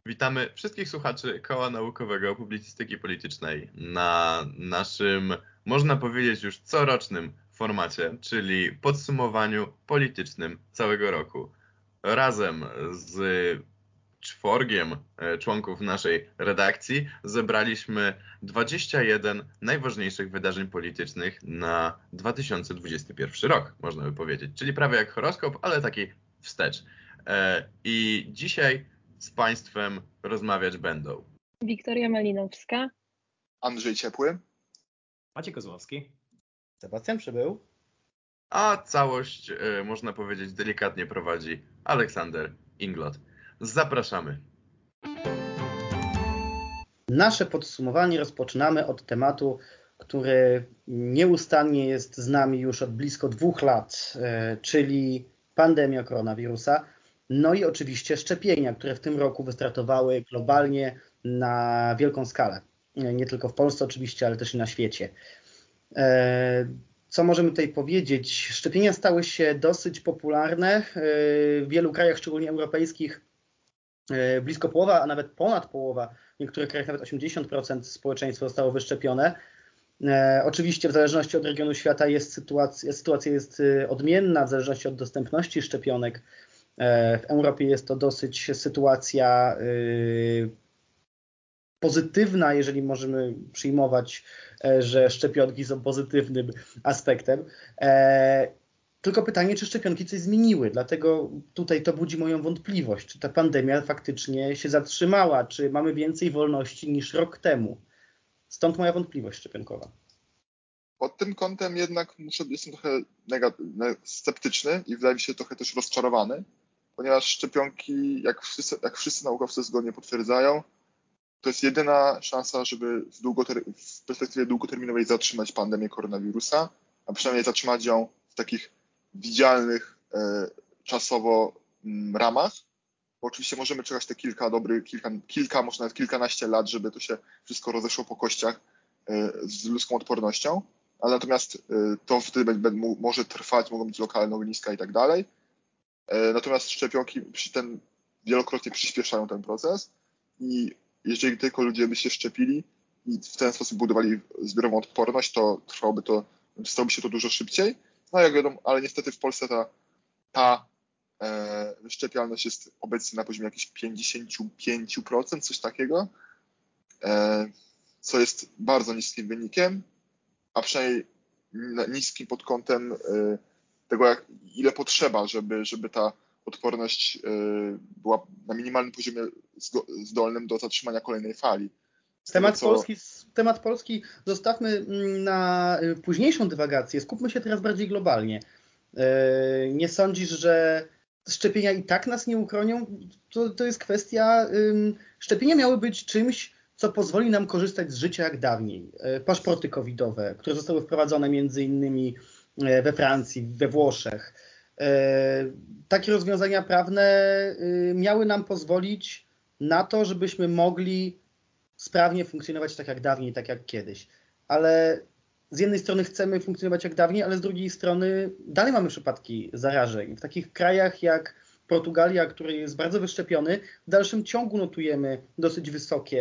Witamy wszystkich słuchaczy Koła Naukowego Publicystyki Politycznej na naszym, można powiedzieć, już corocznym formacie, czyli podsumowaniu politycznym całego roku. Razem z czworgiem członków naszej redakcji zebraliśmy 21 najważniejszych wydarzeń politycznych na 2021 rok, można by powiedzieć. Czyli prawie jak horoskop, ale taki wstecz. I dzisiaj z Państwem rozmawiać będą Wiktoria Malinowska, Andrzej Ciepły, Maciej Kozłowski, Sebastian Przybył, a całość, można powiedzieć, delikatnie prowadzi Aleksander Inglot. Zapraszamy. Nasze podsumowanie rozpoczynamy od tematu, który nieustannie jest z nami już od blisko 2 lat, czyli pandemia koronawirusa. No i oczywiście szczepienia, które w tym roku wystartowały globalnie na wielką skalę. Nie tylko w Polsce oczywiście, ale też i na świecie. Co możemy tutaj powiedzieć? Szczepienia stały się dosyć popularne. W wielu krajach, szczególnie europejskich, blisko połowa, a nawet ponad połowa, w niektórych krajach nawet 80% społeczeństwa zostało wyszczepione. Oczywiście w zależności od regionu świata sytuacja jest odmienna, w zależności od dostępności szczepionek. W Europie jest to dosyć sytuacja pozytywna, jeżeli możemy przyjmować, że szczepionki są pozytywnym aspektem. Tylko pytanie, czy szczepionki coś zmieniły, dlatego tutaj to budzi moją wątpliwość, czy ta pandemia faktycznie się zatrzymała, czy mamy więcej wolności niż rok temu. Stąd moja wątpliwość szczepionkowa. Pod tym kątem jednak jestem trochę sceptyczny i wydaje mi się trochę też rozczarowany, ponieważ szczepionki, jak wszyscy naukowcy zgodnie potwierdzają, to jest jedyna szansa, żeby w perspektywie długoterminowej zatrzymać pandemię koronawirusa, a przynajmniej zatrzymać ją w takich widzialnych czasowo ramach. Bo oczywiście możemy czekać te kilka, może nawet kilkanaście lat, żeby to się wszystko rozeszło po kościach z ludzką odpornością, ale natomiast to wtedy może trwać, mogą być lokalne ogniska i tak dalej. Natomiast szczepionki wielokrotnie przyspieszają ten proces i jeżeli tylko ludzie by się szczepili i w ten sposób budowali zbiorową odporność, to stałoby się to dużo szybciej. No jak wiadomo, ale niestety w Polsce ta wyszczepialność jest obecnie na poziomie jakichś 55%, coś takiego, co jest bardzo niskim wynikiem, a przynajmniej niskim pod kątem tego, ile potrzeba, żeby ta odporność była na minimalnym poziomie zdolnym do zatrzymania kolejnej fali. Temat polski zostawmy na późniejszą dywagację. Skupmy się teraz bardziej globalnie. Nie sądzisz, że szczepienia i tak nas nie uchronią? To jest kwestia... Szczepienia miały być czymś, co pozwoli nam korzystać z życia jak dawniej. Paszporty covidowe, które zostały wprowadzone między innymi we Francji, we Włoszech. Takie rozwiązania prawne miały nam pozwolić na to, żebyśmy mogli sprawnie funkcjonować tak jak dawniej, tak jak kiedyś. Ale z jednej strony chcemy funkcjonować jak dawniej, ale z drugiej strony dalej mamy przypadki zarażeń. W takich krajach jak Portugalia, który jest bardzo wyszczepiony, w dalszym ciągu notujemy dosyć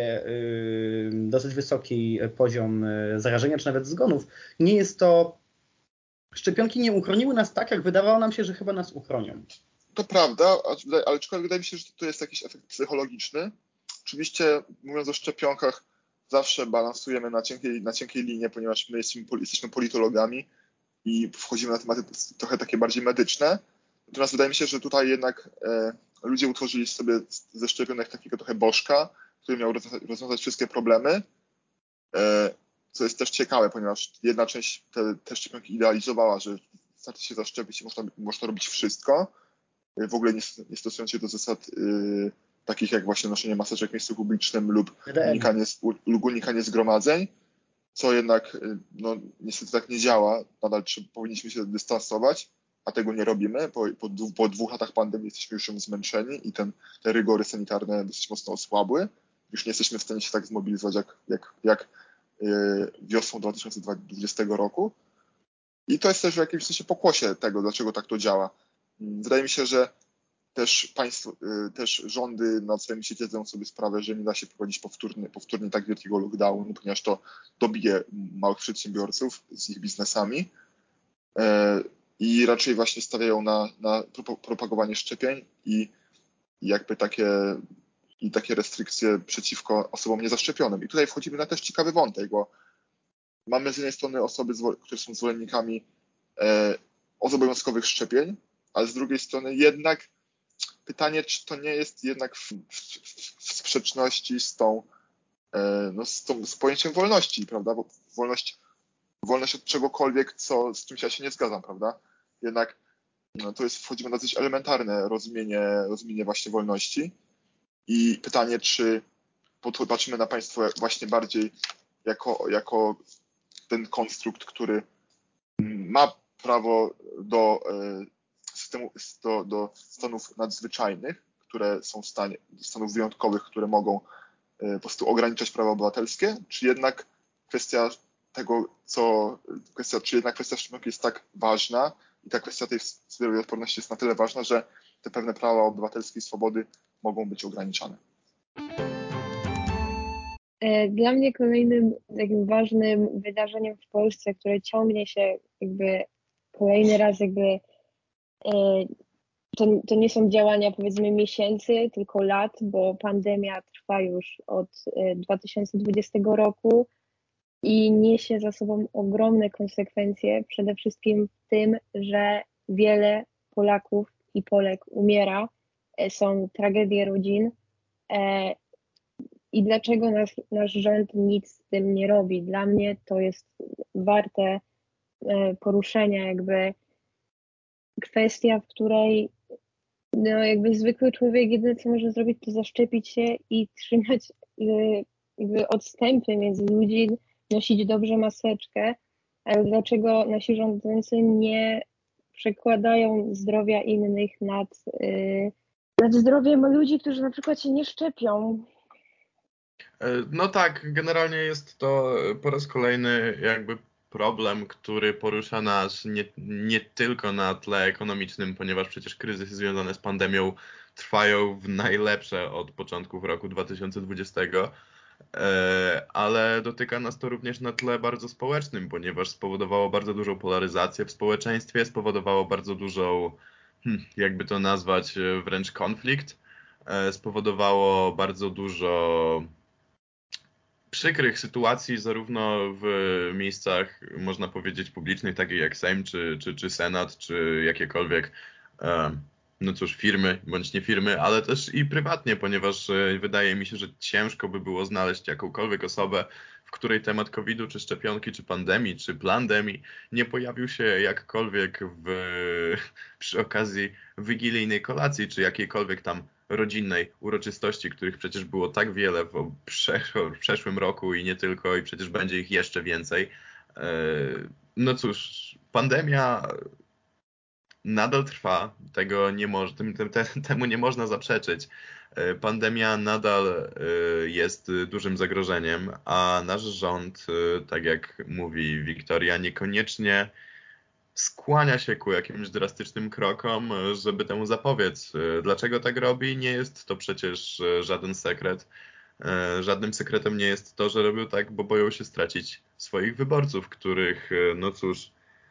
wysoki poziom zarażenia, czy nawet zgonów. Nie jest to... Szczepionki nie uchroniły nas tak, jak wydawało nam się, że chyba nas uchronią. To prawda, ale wydaje mi się, że to jest jakiś efekt psychologiczny. Oczywiście, mówiąc o szczepionkach, zawsze balansujemy na cienkiej linie, ponieważ my jesteśmy politologami i wchodzimy na tematy trochę takie bardziej medyczne. Natomiast wydaje mi się, że tutaj jednak ludzie utworzyli sobie ze szczepionek takiego trochę bożka, który miał rozwiązać wszystkie problemy, co jest też ciekawe, ponieważ jedna część te szczepionki idealizowała, że wystarczy się zaszczepić i można robić wszystko, w ogóle nie stosując się do zasad takich jak właśnie noszenie maseczek w miejscu publicznym lub unikanie zgromadzeń, co jednak niestety tak nie działa. Nadal powinniśmy się dystansować, a tego nie robimy. Po 2 latach pandemii jesteśmy już zmęczeni i te rygory sanitarne dosyć mocno osłabły. Już nie jesteśmy w stanie się tak zmobilizować jak wiosną 2020 roku. I to jest też w jakimś sensie pokłosie tego, dlaczego tak to działa. Wydaje mi się, że też rządy na całym świecie zdają sobie sprawę, że nie da się prowadzić powtórnie tak wielkiego lockdownu, ponieważ to dobije małych przedsiębiorców z ich biznesami i raczej właśnie stawiają na propagowanie szczepień i jakby takie restrykcje przeciwko osobom niezaszczepionym. I tutaj wchodzimy na też ciekawy wątek, bo mamy z jednej strony osoby, które są zwolennikami obowiązkowych szczepień, ale z drugiej strony jednak pytanie, czy to nie jest jednak w sprzeczności z pojęciem wolności, prawda? Bo wolność od czegokolwiek, z czymś ja się nie zgadzam, prawda? Jednak wchodzimy na coś elementarne rozumienie właśnie wolności i pytanie, czy patrzymy na państwo właśnie bardziej jako ten konstrukt, który ma prawo do stanów nadzwyczajnych, które są stanów wyjątkowych, które mogą po prostu ograniczać prawa obywatelskie, czy jednak kwestia szczepionki jest tak ważna i ta kwestia tej zbiorowej odporności jest na tyle ważna, że te pewne prawa obywatelskie i swobody mogą być ograniczane. Dla mnie kolejnym takim ważnym wydarzeniem w Polsce, które ciągnie się jakby kolejny raz to nie są działania powiedzmy miesięcy, tylko lat, bo pandemia trwa już od 2020 roku i niesie za sobą ogromne konsekwencje, przede wszystkim w tym, że wiele Polaków i Polek umiera, są tragedie rodzin. I dlaczego nasz rząd nic z tym nie robi? Dla mnie to jest warte poruszenia, jakby kwestia, w której jakby zwykły człowiek jedyne co może zrobić, to zaszczepić się i trzymać jakby odstępy między ludzi, nosić dobrze maseczkę, ale dlaczego nasi rządzący nie przekładają zdrowia innych nad zdrowiem ludzi, którzy na przykład się nie szczepią? No tak, generalnie jest to po raz kolejny jakby problem, który porusza nas nie tylko na tle ekonomicznym, ponieważ przecież kryzysy związane z pandemią trwają w najlepsze od początków roku 2020, ale dotyka nas to również na tle bardzo społecznym, ponieważ spowodowało bardzo dużą polaryzację w społeczeństwie, spowodowało bardzo dużą, jakby to nazwać, wręcz konflikt, spowodowało bardzo dużo przykrych sytuacji zarówno w miejscach, można powiedzieć, publicznych, takich jak Sejm, czy Senat, czy jakiekolwiek, no cóż, firmy, bądź nie firmy, ale też i prywatnie, ponieważ wydaje mi się, że ciężko by było znaleźć jakąkolwiek osobę, w której temat COVID-u, czy szczepionki, czy pandemii, czy plandemii nie pojawił się jakkolwiek przy okazji wigilijnej kolacji, czy jakiejkolwiek tam rodzinnej uroczystości, których przecież było tak wiele w przeszłym roku i nie tylko, i przecież będzie ich jeszcze więcej. No cóż, pandemia nadal trwa, temu nie można zaprzeczyć. Pandemia nadal jest dużym zagrożeniem, a nasz rząd, tak jak mówi Wiktoria, niekoniecznie skłania się ku jakimś drastycznym krokom, żeby temu zapobiec. Dlaczego tak robi? Nie jest to przecież żaden sekret. Żadnym sekretem nie jest to, że robią tak, bo boją się stracić swoich wyborców, których, no cóż,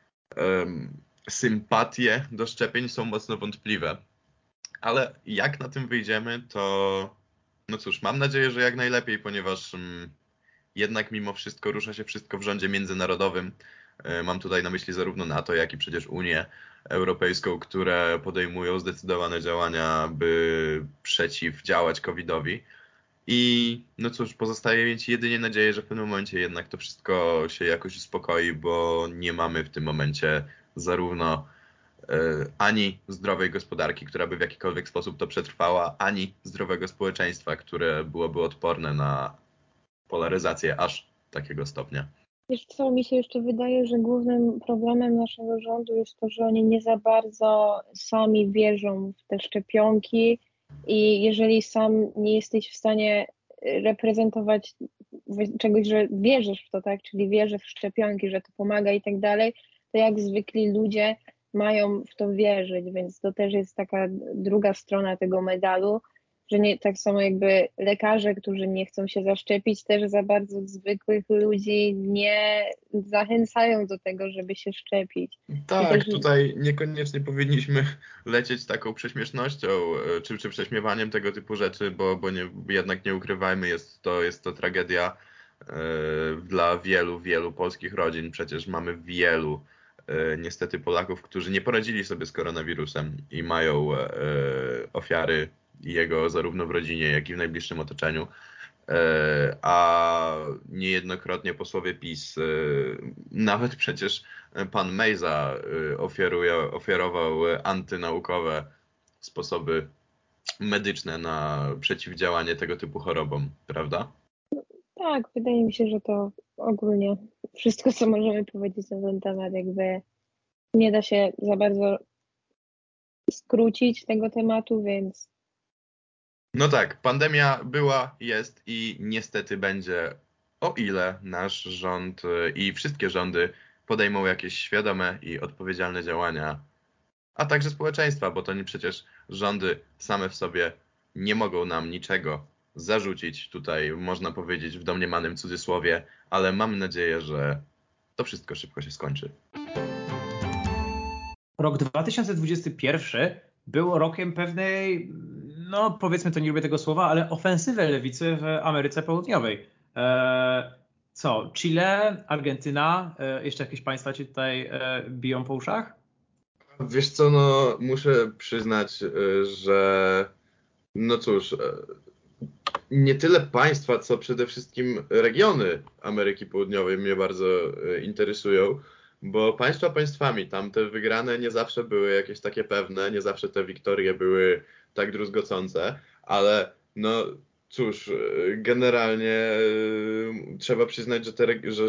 sympatie do szczepień są mocno wątpliwe. Ale jak na tym wyjdziemy, to no cóż, mam nadzieję, że jak najlepiej, ponieważ jednak mimo wszystko rusza się wszystko w rządzie międzynarodowym. Mam tutaj na myśli zarówno NATO, jak i przecież Unię Europejską, które podejmują zdecydowane działania, by przeciwdziałać COVID-owi. I no cóż, pozostaje mieć jedynie nadzieję, że w pewnym momencie jednak to wszystko się jakoś uspokoi, bo nie mamy w tym momencie zarówno ani zdrowej gospodarki, która by w jakikolwiek sposób to przetrwała, ani zdrowego społeczeństwa, które byłoby odporne na polaryzację aż takiego stopnia. Wiesz co, mi się jeszcze wydaje, że głównym problemem naszego rządu jest to, że oni nie za bardzo sami wierzą w te szczepionki i jeżeli sam nie jesteś w stanie reprezentować czegoś, że wierzysz w to, tak, czyli wierzysz w szczepionki, że to pomaga i tak dalej, to jak zwykli ludzie mają w to wierzyć, więc to też jest taka druga strona tego medalu, że nie tak samo jakby lekarze, którzy nie chcą się zaszczepić, też za bardzo zwykłych ludzi nie zachęcają do tego, żeby się szczepić. Tak, też... tutaj niekoniecznie powinniśmy lecieć taką prześmiesznością czy prześmiewaniem tego typu rzeczy, bo jednak nie ukrywajmy, jest to tragedia dla wielu polskich rodzin. Przecież mamy wielu niestety Polaków, którzy nie poradzili sobie z koronawirusem i mają ofiary jego zarówno w rodzinie, jak i w najbliższym otoczeniu. A niejednokrotnie posłowie PiS, nawet przecież pan Mejza ofiarował antynaukowe sposoby medyczne na przeciwdziałanie tego typu chorobom, prawda? Tak, wydaje mi się, że to ogólnie wszystko, co możemy powiedzieć na ten temat, jakby nie da się za bardzo skrócić tego tematu, więc... No tak, pandemia była, jest i niestety będzie, o ile nasz rząd i wszystkie rządy podejmą jakieś świadome i odpowiedzialne działania, a także społeczeństwa, bo to nie przecież rządy same w sobie nie mogą nam niczego zarzucić, tutaj można powiedzieć w domniemanym cudzysłowie, ale mam nadzieję, że to wszystko szybko się skończy. Rok 2021 był rokiem pewnej, no powiedzmy to, nie lubię tego słowa, ale ofensywy lewicy w Ameryce Południowej. Co? Chile, Argentyna, jeszcze jakieś państwa ci tutaj biją po uszach? Wiesz co, no muszę przyznać, że no cóż, nie tyle państwa, co przede wszystkim regiony Ameryki Południowej mnie bardzo interesują, bo państwa państwami, tam te wygrane nie zawsze były jakieś takie pewne, nie zawsze te wiktorie były tak druzgocące, ale no cóż, generalnie trzeba przyznać, że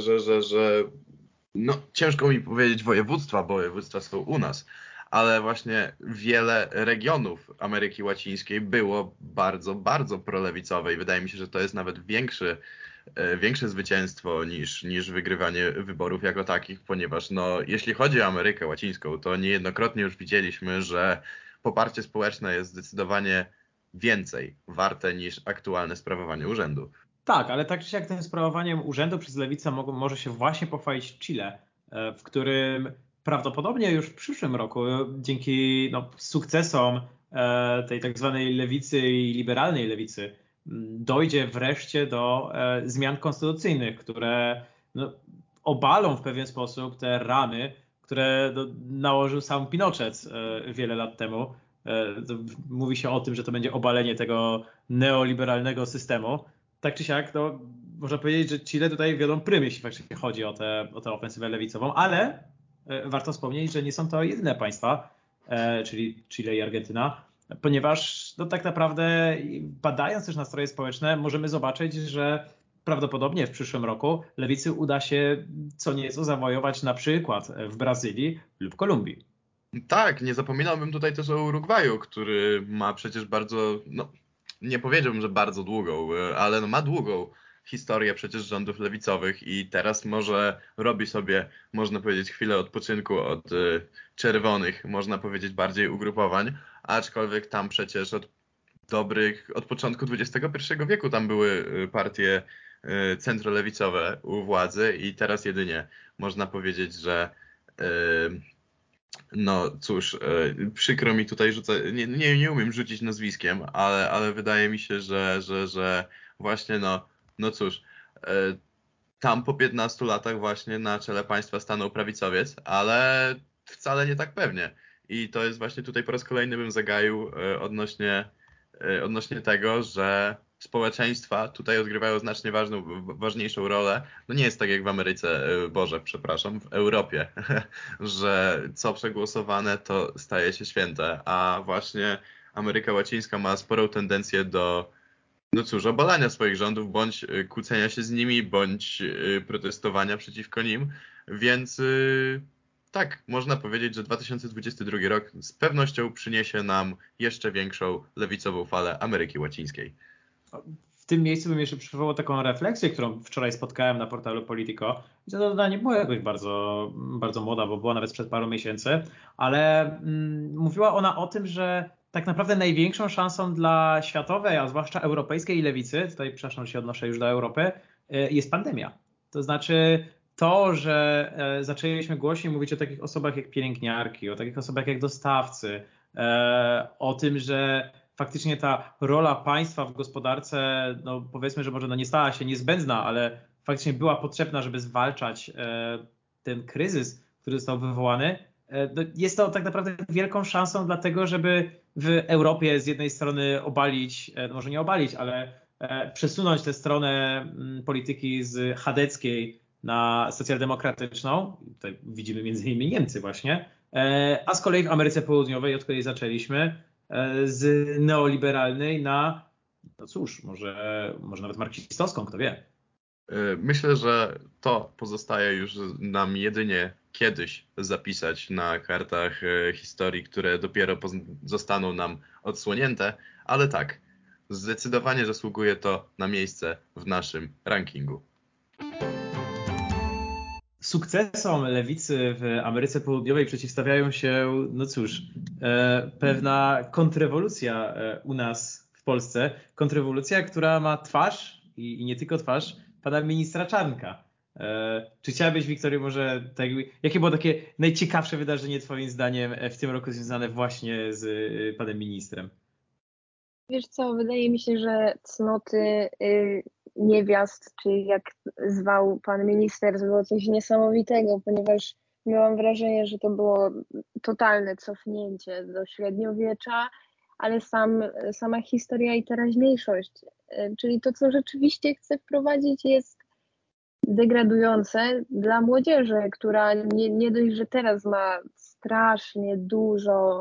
no ciężko mi powiedzieć województwa, bo województwa są u nas, ale właśnie wiele regionów Ameryki Łacińskiej było bardzo prolewicowe i wydaje mi się, że to jest nawet większe zwycięstwo niż wygrywanie wyborów jako takich, ponieważ no, jeśli chodzi o Amerykę Łacińską, to niejednokrotnie już widzieliśmy, że poparcie społeczne jest zdecydowanie więcej warte niż aktualne sprawowanie urzędu. Tak, ale tak czy siak tym sprawowaniem urzędu przez lewicę może się właśnie pochwalić Chile, w którym prawdopodobnie już w przyszłym roku dzięki sukcesom tej tak zwanej lewicy i liberalnej lewicy dojdzie wreszcie do zmian konstytucyjnych, które obalą w pewien sposób te ramy, które nałożył sam Pinochet wiele lat temu. Mówi się o tym, że to będzie obalenie tego neoliberalnego systemu. Tak czy siak, to można powiedzieć, że Chile tutaj wiodą prym, jeśli faktycznie chodzi o tę ofensywę lewicową, ale warto wspomnieć, że nie są to jedyne państwa, czyli Chile i Argentyna, ponieważ tak naprawdę badając też nastroje społeczne możemy zobaczyć, że prawdopodobnie w przyszłym roku lewicy uda się co nieco zawojować na przykład w Brazylii lub Kolumbii. Tak, nie zapominałbym tutaj też o Urugwaju, który ma przecież bardzo, no nie powiedziałbym, że bardzo długą, ale no ma długą historię przecież rządów lewicowych i teraz może robi sobie, można powiedzieć, chwilę odpoczynku od czerwonych, można powiedzieć bardziej ugrupowań, aczkolwiek tam przecież od początku XXI wieku tam były partie centrolewicowe u władzy i teraz jedynie można powiedzieć, że no cóż, przykro mi tutaj rzucać, nie umiem rzucić nazwiskiem, ale wydaje mi się, że właśnie no cóż, tam po 15 latach właśnie na czele państwa stanął prawicowiec, ale wcale nie tak pewnie. I to jest właśnie tutaj po raz kolejny bym zagaił odnośnie tego, że społeczeństwa tutaj odgrywają znacznie ważniejszą rolę. No nie jest tak jak w Ameryce, w Europie, że co przegłosowane to staje się święte, a właśnie Ameryka Łacińska ma sporą tendencję do, no cóż, obalania swoich rządów, bądź kłócenia się z nimi, bądź protestowania przeciwko nim, więc tak, można powiedzieć, że 2022 rok z pewnością przyniesie nam jeszcze większą lewicową falę Ameryki Łacińskiej. tym miejscu bym jeszcze przywołał taką refleksję, którą wczoraj spotkałem na portalu Politico. I to dodanie nie była jakoś bardzo, bardzo młoda, bo była nawet sprzed paru miesięcy, ale mówiła ona o tym, że tak naprawdę największą szansą dla światowej, a zwłaszcza europejskiej lewicy, tutaj przepraszam, że się odnoszę już do Europy, jest pandemia. To znaczy to, że zaczęliśmy głośniej mówić o takich osobach jak pielęgniarki, o takich osobach jak dostawcy, o tym, że faktycznie ta rola państwa w gospodarce, no powiedzmy, że może nie stała się niezbędna, ale faktycznie była potrzebna, żeby zwalczać ten kryzys, który został wywołany. Jest to tak naprawdę wielką szansą dlatego, żeby w Europie z jednej strony obalić, może nie obalić, ale przesunąć tę stronę polityki z chadeckiej na socjaldemokratyczną. Tutaj widzimy między innymi Niemcy właśnie, a z kolei w Ameryce Południowej, od której zaczęliśmy, z neoliberalnej na, no cóż, może nawet marksistowską, kto wie. Myślę, że to pozostaje już nam jedynie kiedyś zapisać na kartach historii, które dopiero zostaną nam odsłonięte, ale tak, zdecydowanie zasługuje to na miejsce w naszym rankingu. Sukcesom lewicy w Ameryce Południowej przeciwstawiają się, no cóż, pewna kontrrewolucja u nas w Polsce. Kontrrewolucja, która ma twarz i nie tylko twarz pana ministra Czarnka. Czy chciałabyś, Wiktorio, może jakie było takie najciekawsze wydarzenie twoim zdaniem w tym roku związane właśnie z panem ministrem? Wiesz co, wydaje mi się, że cnoty niewiast, czy jak zwał pan minister, to było coś niesamowitego, ponieważ miałam wrażenie, że to było totalne cofnięcie do średniowiecza, ale sama historia i teraźniejszość, czyli to, co rzeczywiście chce wprowadzić, jest degradujące dla młodzieży, która nie dość, że teraz ma strasznie dużo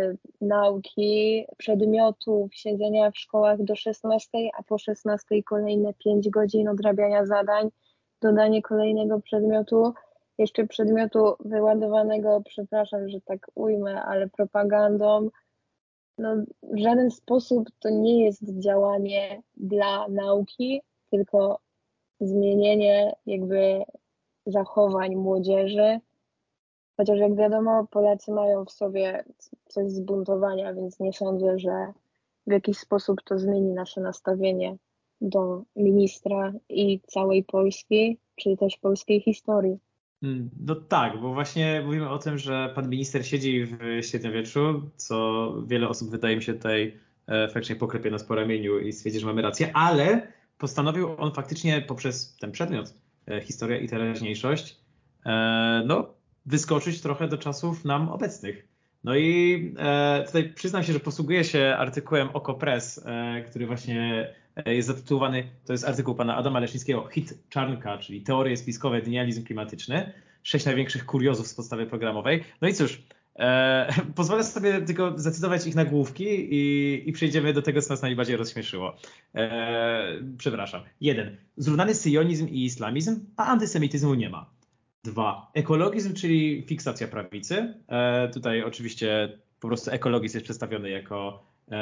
nauki, przedmiotów, siedzenia w szkołach do 16, a po 16 kolejne 5 godzin odrabiania zadań, dodanie kolejnego przedmiotu, jeszcze przedmiotu wyładowanego, przepraszam, że tak ujmę, ale propagandą. No, w żaden sposób to nie jest działanie dla nauki, tylko zmienienie jakby zachowań młodzieży. Chociaż jak wiadomo, Polacy mają w sobie coś zbuntowania, więc nie sądzę, że w jakiś sposób to zmieni nasze nastawienie do ministra i całej Polski, czy też polskiej historii. No tak, bo właśnie mówimy o tym, że pan minister siedzi w średniowieczu, co wiele osób wydaje mi się tutaj faktycznie poklepie nas po ramieniu i stwierdzi, że mamy rację, ale postanowił on faktycznie poprzez ten przedmiot, historia i teraźniejszość, no wyskoczyć trochę do czasów nam obecnych. No i tutaj przyznam się, że posługuję się artykułem OKO.press, który właśnie jest zatytułowany, to jest artykuł pana Adama Lesznickiego, Hit Czarnka, czyli teorie spiskowe, denializm klimatyczny, 6 największych kuriozów z podstawy programowej. No i cóż, pozwolę sobie tylko zacytować ich nagłówki i przejdziemy do tego, co nas najbardziej rozśmieszyło. Przepraszam. 1. Zrównany syjonizm i islamizm, a antysemityzmu nie ma. 2. Ekologizm, czyli fiksacja prawicy. Tutaj oczywiście po prostu ekologizm jest przedstawiony jako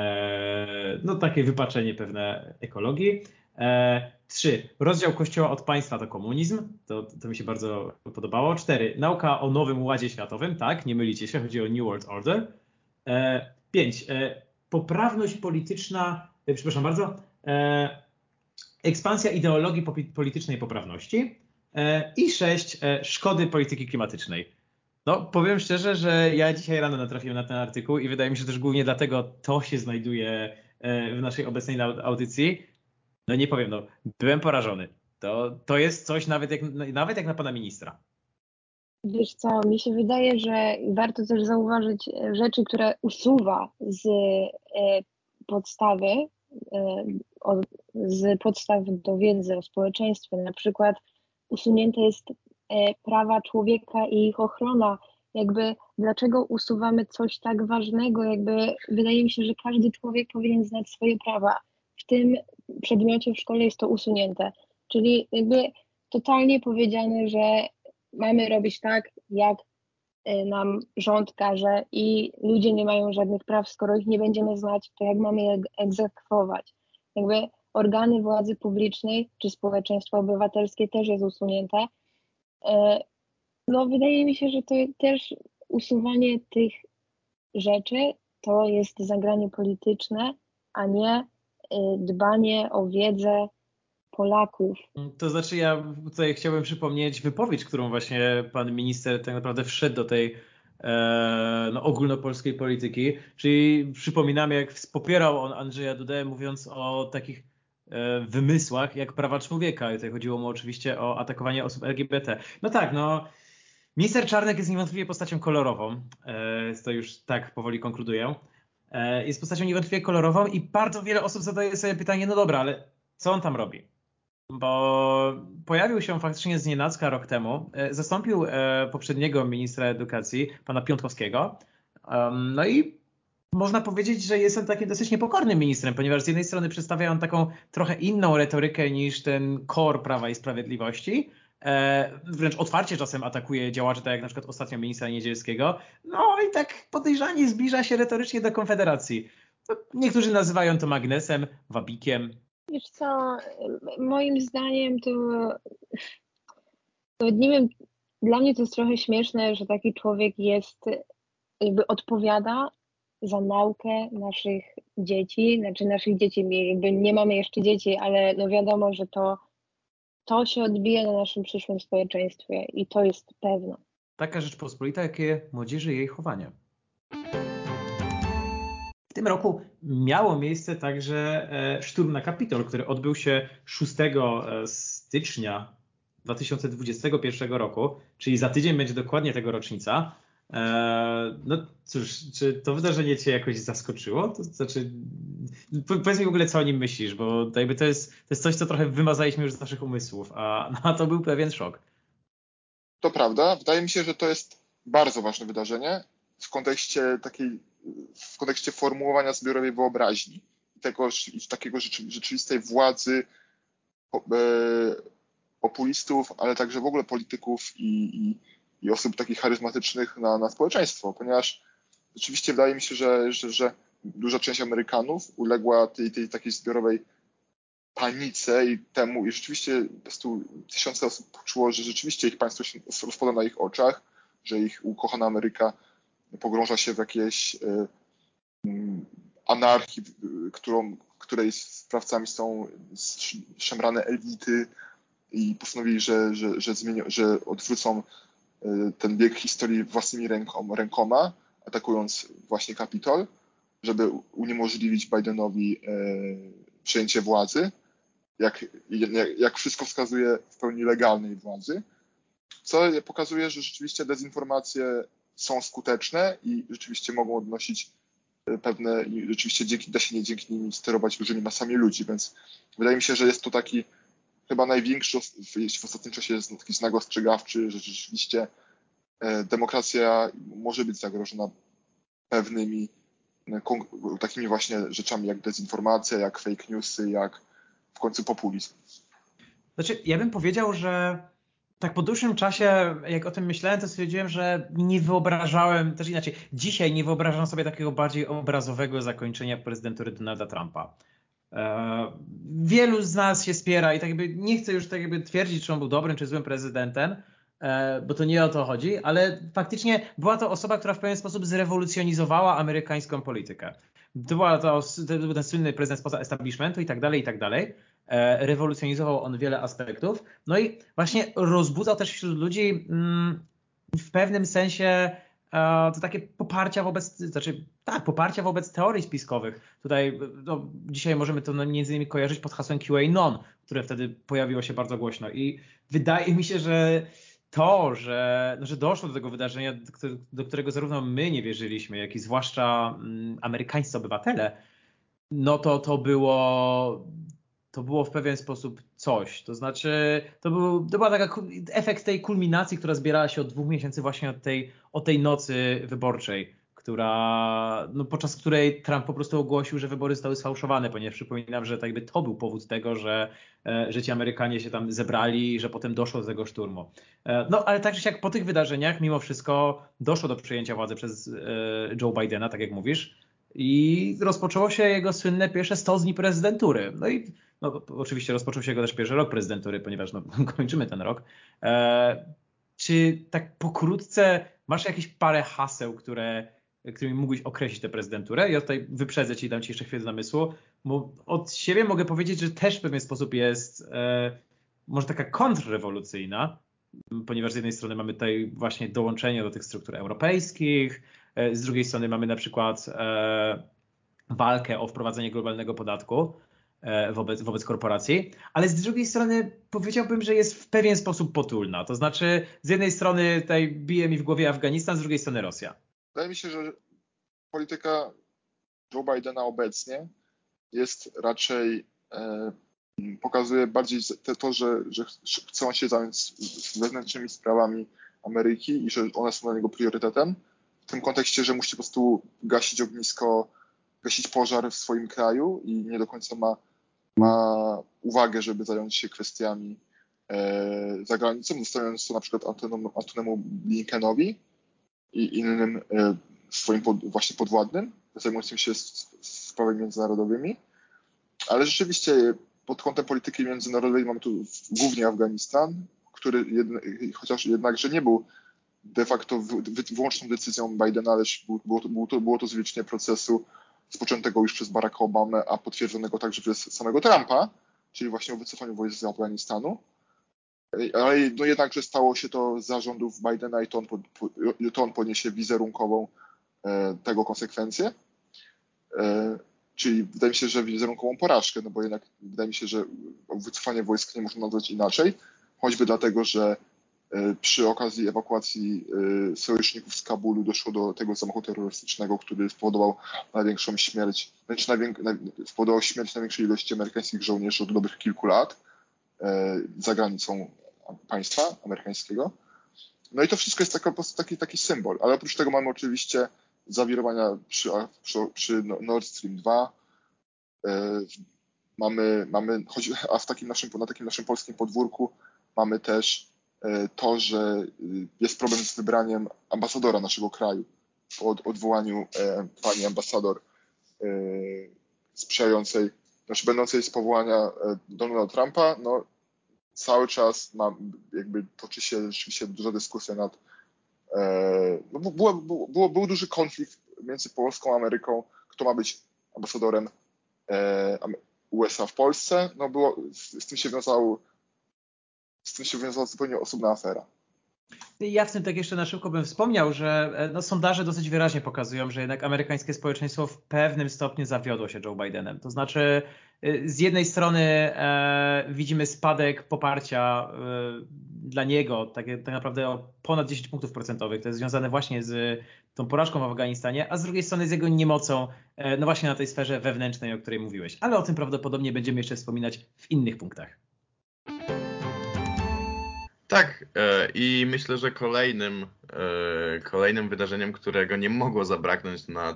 no takie wypaczenie pewne ekologii. 3. Rozdział Kościoła od państwa to komunizm. To mi się bardzo podobało. 4. Nauka o nowym ładzie światowym. Tak, nie mylicie się, chodzi o New World Order. 5. Poprawność polityczna, przepraszam bardzo, ekspansja ideologii politycznej poprawności. I 6. Szkody polityki klimatycznej. No, powiem szczerze, że ja dzisiaj rano natrafiłem na ten artykuł i wydaje mi się, że też głównie dlatego to się znajduje w naszej obecnej audycji. No nie powiem, no, byłem porażony. To jest coś nawet jak na pana ministra. Wiesz co, mi się wydaje, że warto też zauważyć rzeczy, które usuwa podstawy, z podstaw do wiedzy o społeczeństwie. Na przykład usunięte jest prawa człowieka i ich ochrona. Jakby dlaczego usuwamy coś tak ważnego? Jakby wydaje mi się, że każdy człowiek powinien znać swoje prawa. W tym przedmiocie w szkole jest to usunięte. Czyli jakby totalnie powiedziane, że mamy robić tak, jak nam rząd każe i ludzie nie mają żadnych praw, skoro ich nie będziemy znać, to jak mamy je egzekwować? Jakby organy władzy publicznej czy społeczeństwo obywatelskie też jest usunięte. No wydaje mi się, że to też usuwanie tych rzeczy to jest zagranie polityczne, a nie dbanie o wiedzę Polaków. To znaczy ja tutaj chciałbym przypomnieć wypowiedź, którą właśnie pan minister tak naprawdę wszedł do tej ogólnopolskiej polityki, czyli przypominam, jak popierał on Andrzeja Dudę, mówiąc o takich wymysłach jak prawa człowieka. I tutaj chodziło mu oczywiście o atakowanie osób LGBT. No tak, minister Czarnek jest niewątpliwie postacią kolorową. To już tak powoli konkluduję. Jest postacią niewątpliwie kolorową i bardzo wiele osób zadaje sobie pytanie, no dobra, ale co on tam robi? Bo pojawił się faktycznie znienacka rok temu. Zastąpił poprzedniego ministra edukacji, pana Piontkowskiego. No i można powiedzieć, że jest on takim dosyć niepokornym ministrem, ponieważ z jednej strony przedstawia on taką trochę inną retorykę niż ten core Prawa i Sprawiedliwości. Wręcz otwarcie czasem atakuje działaczy, tak jak na przykład ostatnio ministra Niedzielskiego. No i tak podejrzanie zbliża się retorycznie do Konfederacji. Niektórzy nazywają to magnesem, wabikiem. Wiesz co, moim zdaniem to nie wiem, dla mnie to jest trochę śmieszne, że taki człowiek jakby odpowiada za naukę naszych dzieci, jakby nie mamy jeszcze dzieci, ale no wiadomo, że to się odbije na naszym przyszłym społeczeństwie i to jest pewne. Taka Rzeczpospolita, jakie młodzieży jej chowanie. W tym roku miało miejsce także szturm na Kapitol, który odbył się 6 stycznia 2021 roku, czyli za tydzień będzie dokładnie tego rocznica. No cóż, czy to wydarzenie cię jakoś zaskoczyło? To znaczy, powiedz mi w ogóle, co o nim myślisz, bo jakby to jest coś, co trochę wymazaliśmy już z naszych umysłów, a to był pewien szok. To prawda. Wydaje mi się, że to jest bardzo ważne wydarzenie w kontekście formułowania zbiorowej wyobraźni i takiego rzeczywistej władzy populistów, ale także w ogóle polityków i osób takich charyzmatycznych na społeczeństwo, ponieważ rzeczywiście wydaje mi się, że duża część Amerykanów uległa tej takiej zbiorowej panice i rzeczywiście po prostu tysiące osób poczuło, że rzeczywiście ich państwo się rozpada na ich oczach, że ich ukochana Ameryka pogrąża się w jakiejś anarchii, której sprawcami są szemrane elity i postanowili, że odwrócą ten bieg historii własnymi rękoma, atakując właśnie Kapitol, żeby uniemożliwić Bidenowi przejęcie władzy, jak wszystko wskazuje w pełni legalnej władzy, co pokazuje, że rzeczywiście dezinformacje są skuteczne i rzeczywiście mogą odnosić rzeczywiście da się dzięki nim sterować dużymi masami ludzi, więc wydaje mi się, że jest to taki chyba największy, jeśli w ostatnim czasie jest taki znak ostrzegawczy, że rzeczywiście demokracja może być zagrożona pewnymi takimi właśnie rzeczami jak dezinformacja, jak fake newsy, jak w końcu populizm. Znaczy, ja bym powiedział, że tak po dłuższym czasie, jak o tym myślałem, to stwierdziłem, że nie wyobrażałem, też inaczej, dzisiaj nie wyobrażam sobie takiego bardziej obrazowego zakończenia prezydentury Donalda Trumpa. Wielu z nas się spiera i tak jakby nie chcę już tak jakby twierdzić, czy on był dobrym czy złym prezydentem, bo to nie o to chodzi, ale faktycznie była to osoba, która w pewien sposób zrewolucjonizowała amerykańską politykę. To był ten słynny prezydent spoza establishmentu i tak dalej, i tak dalej. Rewolucjonizował on wiele aspektów. No i właśnie rozbudzał też wśród ludzi w pewnym sensie to takie poparcia wobec teorii spiskowych. Tutaj dzisiaj możemy to między innymi kojarzyć pod hasłem QAnon, które wtedy pojawiło się bardzo głośno. I wydaje mi się, że to, że doszło do tego wydarzenia, do którego zarówno my nie wierzyliśmy, jak i zwłaszcza amerykańscy obywatele, no to było w pewien sposób coś. To znaczy, to była taka efekt tej kulminacji, która zbierała się od 2 miesięcy właśnie od tej nocy wyborczej, podczas której Trump po prostu ogłosił, że wybory zostały sfałszowane, ponieważ przypominam, że tak jakby to był powód tego, że ci Amerykanie się tam zebrali i że potem doszło do tego szturmu. No ale tak czy jak po tych wydarzeniach mimo wszystko doszło do przejęcia władzy przez Joe Bidena, tak jak mówisz. i rozpoczęło się jego słynne pierwsze 100 dni prezydentury. No i oczywiście rozpoczął się jego też pierwszy rok prezydentury, ponieważ kończymy ten rok. Czy tak pokrótce masz jakieś parę haseł, którymi mógłbyś określić tę prezydenturę? Ja tutaj wyprzedzę ci i dam ci jeszcze chwilę namysłu. Bo od siebie mogę powiedzieć, że też w pewien sposób jest może taka kontrrewolucyjna, ponieważ z jednej strony mamy tutaj właśnie dołączenie do tych struktur europejskich, z drugiej strony mamy na przykład walkę o wprowadzenie globalnego podatku wobec korporacji, ale z drugiej strony powiedziałbym, że jest w pewien sposób potulna. To znaczy z jednej strony tutaj bije mi w głowie Afganistan, z drugiej strony Rosja. Wydaje mi się, że polityka Joe Bidena obecnie jest raczej, pokazuje bardziej to, że chcą się zająć wewnętrznymi sprawami Ameryki i że one są dla niego priorytetem. W tym kontekście, że musi po prostu gasić ognisko, gasić pożar w swoim kraju i nie do końca ma uwagę, żeby zająć się kwestiami za granicą, zostawiając to na przykład Antonemu Blinkenowi i innym swoim właśnie podwładnym, zajmującym się sprawami międzynarodowymi. Ale rzeczywiście pod kątem polityki międzynarodowej mamy tu głównie Afganistan, który chociaż jednakże nie był de facto wyłączną decyzją Bidena, lecz było to zwieńczenie procesu spoczętego już przez Baracka Obamę, a potwierdzonego także przez samego Trumpa, czyli właśnie o wycofaniu wojsk z Afganistanu. Ale jednakże stało się to z zarządów Bidena i to on poniesie wizerunkową tego konsekwencję. Czyli wydaje mi się, że wizerunkową porażkę, no bo jednak wydaje mi się, że wycofanie wojsk nie można nazwać inaczej, choćby dlatego, że przy okazji ewakuacji sojuszników z Kabulu doszło do tego zamachu terrorystycznego, który spowodował największą śmierć, spowodował śmierć największej ilości amerykańskich żołnierzy od dobrych kilku lat za granicą państwa amerykańskiego. No i to wszystko jest po prostu taki symbol, ale oprócz tego mamy oczywiście zawirowania przy Nord Stream 2. A na takim naszym polskim podwórku mamy też to, że jest problem z wybraniem ambasadora naszego kraju po odwołaniu pani ambasador sprzyjającej, będącej z powołania Donalda Trumpa. No, cały czas toczy się rzeczywiście duża dyskusja nad był duży konflikt między Polską a Ameryką, kto ma być ambasadorem USA w Polsce. No z tym się wiązała zupełnie osobna afera. Ja w tym tak jeszcze na szybko bym wspomniał, że sondaże dosyć wyraźnie pokazują, że jednak amerykańskie społeczeństwo w pewnym stopniu zawiodło się Joe Bidenem. To znaczy z jednej strony widzimy spadek poparcia dla niego, tak naprawdę o ponad 10 punktów procentowych. To jest związane właśnie z tą porażką w Afganistanie, a z drugiej strony z jego niemocą, no właśnie na tej sferze wewnętrznej, o której mówiłeś. Ale o tym prawdopodobnie będziemy jeszcze wspominać w innych punktach. Tak, i myślę, że kolejnym wydarzeniem, którego nie mogło zabraknąć na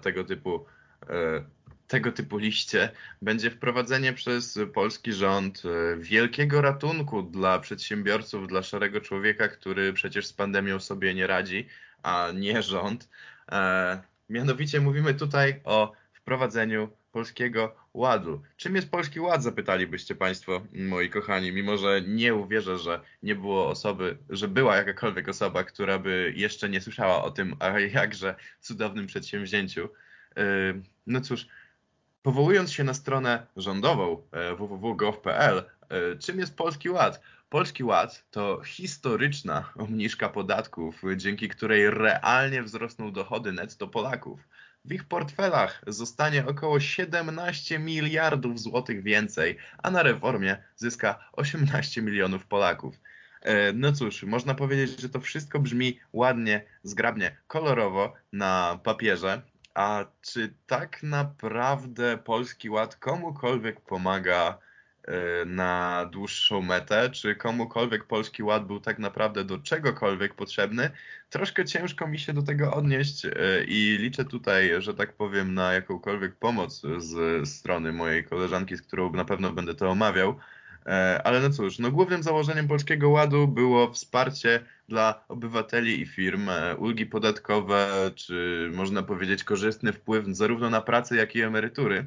tego typu liście, będzie wprowadzenie przez polski rząd wielkiego ratunku dla przedsiębiorców, dla szarego człowieka, który przecież z pandemią sobie nie radzi, a nie rząd. Mianowicie mówimy tutaj o wprowadzeniu Polskiego Ładu. Czym jest Polski Ład, zapytalibyście Państwo, moi kochani, mimo że nie uwierzę, że nie było że była jakakolwiek osoba, która by jeszcze nie słyszała o tym, a jakże cudownym przedsięwzięciu. No cóż, powołując się na stronę rządową www.gov.pl, czym jest Polski Ład? Polski Ład to historyczna obniżka podatków, dzięki której realnie wzrosną dochody netto Polaków. W ich portfelach zostanie około 17 miliardów złotych więcej, a na reformie zyska 18 milionów Polaków. No cóż, można powiedzieć, że to wszystko brzmi ładnie, zgrabnie, kolorowo na papierze, a czy tak naprawdę Polski Ład komukolwiek pomaga na dłuższą metę, czy komukolwiek Polski Ład był tak naprawdę do czegokolwiek potrzebny? Troszkę ciężko mi się do tego odnieść i liczę tutaj, że tak powiem, na jakąkolwiek pomoc z strony mojej koleżanki, z którą na pewno będę to omawiał. Ale no cóż, no głównym założeniem Polskiego Ładu było wsparcie dla obywateli i firm, ulgi podatkowe, czy można powiedzieć korzystny wpływ zarówno na pracę, jak i emerytury.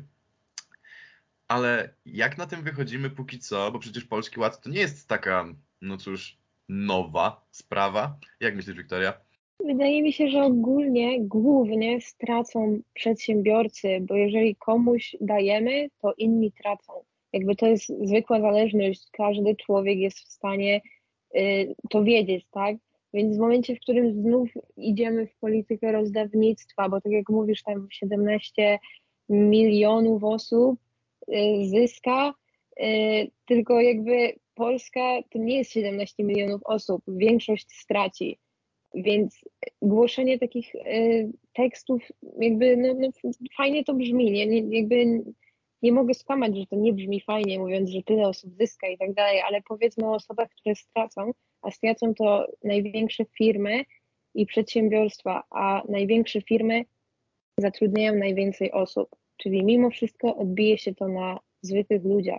Ale jak na tym wychodzimy póki co, bo przecież Polski Ład to nie jest taka, no cóż, nowa sprawa. Jak myślisz, Wiktoria? Wydaje mi się, że głównie stracą przedsiębiorcy, bo jeżeli komuś dajemy, to inni tracą. Jakby to jest zwykła zależność, każdy człowiek jest w stanie to wiedzieć, tak? Więc w momencie, w którym znów idziemy w politykę rozdawnictwa, bo tak jak mówisz, tam 17 milionów osób zyska, tylko jakby Polska to nie jest 17 milionów osób, większość straci. Więc głoszenie takich tekstów, jakby fajnie to brzmi, jakby nie mogę skłamać, że to nie brzmi fajnie, mówiąc, że tyle osób zyska i tak dalej, ale powiedzmy o osobach, które stracą, a stracą to największe firmy i przedsiębiorstwa, a największe firmy zatrudniają najwięcej osób, czyli mimo wszystko odbije się to na zwykłych ludziach.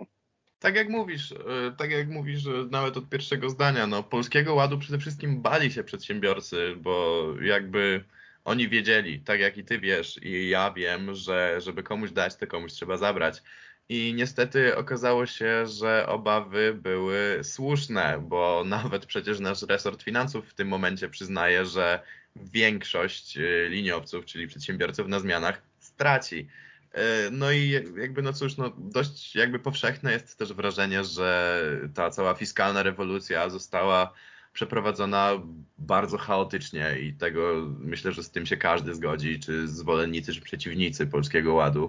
Tak jak mówisz, że nawet od pierwszego zdania, no Polskiego Ładu przede wszystkim bali się przedsiębiorcy, bo jakby oni wiedzieli, tak jak i ty wiesz i ja wiem, że żeby komuś dać, to komuś trzeba zabrać. I niestety okazało się, że obawy były słuszne, bo nawet przecież nasz resort finansów w tym momencie przyznaje, że większość liniowców, czyli przedsiębiorców na zmianach, straci. No i jakby no cóż, no dość jakby powszechne jest też wrażenie, że ta cała fiskalna rewolucja została przeprowadzona bardzo chaotycznie i tego myślę, że z tym się każdy zgodzi, czy zwolennicy, czy przeciwnicy Polskiego Ładu.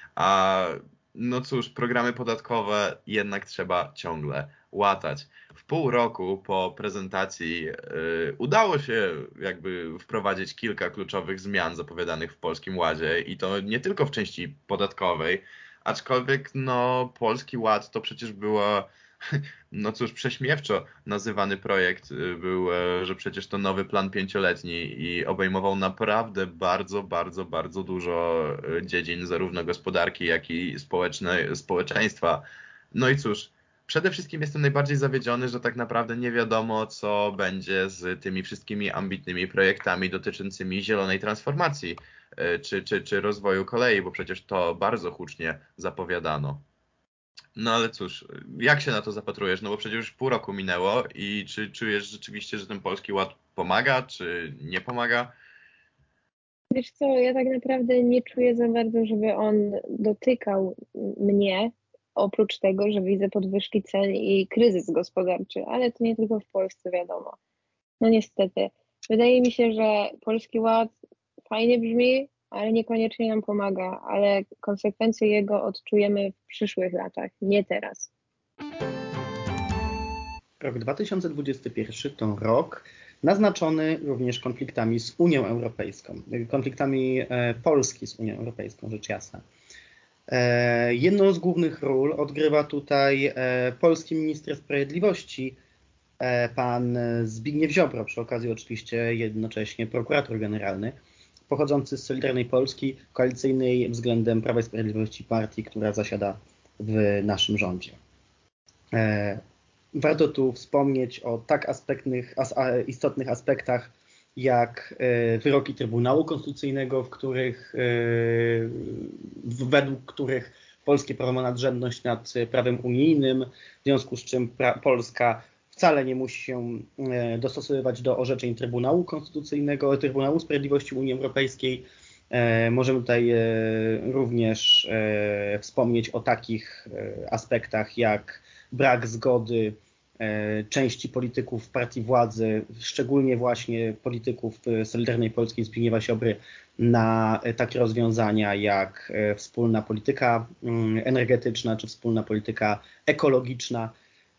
A no cóż, programy podatkowe jednak trzeba ciągle łatać. W pół roku po prezentacji udało się jakby wprowadzić kilka kluczowych zmian zapowiadanych w Polskim Ładzie i to nie tylko w części podatkowej, aczkolwiek no Polski Ład to przecież była no cóż, prześmiewczo nazywany projekt był, że przecież to nowy plan 5-letni i obejmował naprawdę bardzo, bardzo, bardzo dużo dziedzin, zarówno gospodarki, jak i społeczeństwa. No i cóż, przede wszystkim jestem najbardziej zawiedziony, że tak naprawdę nie wiadomo, co będzie z tymi wszystkimi ambitnymi projektami dotyczącymi zielonej transformacji czy rozwoju kolei, bo przecież to bardzo hucznie zapowiadano. No ale cóż, jak się na to zapatrujesz? No bo przecież już pół roku minęło i czy czujesz rzeczywiście, że ten Polski Ład pomaga, czy nie pomaga? Wiesz co, ja tak naprawdę nie czuję za bardzo, żeby on dotykał mnie, oprócz tego, że widzę podwyżki cen i kryzys gospodarczy, ale to nie tylko w Polsce, wiadomo. No niestety. Wydaje mi się, że Polski Ład fajnie brzmi, ale niekoniecznie nam pomaga, ale konsekwencje jego odczujemy w przyszłych latach, nie teraz. Rok 2021 to rok naznaczony również konfliktami z Unią Europejską, konfliktami Polski z Unią Europejską, rzecz jasna. Jedną z głównych ról odgrywa tutaj polski minister sprawiedliwości, pan Zbigniew Ziobro, przy okazji oczywiście jednocześnie prokurator generalny, pochodzący z Solidarnej Polski, koalicyjnej względem Prawa i Sprawiedliwości partii, która zasiada w naszym rządzie. Warto tu wspomnieć o tak istotnych aspektach, jak wyroki Trybunału Konstytucyjnego, według których polskie prawo ma nadrzędność nad prawem unijnym, w związku z czym Polska wcale nie musi się dostosowywać do orzeczeń Trybunału Konstytucyjnego, Trybunału Sprawiedliwości Unii Europejskiej. Możemy tutaj również wspomnieć o takich aspektach jak brak zgody części polityków partii władzy, szczególnie właśnie polityków Solidarnej Polski Zbigniewa Ziobry, na takie rozwiązania jak wspólna polityka energetyczna czy wspólna polityka ekologiczna.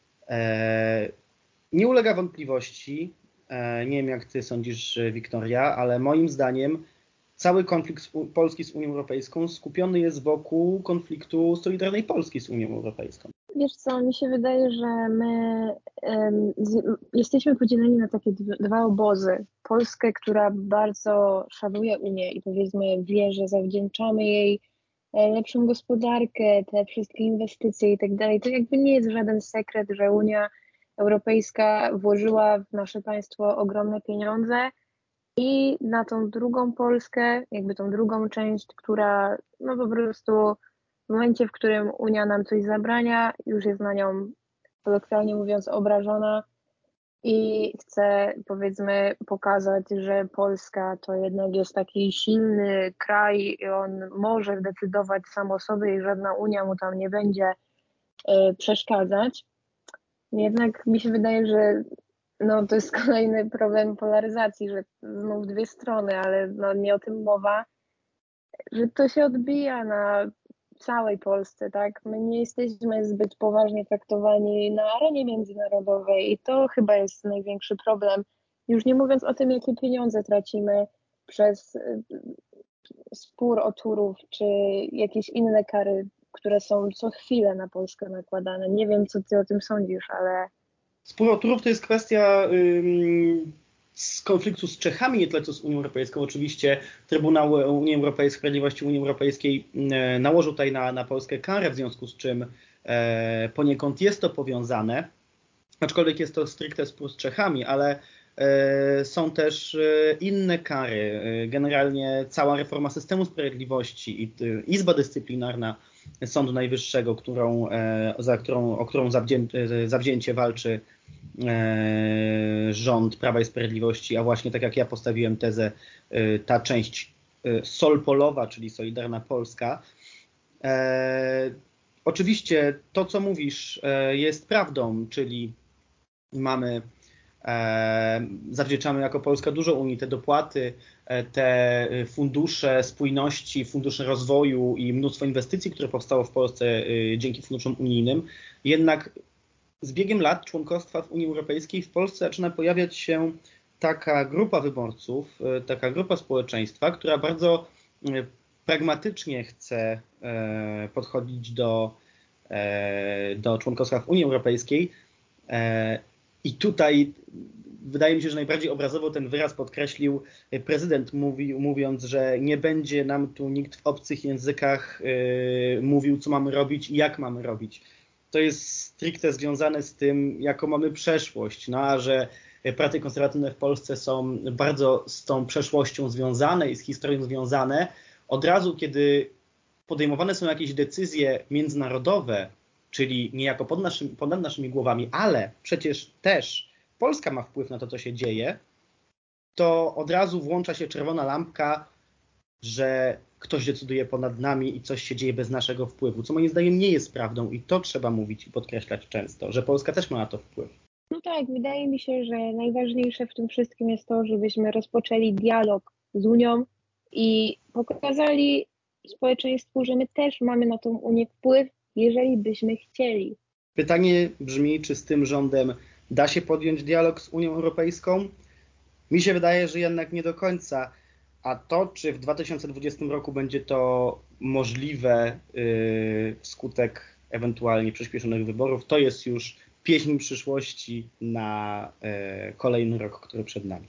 Nie ulega wątpliwości, nie wiem jak ty sądzisz, Wiktoria, ale moim zdaniem cały konflikt Polski z Unią Europejską skupiony jest wokół konfliktu Solidarnej Polski z Unią Europejską. Wiesz co, mi się wydaje, że my jesteśmy podzieleni na takie dwa obozy. Polskę, która bardzo szanuje Unię i powiedzmy wie, że zawdzięczamy jej lepszą gospodarkę, te wszystkie inwestycje i tak dalej. To jakby nie jest żaden sekret, że Unia Europejska włożyła w nasze państwo ogromne pieniądze i na tą drugą Polskę, jakby tą drugą część, która no po prostu w momencie, w którym Unia nam coś zabrania, już jest na nią, kolokwialnie mówiąc, obrażona i chce, powiedzmy, pokazać, że Polska to jednak jest taki silny kraj i on może decydować sam o sobie i żadna Unia mu tam nie będzie przeszkadzać. Jednak mi się wydaje, że no, to jest kolejny problem polaryzacji, że znów dwie strony, ale no, nie o tym mowa, że to się odbija na całej Polsce, tak? My nie jesteśmy zbyt poważnie traktowani na arenie międzynarodowej i to chyba jest największy problem. Już nie mówiąc o tym, jakie pieniądze tracimy przez spór o Turów, czy jakieś inne kary, które są co chwilę na Polskę nakładane. Nie wiem, co ty o tym sądzisz, ale... Spór o Turów to jest kwestia z konfliktu z Czechami, nie tyle co z Unią Europejską. Oczywiście Trybunał Unii Europejskiej, Sprawiedliwości Unii Europejskiej nałożył tutaj na Polskę karę, w związku z czym poniekąd jest to powiązane, aczkolwiek jest to stricte spór z Czechami, ale są też inne kary. Generalnie cała reforma systemu sprawiedliwości i Izba Dyscyplinarna Sądu Najwyższego, o którą zawzięcie walczy rząd Prawa i Sprawiedliwości, a właśnie tak jak ja postawiłem tezę, ta część solpolowa, czyli Solidarna Polska. Oczywiście to, co mówisz, jest prawdą, czyli zawdzięczamy jako Polska dużo Unii, te dopłaty, te fundusze spójności, fundusze rozwoju i mnóstwo inwestycji, które powstało w Polsce dzięki funduszom unijnym. Jednak z biegiem lat członkostwa w Unii Europejskiej w Polsce zaczyna pojawiać się taka grupa wyborców, taka grupa społeczeństwa, która bardzo pragmatycznie chce podchodzić do członkostwa w Unii Europejskiej. I tutaj wydaje mi się, że najbardziej obrazowo ten wyraz podkreślił prezydent, mówiąc, że nie będzie nam tu nikt w obcych językach mówił, co mamy robić i jak mamy robić. To jest stricte związane z tym, jaką mamy przeszłość, no a że partie konserwatywne w Polsce są bardzo z tą przeszłością związane i z historią związane, od razu, kiedy podejmowane są jakieś decyzje międzynarodowe, czyli niejako ponad naszymi głowami, ale przecież też Polska ma wpływ na to, co się dzieje, to od razu włącza się czerwona lampka, że ktoś decyduje ponad nami i coś się dzieje bez naszego wpływu, co moim zdaniem nie jest prawdą i to trzeba mówić i podkreślać często, że Polska też ma na to wpływ. No tak, wydaje mi się, że najważniejsze w tym wszystkim jest to, żebyśmy rozpoczęli dialog z Unią i pokazali społeczeństwu, że my też mamy na tą Unię wpływ, jeżeli byśmy chcieli. Pytanie brzmi, czy z tym rządem da się podjąć dialog z Unią Europejską? Mi się wydaje, że jednak nie do końca. A to, czy w 2020 roku będzie to możliwe wskutek ewentualnie przyspieszonych wyborów, to jest już pieśń przyszłości na kolejny rok, który przed nami.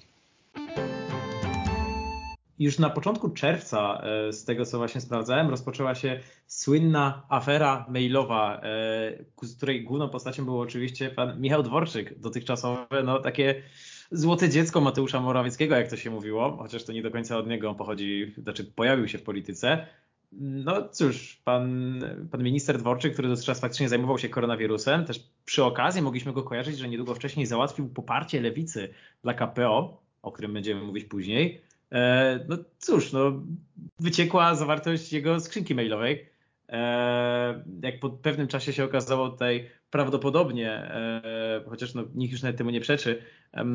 Już na początku czerwca, z tego co właśnie sprawdzałem, rozpoczęła się słynna afera mailowa, z której główną postacią był oczywiście pan Michał Dworczyk, dotychczasowe, no takie złote dziecko Mateusza Morawieckiego, jak to się mówiło, chociaż to nie do końca od niego pochodzi, znaczy pojawił się w polityce. No cóż, pan minister Dworczyk, który dotychczas faktycznie zajmował się koronawirusem, też przy okazji mogliśmy go kojarzyć, że niedługo wcześniej załatwił poparcie lewicy dla KPO, o którym będziemy mówić później. No cóż, no wyciekła zawartość jego skrzynki mailowej. Jak po pewnym czasie się okazało tutaj prawdopodobnie, chociaż no, nikt już nawet temu nie przeczy,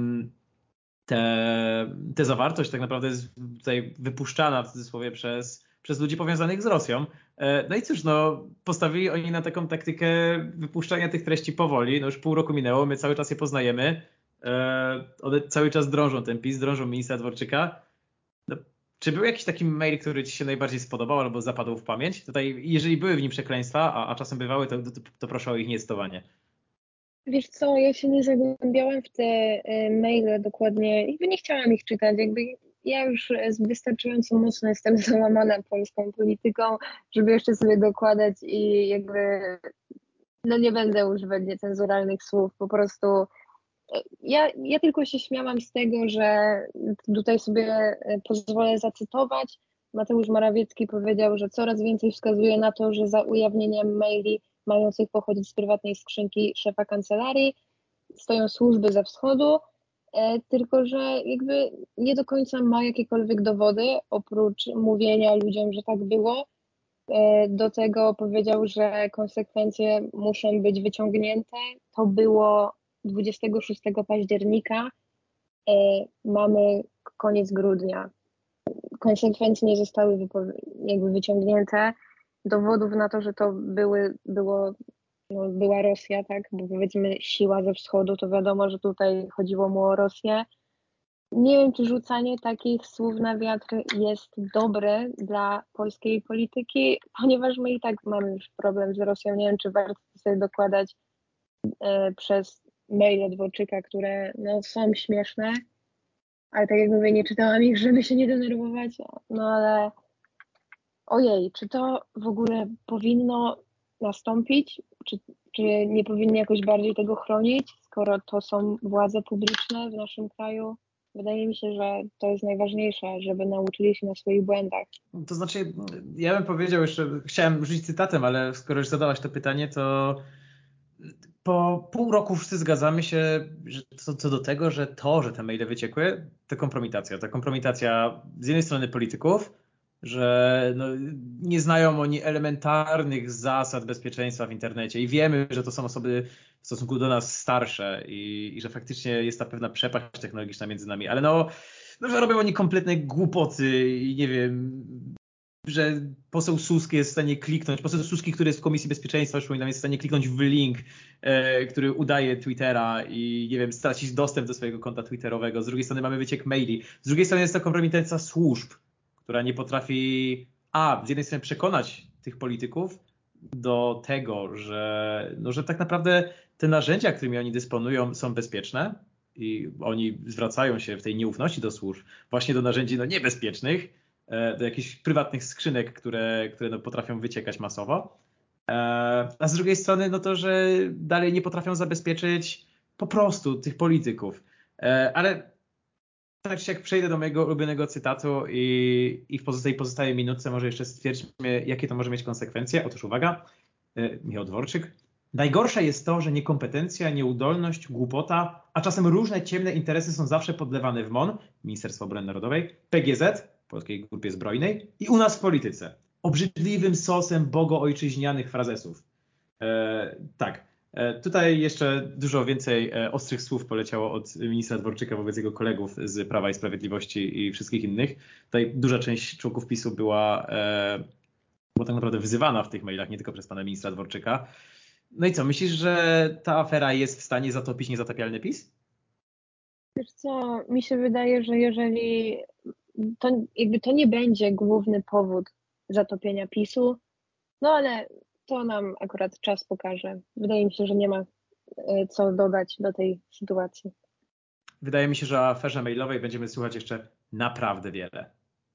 ta zawartość tak naprawdę jest tutaj wypuszczana w cudzysłowie przez ludzi powiązanych z Rosją. No i cóż, no postawili oni na taką taktykę wypuszczania tych treści powoli. No już pół roku minęło, my cały czas je poznajemy. One cały czas drążą ten PiS, drążą ministra Dworczyka. No, czy był jakiś taki mail, który ci się najbardziej spodobał albo zapadł w pamięć? Tutaj, jeżeli były w nim przekleństwa, a czasem bywały, to proszę o ich niecytowanie. Wiesz co, ja się nie zagłębiałam w te maile dokładnie, jakby nie chciałam ich czytać, jakby ja już wystarczająco mocno jestem załamana polską polityką, żeby jeszcze sobie dokładać i jakby no nie będę używać niecenzuralnych słów, po prostu ja tylko się śmiałam z tego, że tutaj sobie pozwolę zacytować. Mateusz Morawiecki powiedział, że coraz więcej wskazuje na to, że za ujawnieniem maili mających pochodzić z prywatnej skrzynki szefa kancelarii stoją służby ze wschodu, tylko że jakby nie do końca ma jakiekolwiek dowody, oprócz mówienia ludziom, że tak było. Do tego powiedział, że konsekwencje muszą być wyciągnięte. To było 26 października, mamy koniec grudnia. Konsekwencje nie zostały jakby wyciągnięte. Dowodów na to, że to była Rosja, tak, bo powiedzmy siła ze wschodu, to wiadomo, że tutaj chodziło mu o Rosję. Nie wiem, czy rzucanie takich słów na wiatr jest dobre dla polskiej polityki, ponieważ my i tak mamy już problem z Rosją. Nie wiem, czy warto sobie dokładać przez maile Dworczyka, które no, są śmieszne, ale tak jak mówię, nie czytałam ich, żeby się nie denerwować, no ale ojej, czy to w ogóle powinno nastąpić? Czy nie powinni jakoś bardziej tego chronić, skoro to są władze publiczne w naszym kraju? Wydaje mi się, że to jest najważniejsze, żeby nauczyli się na swoich błędach. To znaczy, ja bym powiedział jeszcze, chciałem rzucić cytatem, ale skoro już zadałaś to pytanie, to po pół roku wszyscy zgadzamy się że co do tego, że te maile wyciekły, to kompromitacja. To kompromitacja z jednej strony polityków, że no, nie znają oni elementarnych zasad bezpieczeństwa w internecie i wiemy, że to są osoby w stosunku do nas starsze i że faktycznie jest ta pewna przepaść technologiczna między nami, ale no że robią oni kompletne głupoty i nie wiem, że poseł Suski jest w stanie kliknąć, poseł Suski, który jest w Komisji Bezpieczeństwa, przypominam, jest w stanie kliknąć w link, który udaje Twittera i nie wiem, stracić dostęp do swojego konta twitterowego. Z drugiej strony mamy wyciek maili. Z drugiej strony jest to kompromitacja służb, która nie potrafi z jednej strony przekonać tych polityków do tego, że tak naprawdę te narzędzia, którymi oni dysponują, są bezpieczne i oni zwracają się w tej nieufności do służb właśnie do narzędzi niebezpiecznych, do jakichś prywatnych skrzynek, które potrafią wyciekać masowo. A z drugiej strony to, że dalej nie potrafią zabezpieczyć po prostu tych polityków. Ale tak czy jak przejdę do mojego ulubionego cytatu i w tej pozostałej minutce może jeszcze stwierdźmy, jakie to może mieć konsekwencje. Otóż uwaga, Michał Dworczyk. Najgorsze jest to, że niekompetencja, nieudolność, głupota, a czasem różne ciemne interesy są zawsze podlewane w MON, Ministerstwo Obrony Narodowej, PGZ, Polskiej Grupie Zbrojnej i u nas w polityce. Obrzydliwym sosem bogoojczyźnianych frazesów. Tak. Tutaj jeszcze dużo więcej ostrych słów poleciało od ministra Dworczyka wobec jego kolegów z Prawa i Sprawiedliwości i wszystkich innych. Tutaj duża część członków PiS-u była tak naprawdę wyzywana w tych mailach, nie tylko przez pana ministra Dworczyka. No i co, myślisz, że ta afera jest w stanie zatopić niezatapialny PiS? Wiesz co, mi się wydaje, że jeżeli to nie będzie główny powód zatopienia PiS-u, no ale to nam akurat czas pokaże. Wydaje mi się, że nie ma co dodać do tej sytuacji. Wydaje mi się, że o aferze mailowej będziemy słuchać jeszcze naprawdę wiele.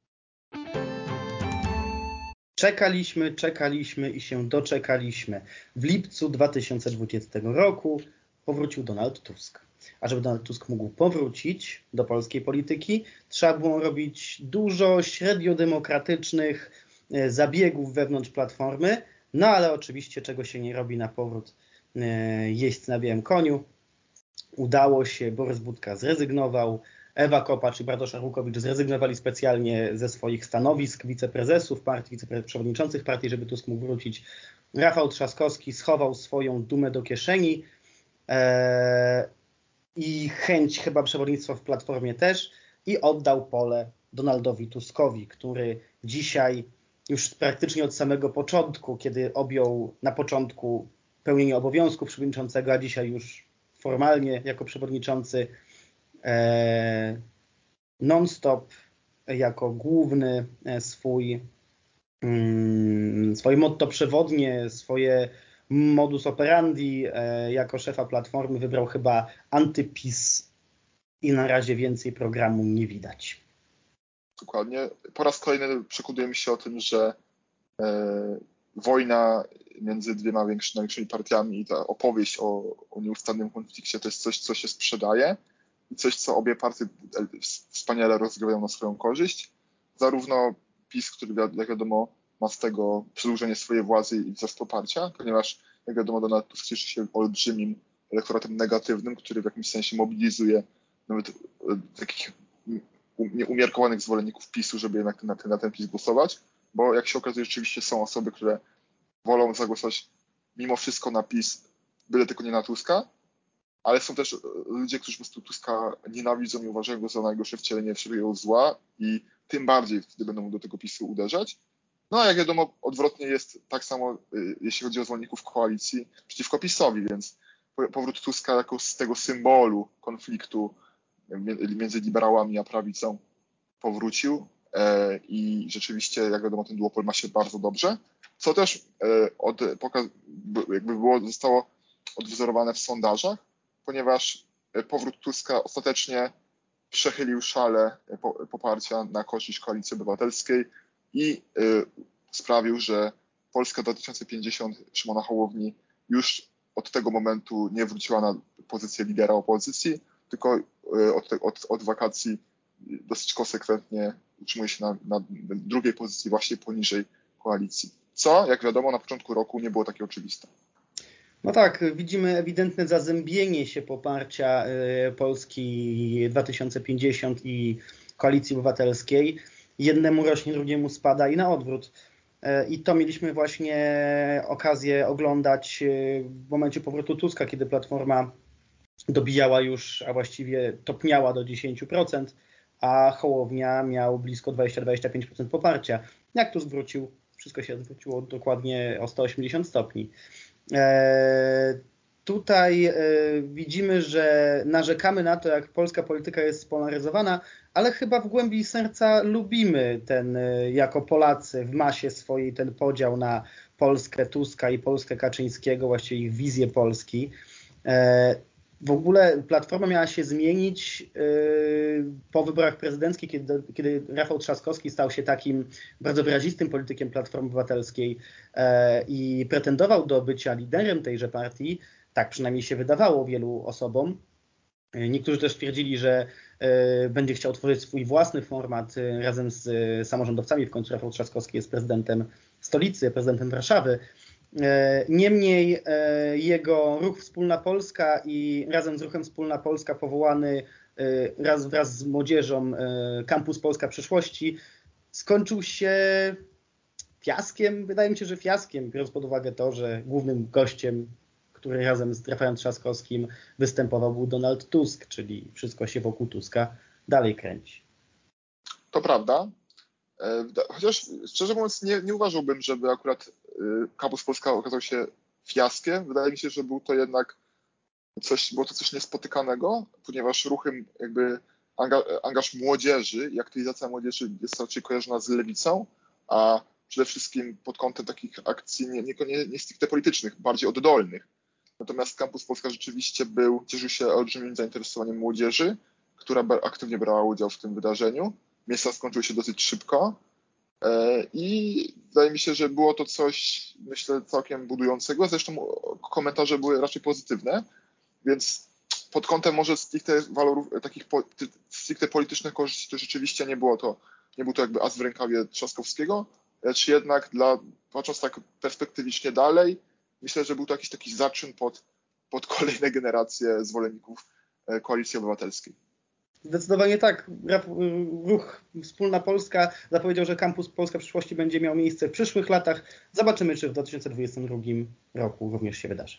Czekaliśmy i się doczekaliśmy. W lipcu 2020 roku powrócił Donald Tusk. A żeby Donald Tusk mógł powrócić do polskiej polityki, trzeba było robić dużo średnio demokratycznych zabiegów wewnątrz Platformy, no ale oczywiście czego się nie robi na powrót jeźdźcy na białym koniu. Udało się, Borys Budka zrezygnował, Ewa Kopacz i Bartosz Arłukowicz zrezygnowali specjalnie ze swoich stanowisk wiceprezesów partii, wiceprzewodniczących partii, żeby Tusk mógł wrócić. Rafał Trzaskowski schował swoją dumę do kieszeni i chęć chyba przewodnictwa w Platformie też i oddał pole Donaldowi Tuskowi, który dzisiaj już praktycznie od samego początku, kiedy objął na początku pełnienie obowiązków przewodniczącego, a dzisiaj już formalnie jako przewodniczący non-stop jako główny swoje motto przewodnie, swoje modus operandi jako szefa Platformy wybrał chyba antypis i na razie więcej programu nie widać. Dokładnie. Po raz kolejny przekonujemy się o tym, że wojna między dwiema największymi partiami i ta opowieść o nieustannym konflikcie to jest coś, co się sprzedaje i coś, co obie partie wspaniale rozgrywają na swoją korzyść. Zarówno PiS, który jak wiadomo ma z tego przedłużenie swojej władzy i wzrost poparcia, ponieważ jak wiadomo Donald Tusk cieszy się olbrzymim elektoratem negatywnym, który w jakimś sensie mobilizuje nawet takich nieumiarkowanych zwolenników PiS-u, żeby jednak na ten PiS głosować, bo jak się okazuje, rzeczywiście są osoby, które wolą zagłosować mimo wszystko na PiS, byle tylko nie na Tuska, ale są też ludzie, którzy po prostu Tuska nienawidzą i uważają go za najgorsze wcielenie wszelkiego zła i tym bardziej wtedy będą do tego PiS-u uderzać. No a jak wiadomo, odwrotnie jest tak samo, jeśli chodzi o zwolenników koalicji przeciwko PiS-owi, więc powrót Tuska jako z tego symbolu konfliktu między liberałami a prawicą powrócił i rzeczywiście, jak wiadomo, ten duopol ma się bardzo dobrze, co też zostało odwzorowane w sondażach, ponieważ powrót Tuska ostatecznie przechylił szale poparcia na korzyść Koalicji Obywatelskiej i sprawił, że Polska 2050 Szymona Hołowni już od tego momentu nie wróciła na pozycję lidera opozycji, tylko od wakacji dosyć konsekwentnie utrzymuje się na drugiej pozycji, właśnie poniżej koalicji. Co, jak wiadomo, na początku roku nie było takie oczywiste. No tak, widzimy ewidentne zazębienie się poparcia Polski 2050 i Koalicji Obywatelskiej. Jednemu rośnie, drugiemu spada i na odwrót. I to mieliśmy właśnie okazję oglądać w momencie powrotu Tuska, kiedy Platforma dobijała już, a właściwie topniała do 10%, a Hołownia miał blisko 20-25% poparcia. Jak Tusk wrócił? Wszystko się zwróciło dokładnie o 180 stopni. Tutaj widzimy, że narzekamy na to, jak polska polityka jest spolaryzowana, ale chyba w głębi serca lubimy ten, jako Polacy w masie swojej, ten podział na Polskę Tuska i Polskę Kaczyńskiego, właściwie ich wizję Polski. W ogóle Platforma miała się zmienić po wyborach prezydenckich, kiedy Rafał Trzaskowski stał się takim bardzo wyrazistym politykiem Platformy Obywatelskiej i pretendował do bycia liderem tejże partii. Tak przynajmniej się wydawało wielu osobom. Niektórzy też twierdzili, że będzie chciał tworzyć swój własny format razem z samorządowcami. W końcu Rafał Trzaskowski jest prezydentem stolicy, prezydentem Warszawy. Niemniej jego ruch Wspólna Polska i razem z ruchem Wspólna Polska powołany wraz z młodzieżą Kampus Polska Przyszłości skończył się fiaskiem. Wydaje mi się, że fiaskiem, biorąc pod uwagę to, że głównym gościem, który razem z Rafałem Trzaskowskim występował, był Donald Tusk, czyli wszystko się wokół Tuska dalej kręci. To prawda. Chociaż szczerze mówiąc nie uważałbym, żeby akurat Kampus Polska okazał się fiaskiem. Wydaje mi się, że było to coś niespotykanego, ponieważ ruchem angaż młodzieży i aktywizacja młodzieży jest raczej kojarzona z lewicą, a przede wszystkim pod kątem takich akcji nie stricte politycznych, bardziej oddolnych. Natomiast Kampus Polska rzeczywiście cieszył się olbrzymim zainteresowaniem młodzieży, która aktywnie brała udział w tym wydarzeniu. Miejsca skończyły się dosyć szybko i wydaje mi się, że było to coś, myślę, całkiem budującego. Zresztą komentarze były raczej pozytywne, więc pod kątem może stricte walorów, takich stricte politycznych korzyści to rzeczywiście nie był to jakby as w rękawie Trzaskowskiego, lecz jednak patrząc tak perspektywicznie dalej, myślę, że był to jakiś taki zaczyn pod kolejne generacje zwolenników Koalicji Obywatelskiej. Zdecydowanie tak. Ruch Wspólna Polska zapowiedział, że Kampus Polska Przyszłości będzie miał miejsce w przyszłych latach. Zobaczymy, czy w 2022 roku również się wydarzy.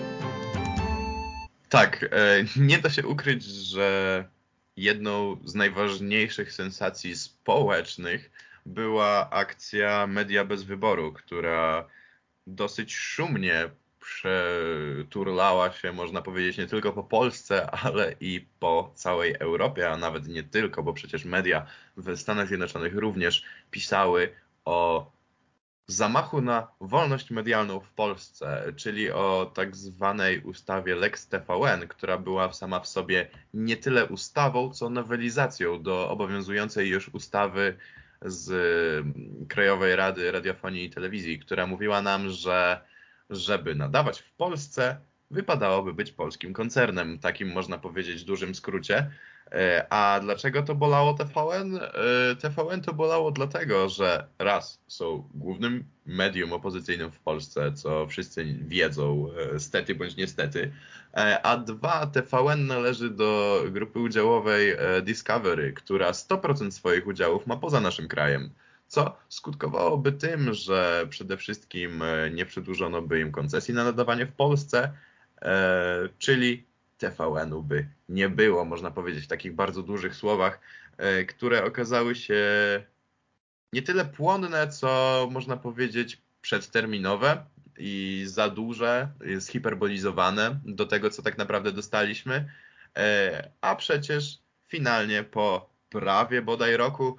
Tak, nie da się ukryć, że jedną z najważniejszych sensacji społecznych była akcja Media bez wyboru, która dosyć szumnie przeturlała się, można powiedzieć, nie tylko po Polsce, ale i po całej Europie, a nawet nie tylko, bo przecież media w Stanach Zjednoczonych również pisały o zamachu na wolność medialną w Polsce, czyli o tak zwanej ustawie Lex TVN, która była sama w sobie nie tyle ustawą, co nowelizacją do obowiązującej już ustawy z Krajowej Rady Radiofonii i Telewizji, która mówiła nam, że żeby nadawać w Polsce, wypadałoby być polskim koncernem, takim można powiedzieć w dużym skrócie. A dlaczego to bolało TVN? TVN to bolało dlatego, że raz są głównym medium opozycyjnym w Polsce, co wszyscy wiedzą, stety bądź niestety, a dwa, TVN należy do grupy udziałowej Discovery, która 100% swoich udziałów ma poza naszym krajem, co skutkowałoby tym, że przede wszystkim nie przedłużono by im koncesji na nadawanie w Polsce, czyli TVN-u by nie było, można powiedzieć w takich bardzo dużych słowach, które okazały się nie tyle płonne, co można powiedzieć przedterminowe i za duże, zhiperbolizowane do tego, co tak naprawdę dostaliśmy, a przecież finalnie po prawie bodaj roku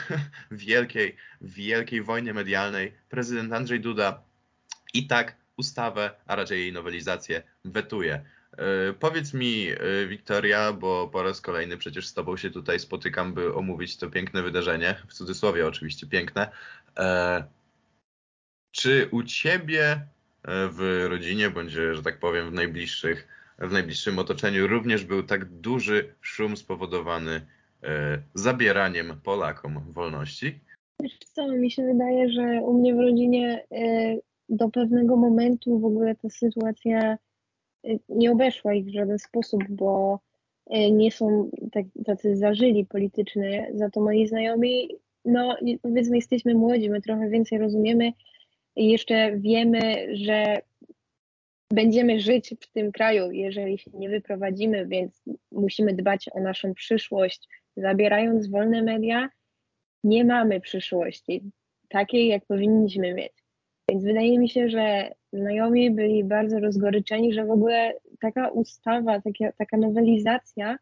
wielkiej wojnie medialnej prezydent Andrzej Duda i tak ustawę, a raczej jej nowelizację wetuje. Powiedz mi, Wiktoria, bo po raz kolejny przecież z Tobą się tutaj spotykam, by omówić to piękne wydarzenie, w cudzysłowie oczywiście piękne. Czy u Ciebie w rodzinie, bądź, że tak powiem, w najbliższym otoczeniu również był tak duży szum spowodowany zabieraniem Polakom wolności? Wiesz co, mi się wydaje, że u mnie w rodzinie do pewnego momentu w ogóle ta sytuacja nie obeszła ich w żaden sposób, bo nie są tacy zażyli polityczny, za to moi znajomi, no powiedzmy jesteśmy młodzi, my trochę więcej rozumiemy i jeszcze wiemy, że będziemy żyć w tym kraju, jeżeli się nie wyprowadzimy, więc musimy dbać o naszą przyszłość. Zabierając wolne media, nie mamy przyszłości takiej, jak powinniśmy mieć. Więc wydaje mi się, że znajomi byli bardzo rozgoryczeni, że w ogóle taka ustawa, taka nowelizacja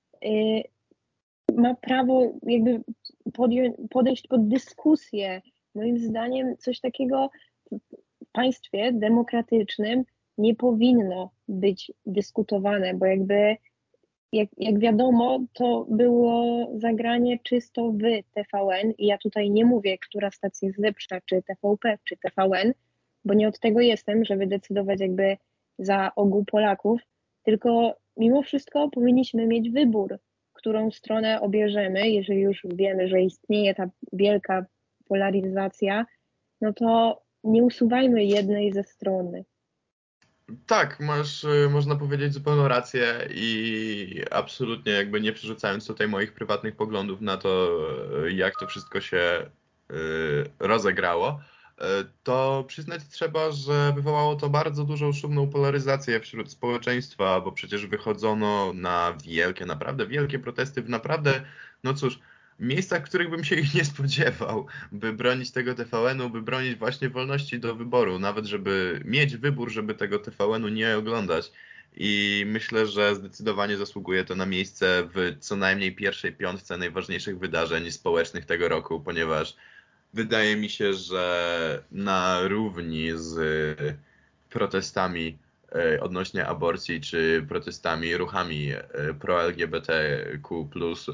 ma prawo jakby podejść pod dyskusję. Moim zdaniem coś takiego w państwie demokratycznym nie powinno być dyskutowane, bo jakby jak wiadomo, to było zagranie czysto w TVN i ja tutaj nie mówię, która stacja jest lepsza, czy TVP, czy TVN, bo nie od tego jestem, żeby decydować jakby za ogół Polaków, tylko mimo wszystko powinniśmy mieć wybór, którą stronę obierzemy, jeżeli już wiemy, że istnieje ta wielka polaryzacja, no to nie usuwajmy jednej ze strony. Tak, masz, można powiedzieć, zupełną rację i absolutnie jakby nie przerzucając tutaj moich prywatnych poglądów na to, jak to wszystko się rozegrało, to przyznać trzeba, że wywołało to bardzo dużą szumną polaryzację wśród społeczeństwa, bo przecież wychodzono na naprawdę wielkie protesty w naprawdę, no cóż, miejscach, w których bym się ich nie spodziewał, by bronić tego TVN-u, by bronić właśnie wolności do wyboru, nawet żeby mieć wybór, żeby tego TVN-u nie oglądać. I myślę, że zdecydowanie zasługuje to na miejsce w co najmniej pierwszej piątce najważniejszych wydarzeń społecznych tego roku, ponieważ wydaje mi się, że na równi z protestami odnośnie aborcji, czy protestami, ruchami pro-LGBTQ+,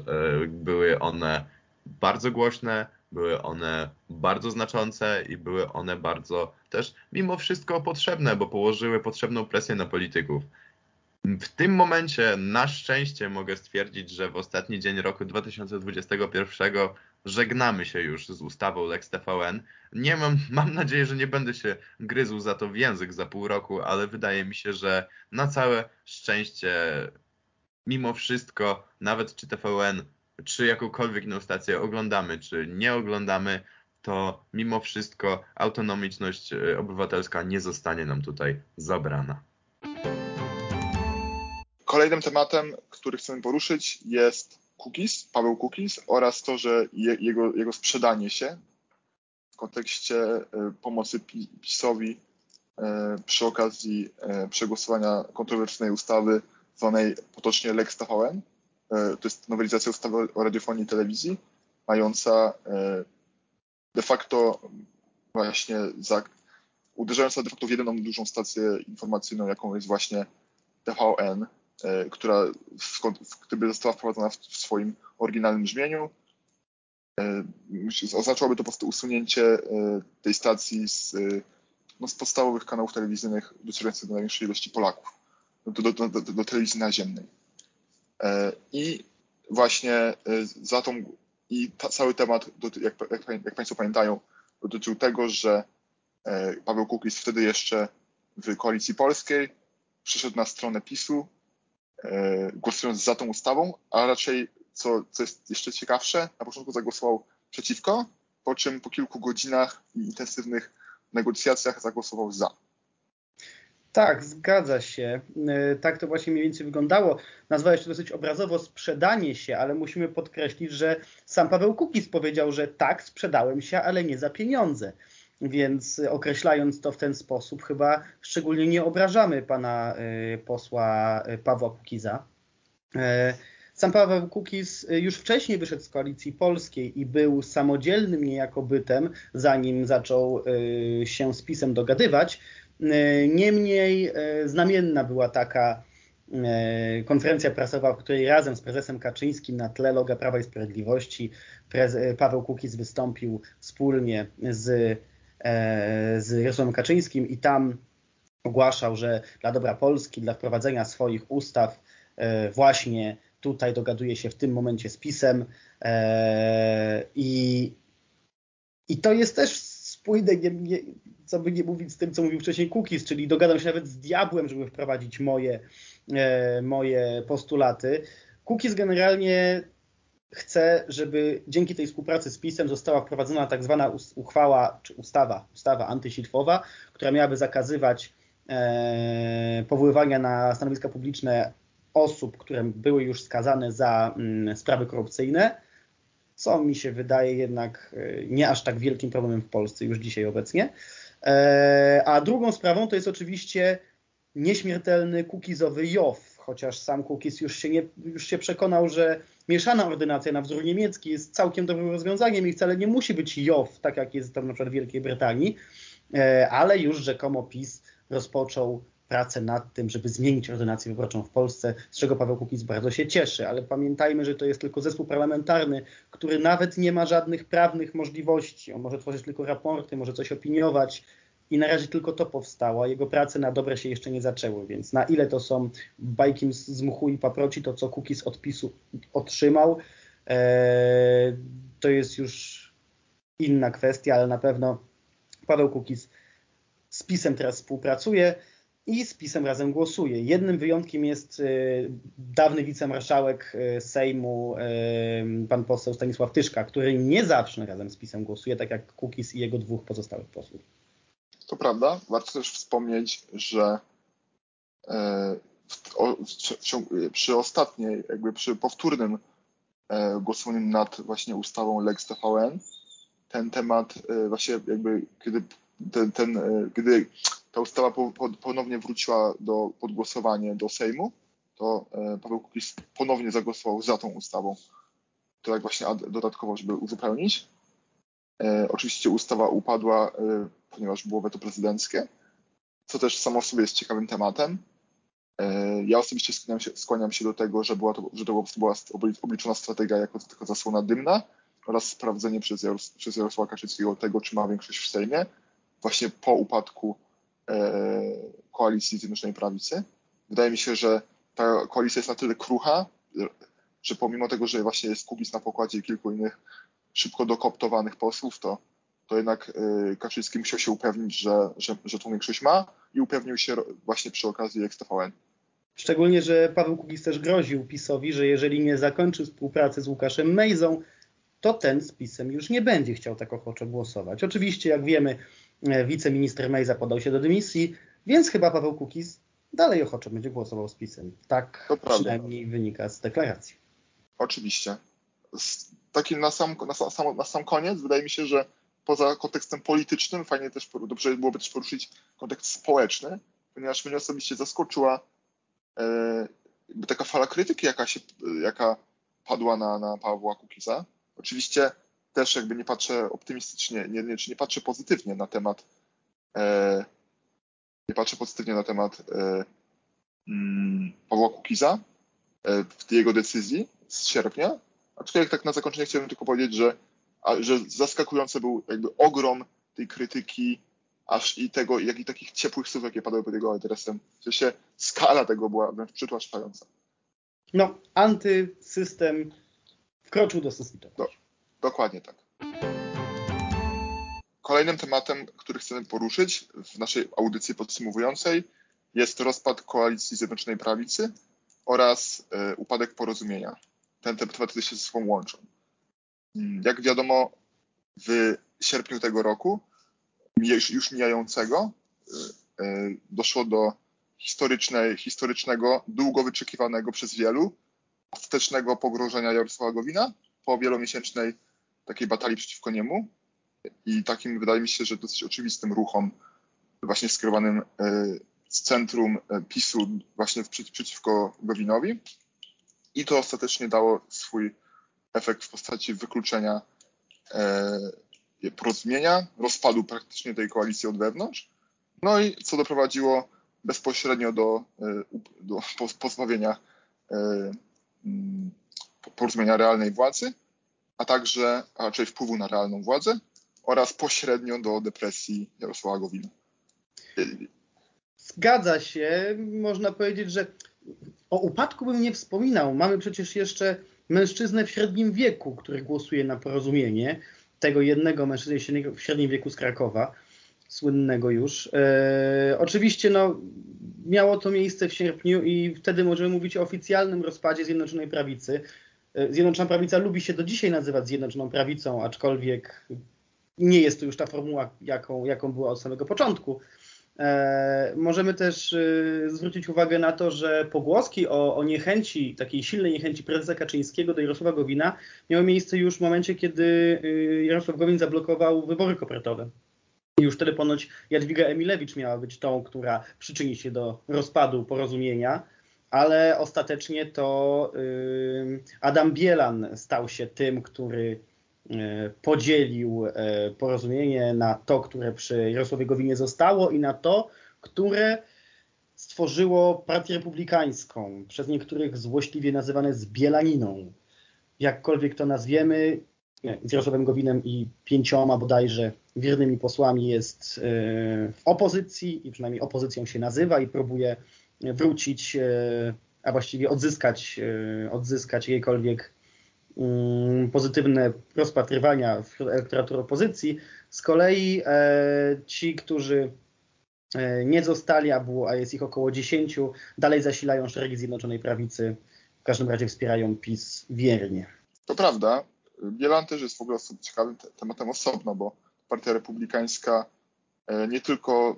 były one bardzo głośne, były one bardzo znaczące i były one bardzo też mimo wszystko potrzebne, bo położyły potrzebną presję na polityków. W tym momencie na szczęście mogę stwierdzić, że w ostatni dzień roku 2021 żegnamy się już z ustawą Lex TVN. Mam nadzieję, że nie będę się gryzł za to w język za pół roku, ale wydaje mi się, że na całe szczęście mimo wszystko, nawet czy TVN, czy jakąkolwiek inną stację oglądamy, czy nie oglądamy, to mimo wszystko autonomiczność obywatelska nie zostanie nam tutaj zabrana. Kolejnym tematem, który chcemy poruszyć, jest Kukiz, Paweł Kukiz oraz to, że jego sprzedanie się w kontekście pomocy PiS-owi przy okazji przegłosowania kontrowersyjnej ustawy zwanej potocznie Lex TVN. To jest nowelizacja ustawy o radiofonii i telewizji, mająca de facto właśnie uderzająca de facto w jedyną dużą stację informacyjną, jaką jest właśnie TVN, która gdyby została wprowadzona w swoim oryginalnym brzmieniu, oznaczałoby to po prostu usunięcie tej stacji z podstawowych kanałów telewizyjnych docierających do największej ilości Polaków, do telewizji naziemnej. I właśnie cały temat, jak Państwo pamiętają, dotyczył tego, że Paweł Kukiz wtedy jeszcze w Koalicji Polskiej przyszedł na stronę PiS-u, głosując za tą ustawą, a raczej, co jest jeszcze ciekawsze, na początku zagłosował przeciwko, po czym po kilku godzinach i intensywnych negocjacjach zagłosował za. Tak, zgadza się. Tak to właśnie mniej więcej wyglądało. Nazwałeś to dosyć obrazowo sprzedanie się, ale musimy podkreślić, że sam Paweł Kukiz powiedział, że tak, sprzedałem się, ale nie za pieniądze. Więc określając to w ten sposób, chyba szczególnie nie obrażamy pana posła Pawła Kukiza. Sam Paweł Kukiz już wcześniej wyszedł z Koalicji Polskiej i był samodzielnym niejako bytem, zanim zaczął się z PiS-em dogadywać. Niemniej znamienna była taka konferencja prasowa, w której razem z prezesem Kaczyńskim na tle loga Prawa i Sprawiedliwości Paweł Kukiz wystąpił wspólnie z Jarosławem Kaczyńskim i tam ogłaszał, że dla dobra Polski, dla wprowadzenia swoich ustaw właśnie tutaj dogaduje się w tym momencie z PiS-em i to jest też spójne, co by nie mówić z tym, co mówił wcześniej Kukiz, czyli dogadam się nawet z diabłem, żeby wprowadzić moje postulaty. Kukiz generalnie chce, żeby dzięki tej współpracy z PiS-em została wprowadzona tak zwana uchwała, czy ustawa antysitwowa, która miałaby zakazywać powoływania na stanowiska publiczne osób, które były już skazane za sprawy korupcyjne, co mi się wydaje jednak nie aż tak wielkim problemem w Polsce już dzisiaj obecnie. A drugą sprawą to jest oczywiście nieśmiertelny kukizowy JOW, chociaż sam Kukiz już się przekonał, że mieszana ordynacja na wzór niemiecki jest całkiem dobrym rozwiązaniem i wcale nie musi być JOW, tak jak jest tam na przykład w Wielkiej Brytanii, ale już rzekomo PiS rozpoczął pracę nad tym, żeby zmienić ordynację wyborczą w Polsce, z czego Paweł Kukiz bardzo się cieszy, ale pamiętajmy, że to jest tylko zespół parlamentarny, który nawet nie ma żadnych prawnych możliwości. On może tworzyć tylko raporty, może coś opiniować i na razie tylko to powstało, a jego prace na dobre się jeszcze nie zaczęły, więc na ile to są bajki z mchu i paproci, to co Kukiz od PiS-u otrzymał, to jest już inna kwestia, ale na pewno Paweł Kukiz z PiS-em teraz współpracuje i z PiS-em razem głosuje. Jednym wyjątkiem jest dawny wicemarszałek Sejmu, pan poseł Stanisław Tyszka, który nie zawsze razem z PiS-em głosuje, tak jak Kukiz i jego dwóch pozostałych posłów. To prawda. Warto też wspomnieć, że przy powtórnym głosowaniu nad właśnie ustawą Lex TVN, ten temat właśnie gdy ta ustawa ponownie wróciła pod głosowanie do Sejmu, to Paweł Kukiz ponownie zagłosował za tą ustawą. To tak właśnie dodatkowo, żeby uzupełnić. Oczywiście ustawa upadła, ponieważ było weto prezydenckie, co też samo w sobie jest ciekawym tematem. Ja osobiście skłaniam się do tego, że to była obliczona strategia jako tylko zasłona dymna oraz sprawdzenie przez Jarosława Kaczyńskiego tego, czy ma większość w Sejmie, właśnie po upadku koalicji Zjednoczonej Prawicy. Wydaje mi się, że ta koalicja jest na tyle krucha, że pomimo tego, że właśnie jest Kukiz na pokładzie i kilku innych szybko dokoptowanych posłów, to jednak Kaczyński musiał się upewnić, że tą większość ma i upewnił się właśnie przy okazji Lex TVN. Szczególnie, że Paweł Kukiz też groził PiS-owi, że jeżeli nie zakończy współpracy z Łukaszem Mejzą, to ten z PiS-em już nie będzie chciał tak ochoczo głosować. Oczywiście, jak wiemy, wiceminister Mejza podał się do dymisji, więc chyba Paweł Kukiz dalej ochoczo będzie głosował z PiS-em. Tak przynajmniej wynika z deklaracji. Oczywiście. Taki na sam koniec, wydaje mi się, że poza kontekstem politycznym fajnie też dobrze byłoby też poruszyć kontekst społeczny, ponieważ mnie osobiście zaskoczyła taka fala krytyki, jaka padła na Pawła Kukiza. Oczywiście też jakby nie patrzę optymistycznie, nie patrzę pozytywnie na temat Pawła Kukiza w jego decyzji z sierpnia. Aczkolwiek tak na zakończenie chciałbym tylko powiedzieć, że zaskakujący był jakby ogrom tej krytyki, aż i tego, jak i takich ciepłych słów, jakie padały pod jego adresem. W sensie skala tego była wręcz przytłaczająca. No, antysystem wkroczył do sufitu. Dokładnie tak. Kolejnym tematem, który chcemy poruszyć w naszej audycji podsumowującej, jest rozpad koalicji Zjednoczonej Prawicy oraz upadek porozumienia. Te tematy się ze sobą łączą. Jak wiadomo, w sierpniu tego roku, już mijającego, doszło do historycznego, długo wyczekiwanego przez wielu, ostatecznego pogrążenia Jarosława Gowina po wielomiesięcznej takiej batalii przeciwko niemu i takim, wydaje mi się, że dosyć oczywistym ruchom właśnie skierowanym z centrum PiS-u właśnie przeciwko Gowinowi. I to ostatecznie dało swój efekt w postaci wykluczenia porozumienia, rozpadu praktycznie tej koalicji od wewnątrz, no i co doprowadziło bezpośrednio do pozbawienia porozumienia realnej władzy, a raczej wpływu na realną władzę oraz pośrednio do depresji Jarosława Gowina. Zgadza się. Można powiedzieć, że o upadku bym nie wspominał. Mamy przecież jeszcze mężczyznę w średnim wieku, który głosuje na porozumienie. Tego jednego mężczyznę w średnim wieku z Krakowa, słynnego już. Oczywiście miało to miejsce w sierpniu i wtedy możemy mówić o oficjalnym rozpadzie Zjednoczonej Prawicy. Zjednoczona Prawica lubi się do dzisiaj nazywać Zjednoczoną Prawicą, aczkolwiek nie jest to już ta formuła, jaką była od samego początku. Możemy też zwrócić uwagę na to, że pogłoski o niechęci, takiej silnej niechęci prezesa Kaczyńskiego do Jarosława Gowina miały miejsce już w momencie, kiedy Jarosław Gowin zablokował wybory kopertowe. I już wtedy ponoć Jadwiga Emilewicz miała być tą, która przyczyni się do rozpadu porozumienia, ale ostatecznie to Adam Bielan stał się tym, który podzielił porozumienie na to, które przy Jarosławie Gowinie zostało i na to, które stworzyło Partię Republikańską, przez niektórych złośliwie nazywane zbielaniną. Jakkolwiek to nazwiemy, z Jarosławem Gowinem i 5 bodajże wiernymi posłami jest w opozycji i przynajmniej opozycją się nazywa i próbuje wrócić, a właściwie odzyskać jakiekolwiek pozytywne rozpatrywania wśród elektoratu opozycji. Z kolei ci, którzy nie zostali, a jest ich około 10, dalej zasilają szeregi Zjednoczonej Prawicy, w każdym razie wspierają PiS wiernie. To prawda. Bielan też jest w ogóle ciekawym tematem osobno, bo Partia Republikańska nie tylko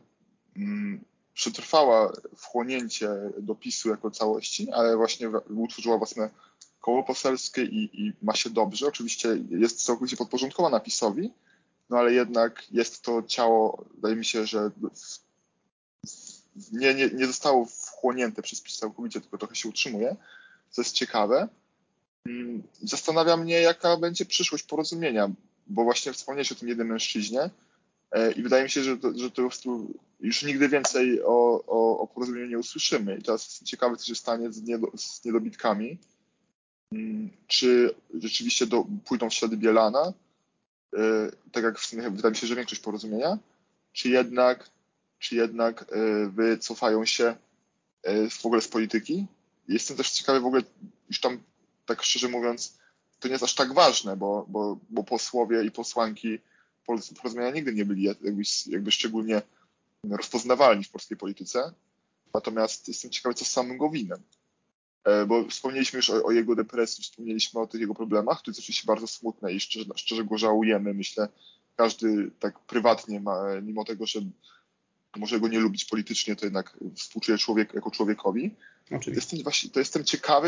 przetrwała wchłonięcie do PiS-u jako całości, ale właśnie utworzyła własne koło poselskie i ma się dobrze. Oczywiście jest całkowicie podporządkowana PiS-owi, no ale jednak jest to ciało, wydaje mi się, że nie zostało wchłonięte przez PiS całkowicie, tylko trochę się utrzymuje, co jest ciekawe. Zastanawia mnie, jaka będzie przyszłość porozumienia, bo właśnie wspomniałeś o tym jednym mężczyźnie i wydaje mi się, że to już nigdy więcej o porozumieniu nie usłyszymy. I teraz ciekawe, co się stanie z niedobitkami. Czy rzeczywiście pójdą w ślady Bielana, tak jak w sumie wydaje mi się, że większość porozumienia, czy jednak wycofają się w ogóle z polityki. Jestem też ciekawy w ogóle, już tam tak szczerze mówiąc, to nie jest aż tak ważne, bo posłowie i posłanki porozumienia nigdy nie byli jakby szczególnie rozpoznawalni w polskiej polityce. Natomiast jestem ciekawy, co z samym Gowinem. Bo wspomnieliśmy już o jego depresji, wspomnieliśmy o tych jego problemach, to jest oczywiście bardzo smutne i szczerze go żałujemy. Myślę, każdy tak prywatnie mimo tego, że może go nie lubić politycznie, to jednak współczuje jako człowiekowi. Jestem ciekawy,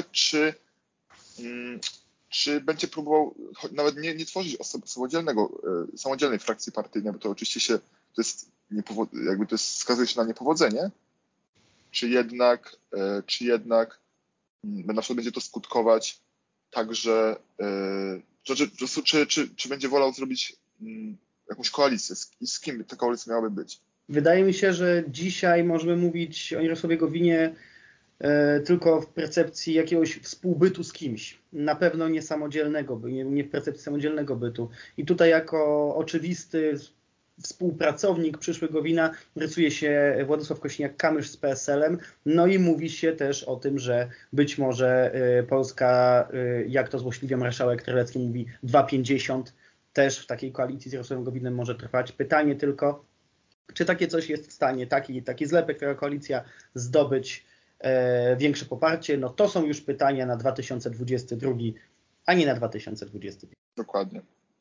czy będzie próbował nawet nie tworzyć samodzielnej frakcji partyjnej, bo to oczywiście wskazuje się na niepowodzenie, czy jednak na przykład będzie to skutkować także Czy będzie wolał zrobić jakąś koalicję? Z kim ta koalicja miałaby być? Wydaje mi się, że dzisiaj możemy mówić o Jarosławie Gowinie tylko w percepcji jakiegoś współbytu z kimś. Na pewno nie samodzielnego, nie w percepcji samodzielnego bytu. I tutaj jako oczywisty współpracownik przyszły Gowina rysuje się Władysław Kosiniak-Kamysz z PSL-em. No i mówi się też o tym, że być może Polska, jak to złośliwie marszałek Terlecki mówi, 2,50 też w takiej koalicji z Jarosławem Gowinem może trwać. Pytanie tylko, czy takie coś jest w stanie, taki zlepek, taka koalicja zdobyć większe poparcie? No to są już pytania na 2022, a nie na 2025. Dokładnie.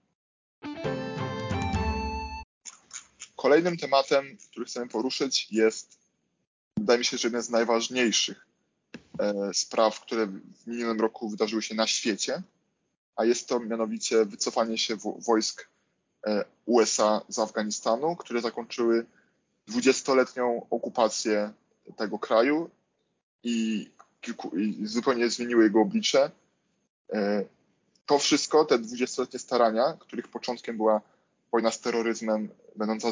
Kolejnym tematem, który chcemy poruszyć, jest, wydaje mi się, że jeden z najważniejszych spraw, które w minionym roku wydarzyły się na świecie, a jest to mianowicie wycofanie się wojsk USA z Afganistanu, które zakończyły 20-letnią okupację tego kraju i zupełnie zmieniły jego oblicze. To wszystko, te 20-letnie starania, których początkiem była wojna z terroryzmem, będąca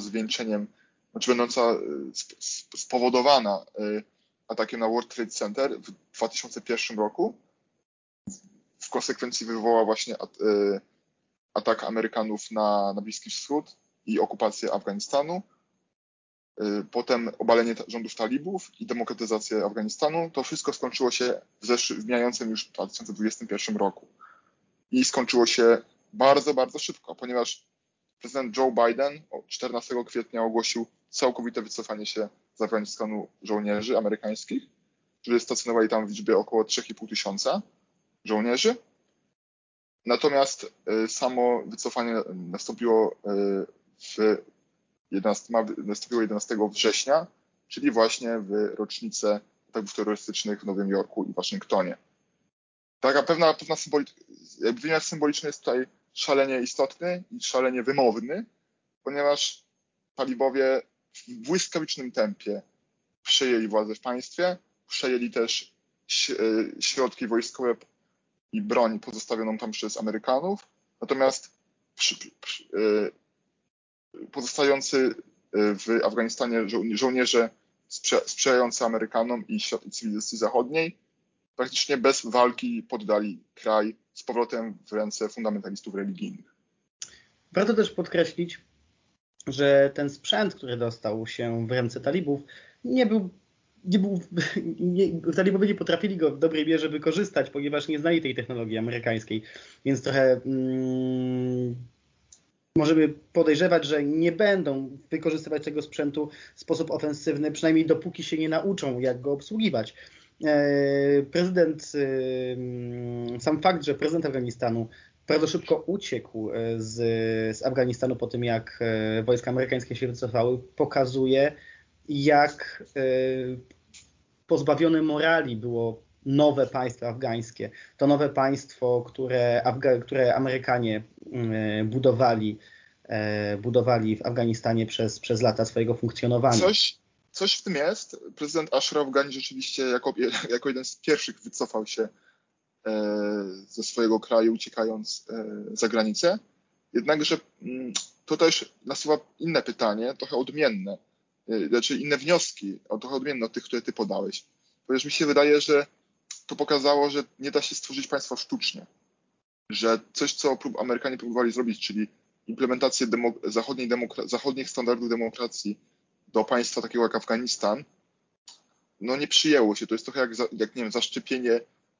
spowodowana atakiem na World Trade Center w 2001 roku, w konsekwencji wywołała właśnie atak Amerykanów na Bliski Wschód i okupację Afganistanu. Potem obalenie rządów talibów i demokratyzację Afganistanu. To wszystko skończyło się w mijającym już 2021 roku. I skończyło się bardzo, bardzo szybko, ponieważ prezydent Joe Biden 14 kwietnia ogłosił całkowite wycofanie się z Afganistanu żołnierzy amerykańskich, którzy stacjonowali tam w liczbie około 3,5 tysiąca żołnierzy. Natomiast samo wycofanie nastąpiło 11 września, czyli właśnie w rocznicę ataków terrorystycznych w Nowym Jorku i Waszyngtonie. Taka pewna wymiar symboliczny jest tutaj szalenie istotny i szalenie wymowny, ponieważ talibowie w błyskawicznym tempie przejęli władzę w państwie, przejęli też środki wojskowe i broń pozostawioną tam przez Amerykanów, natomiast pozostający w Afganistanie żołnierze sprzyjający Amerykanom i cywilizacji zachodniej praktycznie bez walki poddali kraj z powrotem w ręce fundamentalistów religijnych. Warto też podkreślić, że ten sprzęt, który dostał się w ręce talibów, talibowie nie potrafili go w dobrej mierze wykorzystać, ponieważ nie znali tej technologii amerykańskiej, więc trochę możemy podejrzewać, że nie będą wykorzystywać tego sprzętu w sposób ofensywny, przynajmniej dopóki się nie nauczą, jak go obsługiwać. Sam fakt, że prezydent Afganistanu bardzo szybko uciekł z Afganistanu po tym, jak wojska amerykańskie się wycofały, pokazuje, jak pozbawione morali było nowe państwo afgańskie. To nowe państwo, które Amerykanie budowali w Afganistanie przez lata swojego funkcjonowania. Coś w tym jest. Prezydent Ashraf Ghani rzeczywiście jako jeden z pierwszych wycofał się ze swojego kraju, uciekając za granicę. Jednakże to też nasuwa inne pytanie, trochę odmienne, znaczy inne wnioski, trochę odmienne od tych, które ty podałeś. Ponieważ mi się wydaje, że to pokazało, że nie da się stworzyć państwa sztucznie. Że coś, co Amerykanie próbowali zrobić, czyli implementację zachodnich standardów demokracji do państwa takiego jak Afganistan, no nie przyjęło się. To jest trochę jak nie wiem, zaszczepienie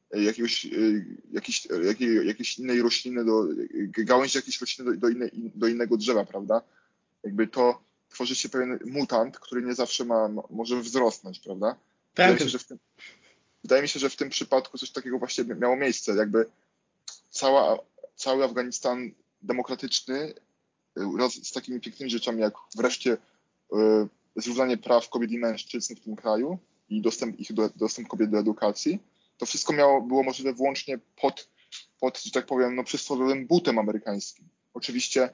jakiejś innej rośliny, gałęzi jakiejś rośliny do innego drzewa, prawda? Jakby to tworzy się pewien mutant, który nie zawsze może wzrosnąć, prawda? Wydaje mi się, że w tym przypadku coś takiego właśnie miało miejsce. Jakby cały Afganistan demokratyczny wraz z takimi pięknymi rzeczami, jak wreszcie zrównanie praw kobiet i mężczyzn w tym kraju i dostęp kobiet do edukacji, to wszystko było możliwe wyłącznie pod że tak powiem, przysłowiowym butem amerykańskim. Oczywiście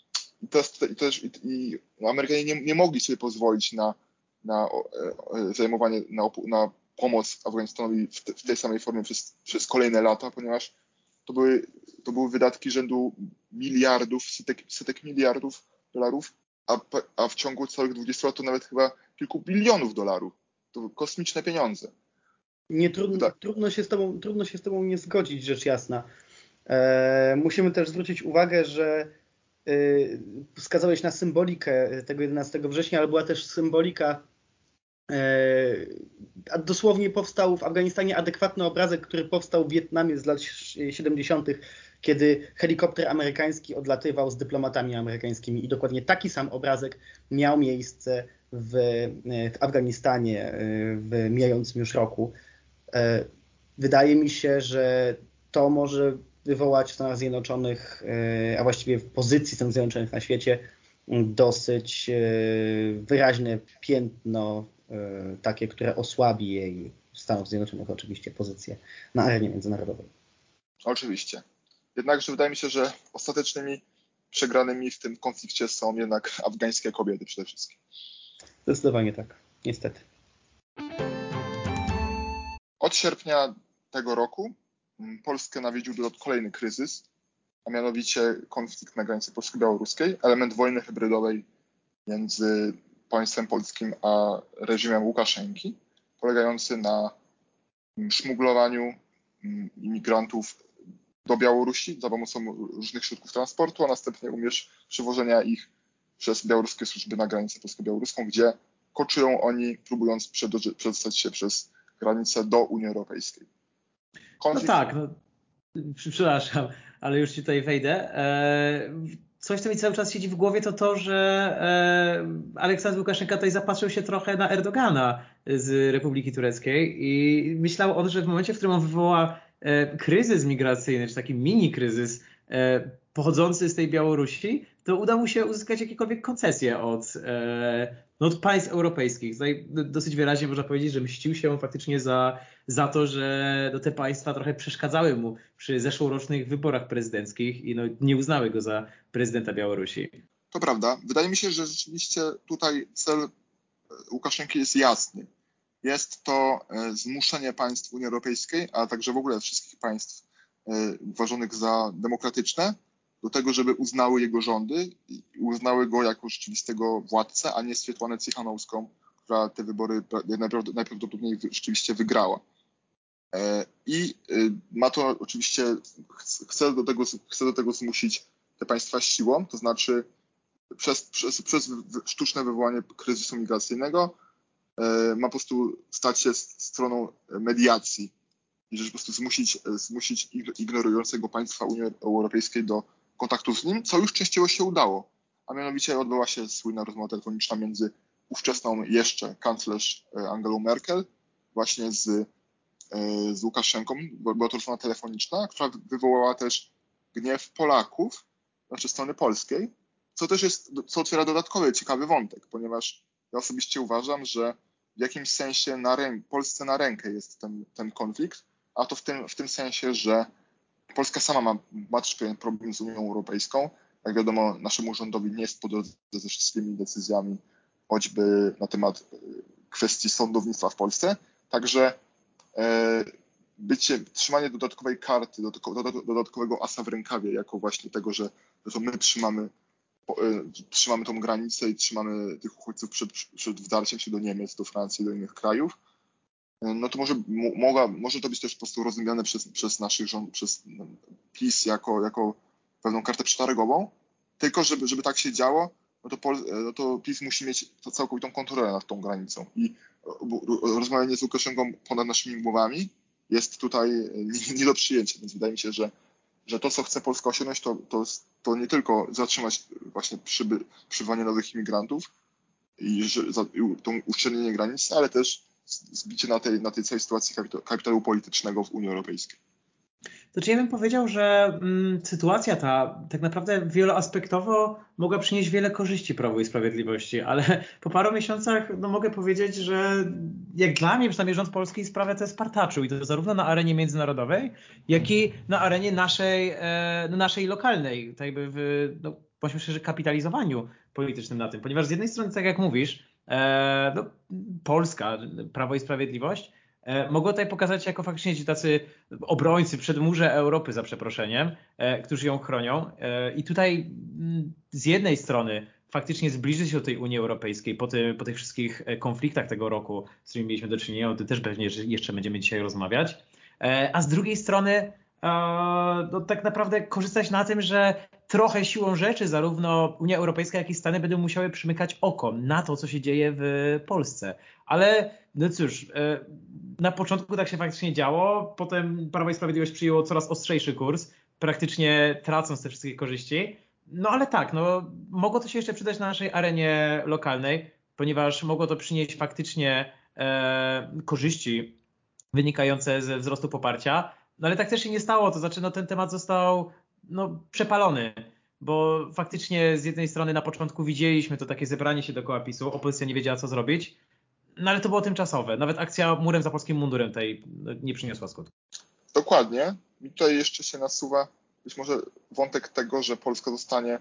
Amerykanie nie mogli sobie pozwolić na zajmowanie, na pomoc Afganistanowi w tej samej formie przez kolejne lata, ponieważ to były to były wydatki rzędu miliardów, setek miliardów dolarów, a w ciągu całych 20 lat to nawet chyba kilku bilionów dolarów. To kosmiczne pieniądze. Trudno się z tobą nie zgodzić, rzecz jasna. Musimy też zwrócić uwagę, że wskazałeś na symbolikę tego 11 września, ale była też symbolika. Dosłownie powstał w Afganistanie adekwatny obrazek, który powstał w Wietnamie z lat 70., kiedy helikopter amerykański odlatywał z dyplomatami amerykańskimi i dokładnie taki sam obrazek miał miejsce w Afganistanie w mijającym już roku. Wydaje mi się, że to może wywołać w Stanach Zjednoczonych, a właściwie w pozycji Stanów Zjednoczonych na świecie, dosyć wyraźne piętno, takie, które osłabi jej, Stanów Zjednoczonych oczywiście, pozycję na arenie międzynarodowej. Oczywiście. Jednakże wydaje mi się, że ostatecznymi przegranymi w tym konflikcie są jednak afgańskie kobiety przede wszystkim. Zdecydowanie tak, niestety. Od sierpnia tego roku Polskę nawiedził kolejny kryzys, a mianowicie konflikt na granicy polsko-białoruskiej, element wojny hybrydowej między państwem polskim a reżimem Łukaszenki, polegający na szmuglowaniu imigrantów do Białorusi za pomocą różnych środków transportu, a następnie również przywożenia ich przez białoruskie służby na granicę polsko-białoruską, gdzie koczują oni, próbując przedostać się przez granicę do Unii Europejskiej. Przepraszam, ale już ci tutaj wejdę. Coś, co mi cały czas siedzi w głowie, to że Aleksander Łukaszenka tutaj zapatrzył się trochę na Erdogana z Republiki Tureckiej i myślał on, że w momencie, w którym on wywoła kryzys migracyjny, czy taki mini kryzys pochodzący z tej Białorusi, to uda mu się uzyskać jakiekolwiek koncesje od państw europejskich. Tutaj dosyć wyraźnie można powiedzieć, że mścił się faktycznie za to, że te państwa trochę przeszkadzały mu przy zeszłorocznych wyborach prezydenckich i nie uznały go za prezydenta Białorusi. To prawda. Wydaje mi się, że rzeczywiście tutaj cel Łukaszenki jest jasny. Jest to zmuszenie państw Unii Europejskiej, a także w ogóle wszystkich państw uważanych za demokratyczne, do tego, żeby uznały jego rządy i uznały go jako rzeczywistego władcę, a nie Swiatłanę Cichanowską, która te wybory najprawdopodobniej rzeczywiście wygrała. I ma to oczywiście, chce do tego zmusić te państwa siłą, to znaczy przez sztuczne wywołanie kryzysu migracyjnego ma po prostu stać się stroną mediacji i że po prostu zmusić ignorującego państwa Unii Europejskiej do kontaktów z nim, co już częściowo się udało. A mianowicie odbyła się słynna rozmowa telefoniczna między ówczesną jeszcze kanclerz Angelą Merkel właśnie z Łukaszenką. Była to rozmowa telefoniczna, która wywołała też gniew Polaków, znaczy strony polskiej, co otwiera dodatkowy ciekawy wątek, ponieważ ja osobiście uważam, że w jakimś sensie Polsce na rękę jest ten konflikt, a to w tym sensie, że Polska sama ma też pewien problem z Unią Europejską. Jak wiadomo, naszemu rządowi nie jest po drodze ze wszystkimi decyzjami, choćby na temat kwestii sądownictwa w Polsce. Także trzymanie dodatkowej karty, dodatkowego asa w rękawie, jako właśnie tego, że to my trzymamy tą granicę i trzymamy tych uchodźców przed wdarciem się do Niemiec, do Francji, do innych krajów, no to może to być też po prostu rozumiane przez naszych przez PiS jako pewną kartę przetargową, tylko żeby tak się działo, no to PiS musi mieć całkowitą kontrolę nad tą granicą i rozmawianie z Łukaszenką ponad naszymi głowami jest tutaj nie do przyjęcia, więc wydaje mi się, że to, co chce Polska osiągnąć, to nie tylko zatrzymać właśnie przybywanie nowych imigrantów i to uszczelnienie granic, ale też zbicie na tej całej sytuacji kapitału politycznego w Unii Europejskiej. To ja bym powiedział, że sytuacja ta tak naprawdę wieloaspektowo mogła przynieść wiele korzyści Prawu i Sprawiedliwości, ale po paru miesiącach mogę powiedzieć, że jak dla mnie przynajmniej rząd polski sprawia to spartaczył i to zarówno na arenie międzynarodowej, jak i na arenie naszej lokalnej, tak jakby bądźmy szczerzy, kapitalizowaniu politycznym na tym, ponieważ z jednej strony, tak jak mówisz, Polska, Prawo i Sprawiedliwość mogło tutaj pokazać się jako faktycznie ci tacy obrońcy przedmurze Europy, za przeproszeniem, którzy ją chronią. I tutaj z jednej strony faktycznie zbliżyć się do tej Unii Europejskiej po tych wszystkich konfliktach tego roku, z którymi mieliśmy do czynienia, o tym też pewnie jeszcze będziemy dzisiaj rozmawiać. A z drugiej strony no, tak naprawdę korzystać na tym, że trochę siłą rzeczy zarówno Unia Europejska, jak i Stany będą musiały przymykać oko na to, co się dzieje w Polsce. Ale no cóż, na początku tak się faktycznie działo, potem Prawo i Sprawiedliwość przyjęło coraz ostrzejszy kurs, praktycznie tracąc te wszystkie korzyści. No ale tak, no mogło to się jeszcze przydać na naszej arenie lokalnej, ponieważ mogło to przynieść faktycznie korzyści wynikające ze wzrostu poparcia. No ale tak też się nie stało, to znaczy no, ten temat został przepalony, bo faktycznie z jednej strony na początku widzieliśmy to takie zebranie się dookoła PiS-u, opozycja nie wiedziała co zrobić, no ale to było tymczasowe. Nawet akcja murem za polskim mundurem tutaj nie przyniosła skutku. Dokładnie. I tutaj jeszcze się nasuwa być może wątek tego, że Polska zostanie,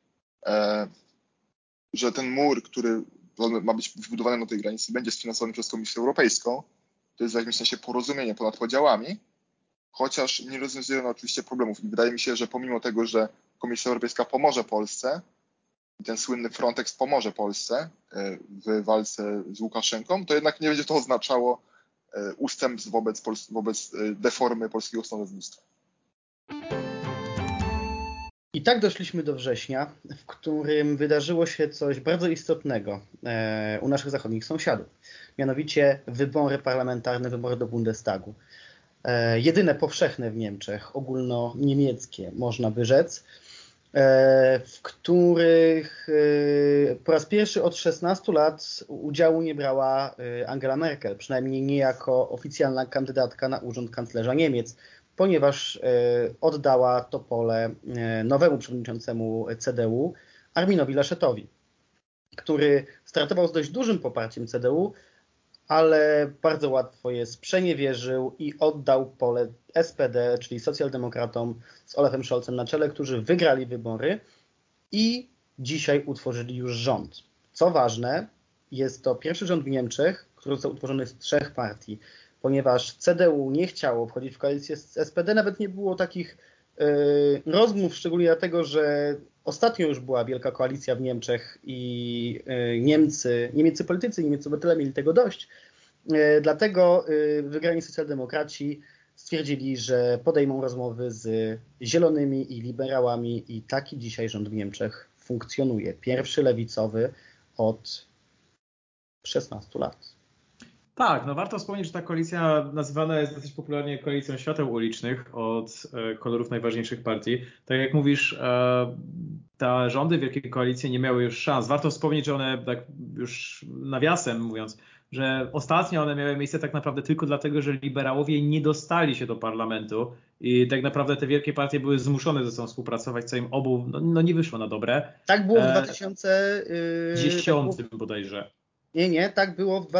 że ten mur, który ma być wybudowany na tej granicy, będzie sfinansowany przez Komisję Europejską. To jest w jakimś sensie porozumienie ponad podziałami, chociaż nie rozwiązuje ono oczywiście problemów. I wydaje mi się, że pomimo tego, że Komisja Europejska pomoże Polsce i ten słynny Frontex pomoże Polsce w walce z Łukaszenką, to jednak nie będzie to oznaczało ustępstw wobec deformy polskiego sądownictwa. I tak doszliśmy do września, w którym wydarzyło się coś bardzo istotnego u naszych zachodnich sąsiadów. Mianowicie wybory parlamentarne, wybory do Bundestagu. Jedyne powszechne w Niemczech, ogólnoniemieckie można by rzec, w których po raz pierwszy od 16 lat udziału nie brała Angela Merkel, przynajmniej nie jako oficjalna kandydatka na urząd kanclerza Niemiec, ponieważ oddała to pole nowemu przewodniczącemu CDU, Arminowi Laschetowi, który startował z dość dużym poparciem CDU, ale bardzo łatwo je sprzeniewierzył i oddał pole SPD, czyli socjaldemokratom z Olafem Scholzem na czele, którzy wygrali wybory i dzisiaj utworzyli już rząd. Co ważne, jest to pierwszy rząd w Niemczech, który został utworzony z 3 partii, ponieważ CDU nie chciało wchodzić w koalicję z SPD, nawet nie było takich rozmów, szczególnie dlatego, że ostatnio już była wielka koalicja w Niemczech i niemieccy politycy, niemieccy obywatele mieli tego dość. Dlatego wygrani socjaldemokraci stwierdzili, że podejmą rozmowy z zielonymi i liberałami i taki dzisiaj rząd w Niemczech funkcjonuje. Pierwszy lewicowy od 16 lat. Tak, no warto wspomnieć, że ta koalicja nazywana jest dosyć popularnie koalicją świateł ulicznych od kolorów najważniejszych partii. Tak jak mówisz, te rządy Wielkiej Koalicji nie miały już szans. Warto wspomnieć, że one, tak już nawiasem mówiąc, że ostatnio one miały miejsce tak naprawdę tylko dlatego, że liberałowie nie dostali się do parlamentu i tak naprawdę te wielkie partie były zmuszone ze sobą współpracować, co im obu nie wyszło na dobre. Tak było w 2010 bodajże. Nie, tak było w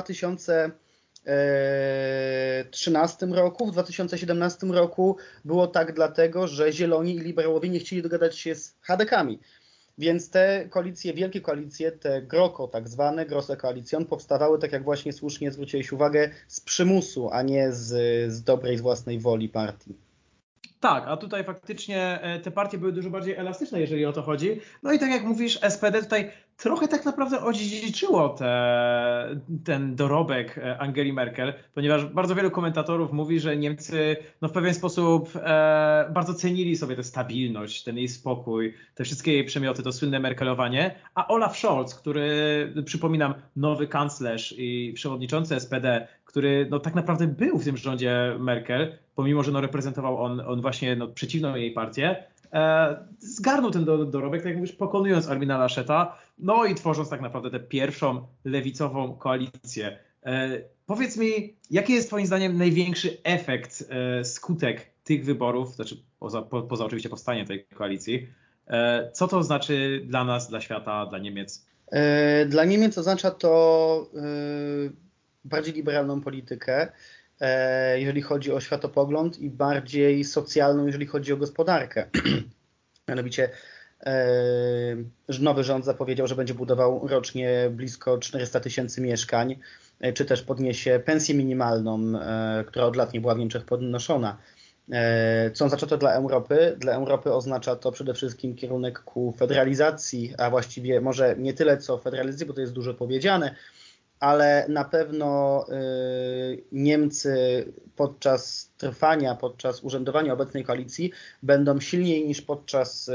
2013 roku, w 2017 roku było tak dlatego, że Zieloni i liberałowie nie chcieli dogadać się z chadekami. Więc te koalicje, wielkie koalicje, te GroKo tak zwane, Große Koalition, powstawały, tak jak właśnie słusznie zwróciłeś uwagę, z przymusu, a nie z dobrej, z własnej woli partii. Tak, a tutaj faktycznie te partie były dużo bardziej elastyczne, jeżeli o to chodzi. No i tak jak mówisz, SPD tutaj trochę tak naprawdę odziedziczyło ten dorobek Angeli Merkel, ponieważ bardzo wielu komentatorów mówi, że Niemcy w pewien sposób bardzo cenili sobie tę stabilność, ten jej spokój, te wszystkie jej przymioty, to słynne merkelowanie, a Olaf Scholz, który, przypominam, nowy kanclerz i przewodniczący SPD, który tak naprawdę był w tym rządzie Merkel, pomimo że reprezentował on właśnie przeciwną jej partię, zgarnął ten dorobek, tak jak mówisz, pokonując Armina Lascheta, i tworząc tak naprawdę tę pierwszą lewicową koalicję. Powiedz mi, jaki jest twoim zdaniem największy efekt, skutek tych wyborów, znaczy poza oczywiście powstaniem tej koalicji, co to znaczy dla nas, dla świata, dla Niemiec? Dla Niemiec oznacza to bardziej liberalną politykę, jeżeli chodzi o światopogląd i bardziej socjalną, jeżeli chodzi o gospodarkę. Mianowicie Nowy rząd zapowiedział, że będzie budował rocznie blisko 400 000 mieszkań, czy też podniesie pensję minimalną, która od lat nie była w Niemczech podnoszona. Co oznacza to dla Europy? Dla Europy oznacza to przede wszystkim kierunek ku federalizacji, a właściwie może nie tyle co federalizacji, bo to jest dużo powiedziane, ale na pewno Niemcy podczas urzędowania obecnej koalicji będą silniej niż podczas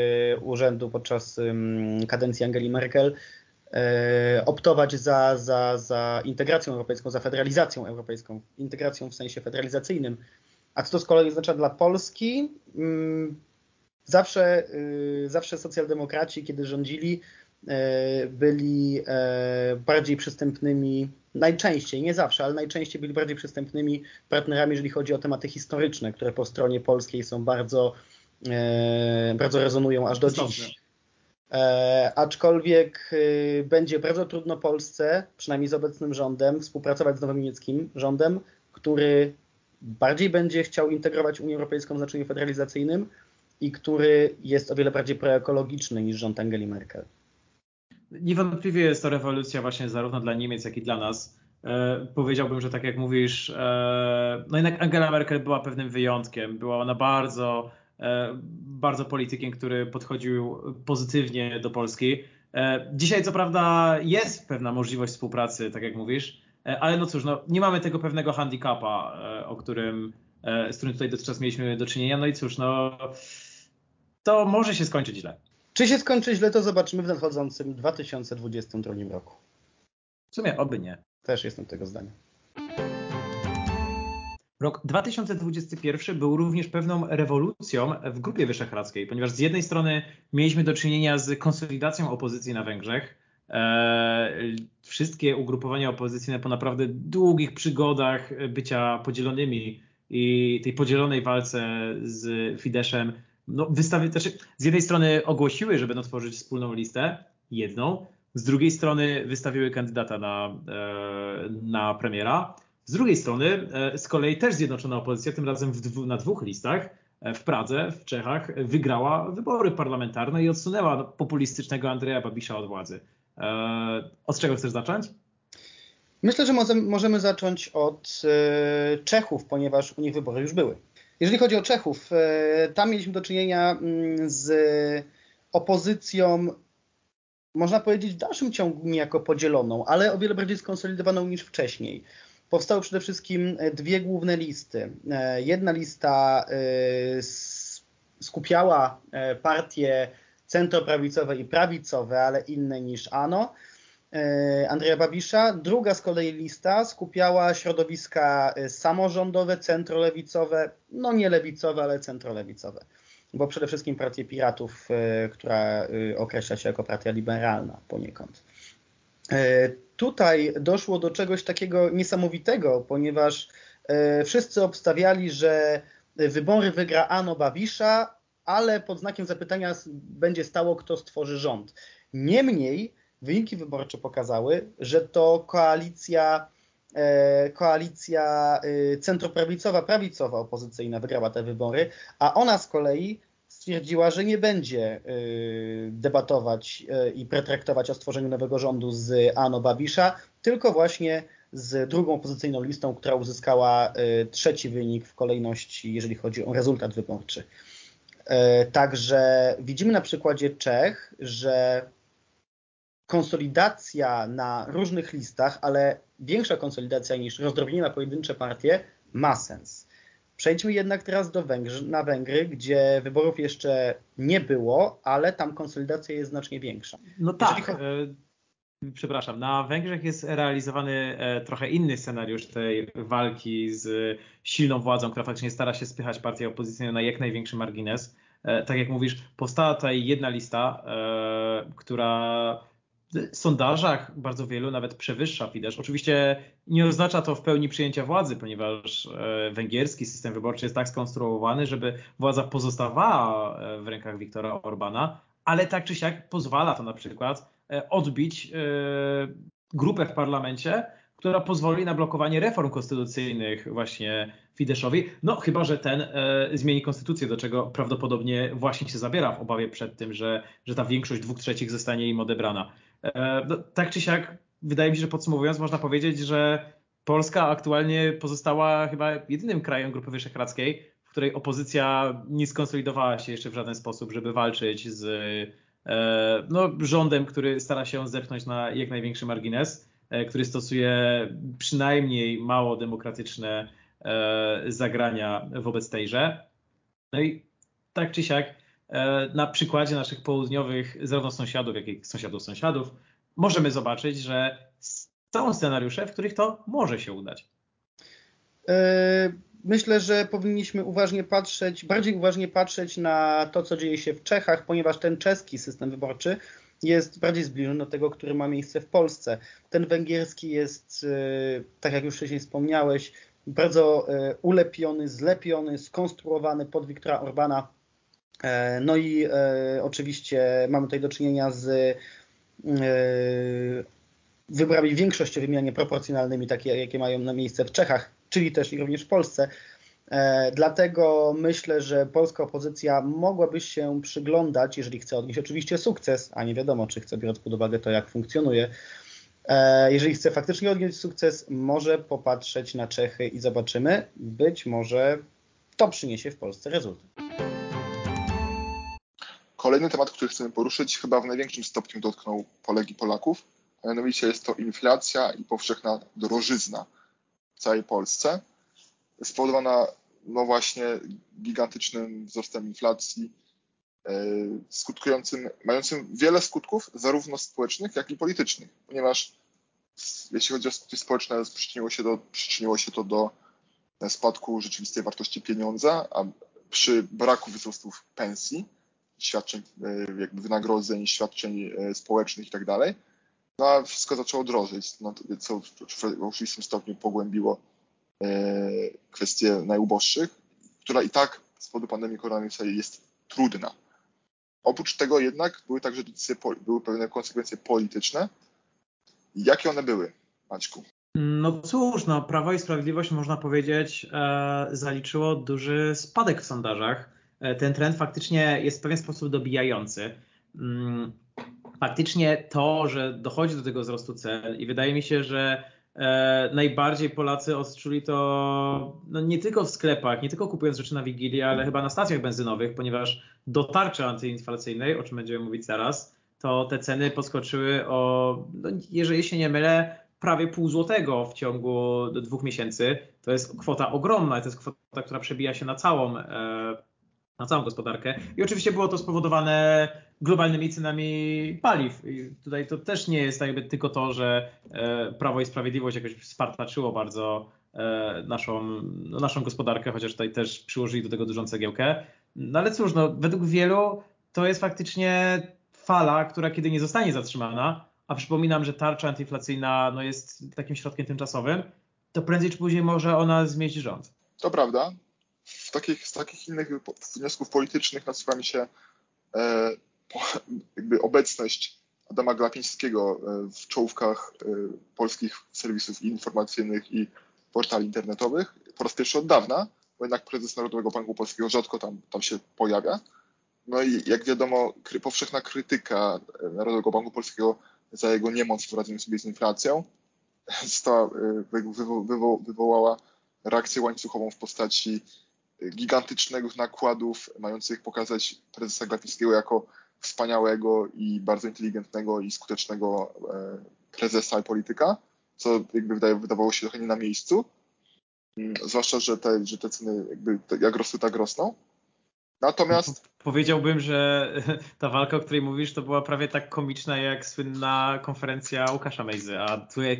kadencji Angeli Merkel optować za integracją europejską, za federalizacją europejską, integracją w sensie federalizacyjnym. A co to z kolei oznacza dla Polski? Zawsze socjaldemokraci, kiedy rządzili, byli bardziej przystępnymi, najczęściej, nie zawsze, ale najczęściej byli bardziej przystępnymi partnerami, jeżeli chodzi o tematy historyczne, które po stronie polskiej są bardzo rezonują aż do dziś. Aczkolwiek będzie bardzo trudno Polsce, przynajmniej z obecnym rządem, współpracować z nowym niemieckim rządem, który bardziej będzie chciał integrować Unię Europejską w znaczeniu federalizacyjnym i który jest o wiele bardziej proekologiczny niż rząd Angeli Merkel. Niewątpliwie jest to rewolucja właśnie zarówno dla Niemiec, jak i dla nas. Powiedziałbym, że tak jak mówisz, no jednak Angela Merkel była pewnym wyjątkiem. Była ona bardzo politykiem, który podchodził pozytywnie do Polski. Dzisiaj co prawda jest pewna możliwość współpracy, tak jak mówisz, ale no cóż, no, nie mamy tego pewnego handicapa, z którym tutaj dotychczas mieliśmy do czynienia. No i cóż, no, to może się skończyć źle. Czy się skończy źle, to zobaczymy w nadchodzącym 2022 roku. W sumie oby nie. Też jestem tego zdania. Rok 2021 był również pewną rewolucją w Grupie Wyszehradzkiej, ponieważ z jednej strony mieliśmy do czynienia z konsolidacją opozycji na Węgrzech. Wszystkie ugrupowania opozycyjne po naprawdę długich przygodach bycia podzielonymi i tej podzielonej walce z Fideszem, no, z jednej strony ogłosiły, że będą tworzyć wspólną listę, jedną, z drugiej strony wystawiły kandydata na premiera. Z drugiej strony z kolei też zjednoczona opozycja, tym razem na 2 listach, w Pradze, w Czechach, wygrała wybory parlamentarne i odsunęła populistycznego Andreja Babisza od władzy. Od czego chcesz zacząć? Myślę, że możemy zacząć od Czechów, ponieważ u nich wybory już były. Jeżeli chodzi o Czechów, tam mieliśmy do czynienia z opozycją, można powiedzieć, w dalszym ciągu niejako podzieloną, ale o wiele bardziej skonsolidowaną niż wcześniej. Powstały przede wszystkim 2 główne listy. Jedna lista skupiała partie centroprawicowe i prawicowe, ale inne niż ANO, Andreja Babisza. Druga z kolei lista skupiała środowiska samorządowe, centrolewicowe, no nie lewicowe, ale centrolewicowe. Bo przede wszystkim partię Piratów, która określa się jako partia liberalna poniekąd. Tutaj doszło do czegoś takiego niesamowitego, ponieważ wszyscy obstawiali, że wybory wygra ANO Babisza, ale pod znakiem zapytania będzie stało, kto stworzy rząd. Niemniej wyniki wyborcze pokazały, że to koalicja centroprawicowa, prawicowa, opozycyjna wygrała te wybory, a ona z kolei stwierdziła, że nie będzie debatować i pretraktować o stworzeniu nowego rządu z ANO Babisza, tylko właśnie z drugą opozycyjną listą, która uzyskała 3. wynik w kolejności, jeżeli chodzi o rezultat wyborczy. Także widzimy na przykładzie Czech, że konsolidacja na różnych listach, ale większa konsolidacja niż rozdrobnienie na pojedyncze partie ma sens. Przejdźmy jednak teraz na Węgry, gdzie wyborów jeszcze nie było, ale tam konsolidacja jest znacznie większa. No tak, przepraszam, na Węgrzech jest realizowany trochę inny scenariusz tej walki z silną władzą, która faktycznie stara się spychać partię opozycyjną na jak największy margines. Tak jak mówisz, powstała tutaj jedna lista, która w sondażach bardzo wielu nawet przewyższa Fidesz. Oczywiście nie oznacza to w pełni przyjęcia władzy, ponieważ węgierski system wyborczy jest tak skonstruowany, żeby władza pozostawała w rękach Viktora Orbana, ale tak czy siak pozwala to na przykład odbić grupę w parlamencie, która pozwoli na blokowanie reform konstytucyjnych właśnie Fideszowi, no chyba że ten zmieni konstytucję, do czego prawdopodobnie właśnie się zabiera w obawie przed tym, że ta większość 2/3 zostanie im odebrana. No, tak czy siak, wydaje mi się, że podsumowując, można powiedzieć, że Polska aktualnie pozostała chyba jedynym krajem Grupy Wyszehradzkiej, w której opozycja nie skonsolidowała się jeszcze w żaden sposób, żeby walczyć z rządem, który stara się zepchnąć na jak największy margines, który stosuje przynajmniej mało demokratyczne zagrania wobec tejże. No i tak czy siak na przykładzie naszych południowych zarówno sąsiadów, jak i sąsiadów możemy zobaczyć, że są scenariusze, w których to może się udać. Myślę, że powinniśmy bardziej uważnie patrzeć na to, co dzieje się w Czechach, ponieważ ten czeski system wyborczy jest bardziej zbliżony do tego, który ma miejsce w Polsce. Ten węgierski jest, tak jak już wcześniej wspomniałeś, bardzo ulepiony, zlepiony, skonstruowany pod Viktora Orbana. No i oczywiście mamy tutaj do czynienia z wyborami większościowymi, a nie proporcjonalnymi, takie jakie mają na miejsce w Czechach, czyli też i również w Polsce. Dlatego myślę, że polska opozycja mogłaby się przyglądać, jeżeli chce odnieść oczywiście sukces, a nie wiadomo, czy chce, biorąc pod uwagę to, jak funkcjonuje. Jeżeli chce faktycznie odnieść sukces, może popatrzeć na Czechy i zobaczymy, być może to przyniesie w Polsce rezultat. Kolejny temat, który chcemy poruszyć, chyba w największym stopniu dotknął Polek i Polaków, a mianowicie jest to inflacja i powszechna drożyzna w całej Polsce, spowodowana no właśnie gigantycznym wzrostem inflacji, mającym wiele skutków zarówno społecznych, jak i politycznych, ponieważ jeśli chodzi o skutki społeczne, przyczyniło się to do spadku rzeczywistej wartości pieniądza, a przy braku wzrostów pensji, świadczeń, jakby wynagrodzeń, świadczeń społecznych i tak dalej, no a wszystko zaczęło drożyć, no, co w oczywistym stopniu pogłębiło kwestię najuboższych, która i tak z powodu pandemii koronawirusa jest trudna. Oprócz tego jednak były pewne konsekwencje polityczne. Jakie one były, Maćku? No cóż, Prawo i Sprawiedliwość, można powiedzieć, zaliczyło duży spadek w sondażach. Ten trend faktycznie jest w pewien sposób dobijający. Faktycznie to, że dochodzi do tego wzrostu cen i wydaje mi się, że najbardziej Polacy odczuli to nie tylko w sklepach, nie tylko kupując rzeczy na Wigilię, ale chyba na stacjach benzynowych, ponieważ do tarczy antyinflacyjnej, o czym będziemy mówić zaraz, to te ceny podskoczyły o, jeżeli się nie mylę, prawie $0,50 w ciągu 2 miesięcy. To jest kwota ogromna, to jest kwota, która przebija się na całą gospodarkę. I oczywiście było to spowodowane globalnymi cenami paliw. I tutaj to też nie jest jakby tylko to, że Prawo i Sprawiedliwość jakoś spartaczyło bardzo naszą gospodarkę, chociaż tutaj też przyłożyli do tego dużą cegiełkę. No ale cóż, według wielu to jest faktycznie fala, która kiedy nie zostanie zatrzymana, a przypominam, że tarcza antyinflacyjna jest takim środkiem tymczasowym, to prędzej czy później może ona zmieść rząd. To prawda. Z takich innych wniosków politycznych nasuwa mi się jakby obecność Adama Glapińskiego w czołówkach polskich serwisów informacyjnych i portali internetowych po raz pierwszy od dawna, bo jednak prezes Narodowego Banku Polskiego rzadko tam się pojawia. No i jak wiadomo, powszechna krytyka Narodowego Banku Polskiego za jego niemoc w radzeniu sobie z inflacją wywołała reakcję łańcuchową w postaci gigantycznych nakładów mających pokazać prezesa Glapińskiego jako wspaniałego i bardzo inteligentnego i skutecznego prezesa i polityka, co jakby wydawało się trochę nie na miejscu. Zwłaszcza, że te ceny jakby jak rosły, tak rosną. Natomiast powiedziałbym, że ta walka, o której mówisz, to była prawie tak komiczna jak słynna konferencja Łukasza Mejzy, a tutaj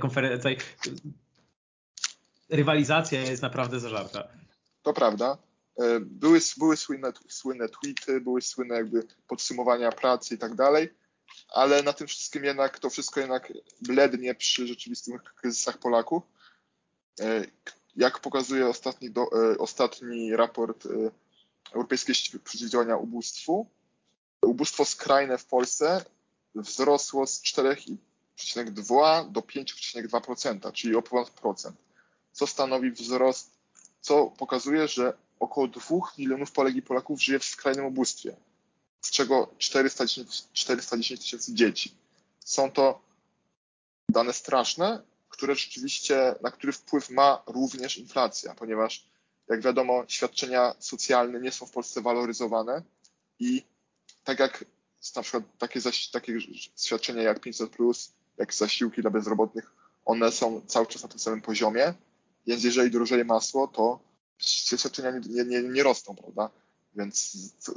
rywalizacja jest naprawdę zażarta. To prawda. Były słynne tweety, były słynne jakby podsumowania pracy i tak dalej, ale na tym wszystkim jednak to wszystko jednak blednie przy rzeczywistych kryzysach Polaków. Jak pokazuje ostatni raport Europejskiej Sieci Przeciwdziałania Ubóstwu, ubóstwo skrajne w Polsce wzrosło z 4,6 4,2 do 5,2%, czyli o ponad procent, co stanowi wzrost, co pokazuje, że około 2 milionów Polek i Polaków żyje w skrajnym ubóstwie, z czego 410 tysięcy dzieci. Są to dane straszne, które rzeczywiście, na który wpływ ma również inflacja, ponieważ jak wiadomo, świadczenia socjalne nie są w Polsce waloryzowane i tak jak na przykład takie świadczenia jak 500+, jak zasiłki dla bezrobotnych, one są cały czas na tym samym poziomie, więc jeżeli drożeje masło, to świadczenia nie rosną, prawda? Więc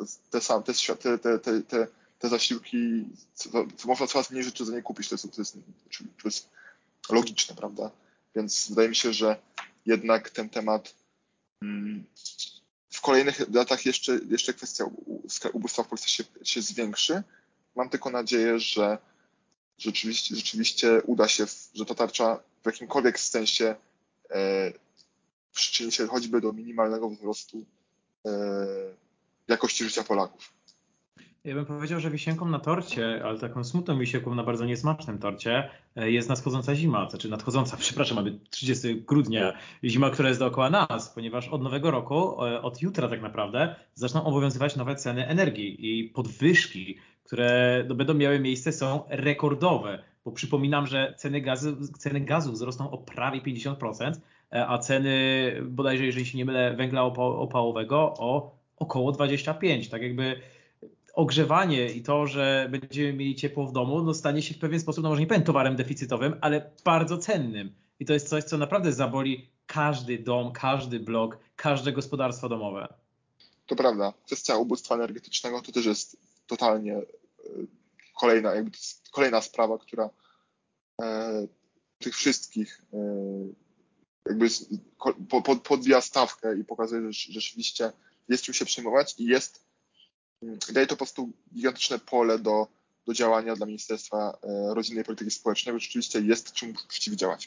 te zasiłki można coraz mniej rzeczy za nie kupić, to jest logiczne, prawda? Więc wydaje mi się, że jednak ten temat w kolejnych latach jeszcze kwestia ubóstwa w Polsce się zwiększy. Mam tylko nadzieję, że rzeczywiście uda się, że ta tarcza w jakimkolwiek sensie przyczyni się choćby do minimalnego wzrostu jakości życia Polaków. Ja bym powiedział, że wisienką na torcie, ale taką smutną wisienką na bardzo niesmacznym torcie jest nadchodząca zima, mamy 30 grudnia, zima, która jest dookoła nas, ponieważ od nowego roku, od jutra tak naprawdę, zaczną obowiązywać nowe ceny energii i podwyżki, które będą miały miejsce, są rekordowe, bo przypominam, że ceny gazu wzrosną o prawie 50%, a ceny bodajże, jeżeli się nie mylę, węgla opałowego o około 25%, tak jakby ogrzewanie i to, że będziemy mieli ciepło w domu, no stanie się w pewien sposób, no może nie powiem towarem deficytowym, ale bardzo cennym. I to jest coś, co naprawdę zaboli każdy dom, każdy blok, każde gospodarstwo domowe. To prawda. Kwestia ubóstwa energetycznego to też jest totalnie kolejna sprawa, która tych wszystkich jakby podbija stawkę i pokazuje, że rzeczywiście jest czym się przejmować i daje to po prostu gigantyczne pole do działania dla Ministerstwa Rodziny i Polityki Społecznej, bo rzeczywiście jest czym przeciwdziałać.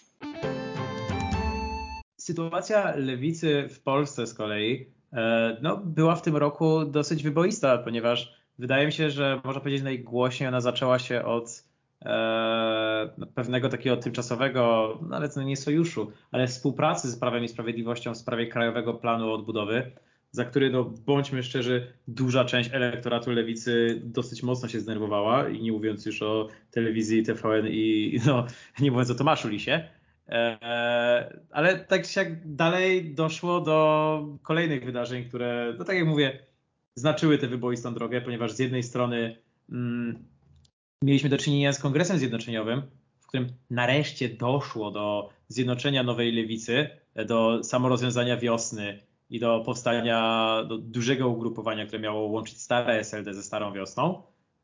Sytuacja lewicy w Polsce z kolei była w tym roku dosyć wyboista, ponieważ wydaje mi się, że można powiedzieć najgłośniej ona zaczęła się od pewnego takiego tymczasowego, nawet nie sojuszu, ale współpracy z Prawem i Sprawiedliwością w sprawie Krajowego Planu Odbudowy, za który, bądźmy szczerzy, duża część elektoratu lewicy dosyć mocno się zdenerwowała i nie mówiąc już o telewizji TVN i nie mówiąc o Tomaszu Lisie. Ale tak się jak dalej doszło do kolejnych wydarzeń, które, tak jak mówię, znaczyły tę wyboistą drogę, ponieważ z jednej strony mieliśmy do czynienia z Kongresem Zjednoczeniowym, w którym nareszcie doszło do zjednoczenia nowej lewicy, do samorozwiązania wiosny i do powstania dużego ugrupowania, które miało łączyć stare SLD ze starą wiosną.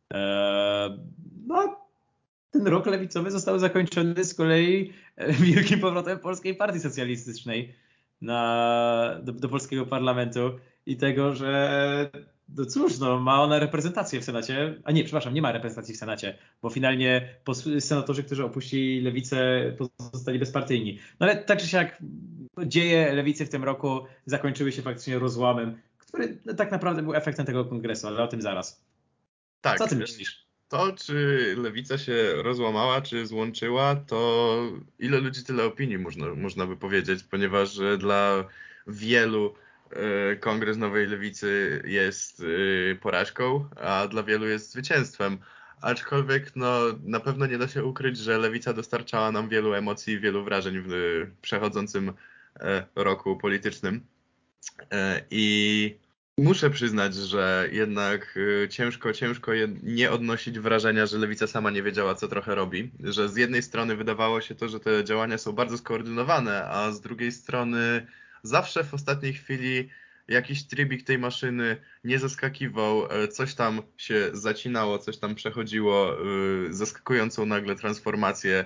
Ten rok lewicowy został zakończony z kolei wielkim powrotem Polskiej Partii Socjalistycznej do polskiego parlamentu i tego, że ma ona reprezentację w Senacie, nie ma reprezentacji w Senacie, bo finalnie senatorzy, którzy opuścili lewicę, pozostali bezpartyjni. No ale tak czy siak dzieje lewicy w tym roku zakończyły się faktycznie rozłamem, który tak naprawdę był efektem tego kongresu, ale o tym zaraz. Tak. Co ty myślisz? To, czy lewica się rozłamała, czy złączyła, to ile ludzi, tyle opinii można by powiedzieć, ponieważ dla wielu Kongres Nowej Lewicy jest porażką, a dla wielu jest zwycięstwem. Aczkolwiek na pewno nie da się ukryć, że lewica dostarczała nam wielu emocji, wielu wrażeń w przechodzącym roku politycznym. I muszę przyznać, że jednak ciężko nie odnosić wrażenia, że lewica sama nie wiedziała, co trochę robi. Że z jednej strony wydawało się to, że te działania są bardzo skoordynowane, a z drugiej strony zawsze w ostatniej chwili jakiś trybik tej maszyny nie zaskakiwał, coś tam się zacinało, coś tam przechodziło, zaskakującą nagle transformację.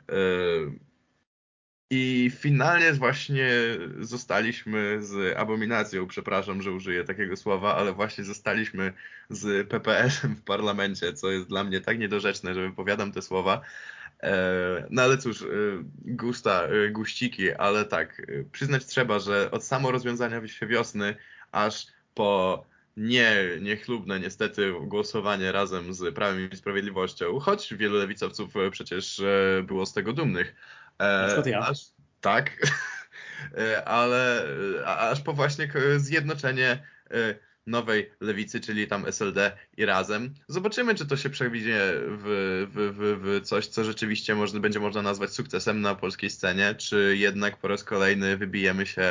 I finalnie właśnie zostaliśmy z abominacją, przepraszam, że użyję takiego słowa, ale właśnie zostaliśmy z PPS-em w parlamencie, co jest dla mnie tak niedorzeczne, że wypowiadam te słowa. No ale cóż, guściki, ale tak, przyznać trzeba, że od samo rozwiązania się wiosny, aż po niechlubne niestety głosowanie razem z Prawem i Sprawiedliwością, choć wielu lewicowców przecież było z tego dumnych. Na przykład ja. Tak, ale aż po właśnie zjednoczenie nowej lewicy, czyli tam SLD i Razem. Zobaczymy, czy to się przewidzie w coś, co rzeczywiście będzie można nazwać sukcesem na polskiej scenie, czy jednak po raz kolejny wybijemy się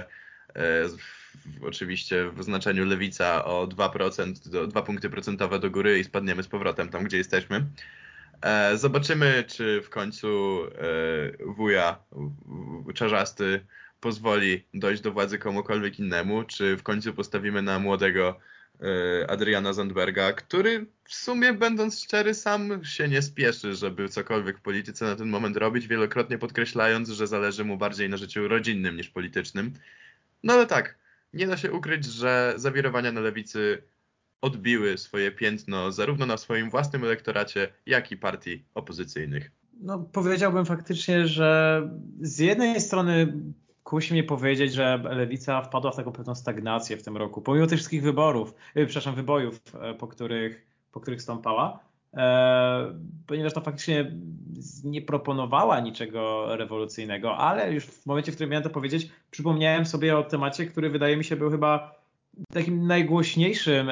oczywiście w znaczeniu lewica o 2%, 2 punkty procentowe do góry i spadniemy z powrotem tam, gdzie jesteśmy. Zobaczymy, czy w końcu wuja Czarzasty pozwoli dojść do władzy komukolwiek innemu, czy w końcu postawimy na młodego Adriana Zandberga, który w sumie, będąc szczery, sam się nie spieszy, żeby cokolwiek w polityce na ten moment robić, wielokrotnie podkreślając, że zależy mu bardziej na życiu rodzinnym niż politycznym. No ale tak, nie da się ukryć, że zawirowania na lewicy odbiły swoje piętno zarówno na swoim własnym elektoracie, jak i partii opozycyjnych. No, powiedziałbym faktycznie, że z jednej strony kusi mnie powiedzieć, że lewica wpadła w taką pewną stagnację w tym roku, pomimo tych wszystkich wybojów, po których stąpała, ponieważ to faktycznie nie proponowała niczego rewolucyjnego, ale już w momencie, w którym miałem to powiedzieć, przypomniałem sobie o temacie, który wydaje mi się był chyba takim najgłośniejszym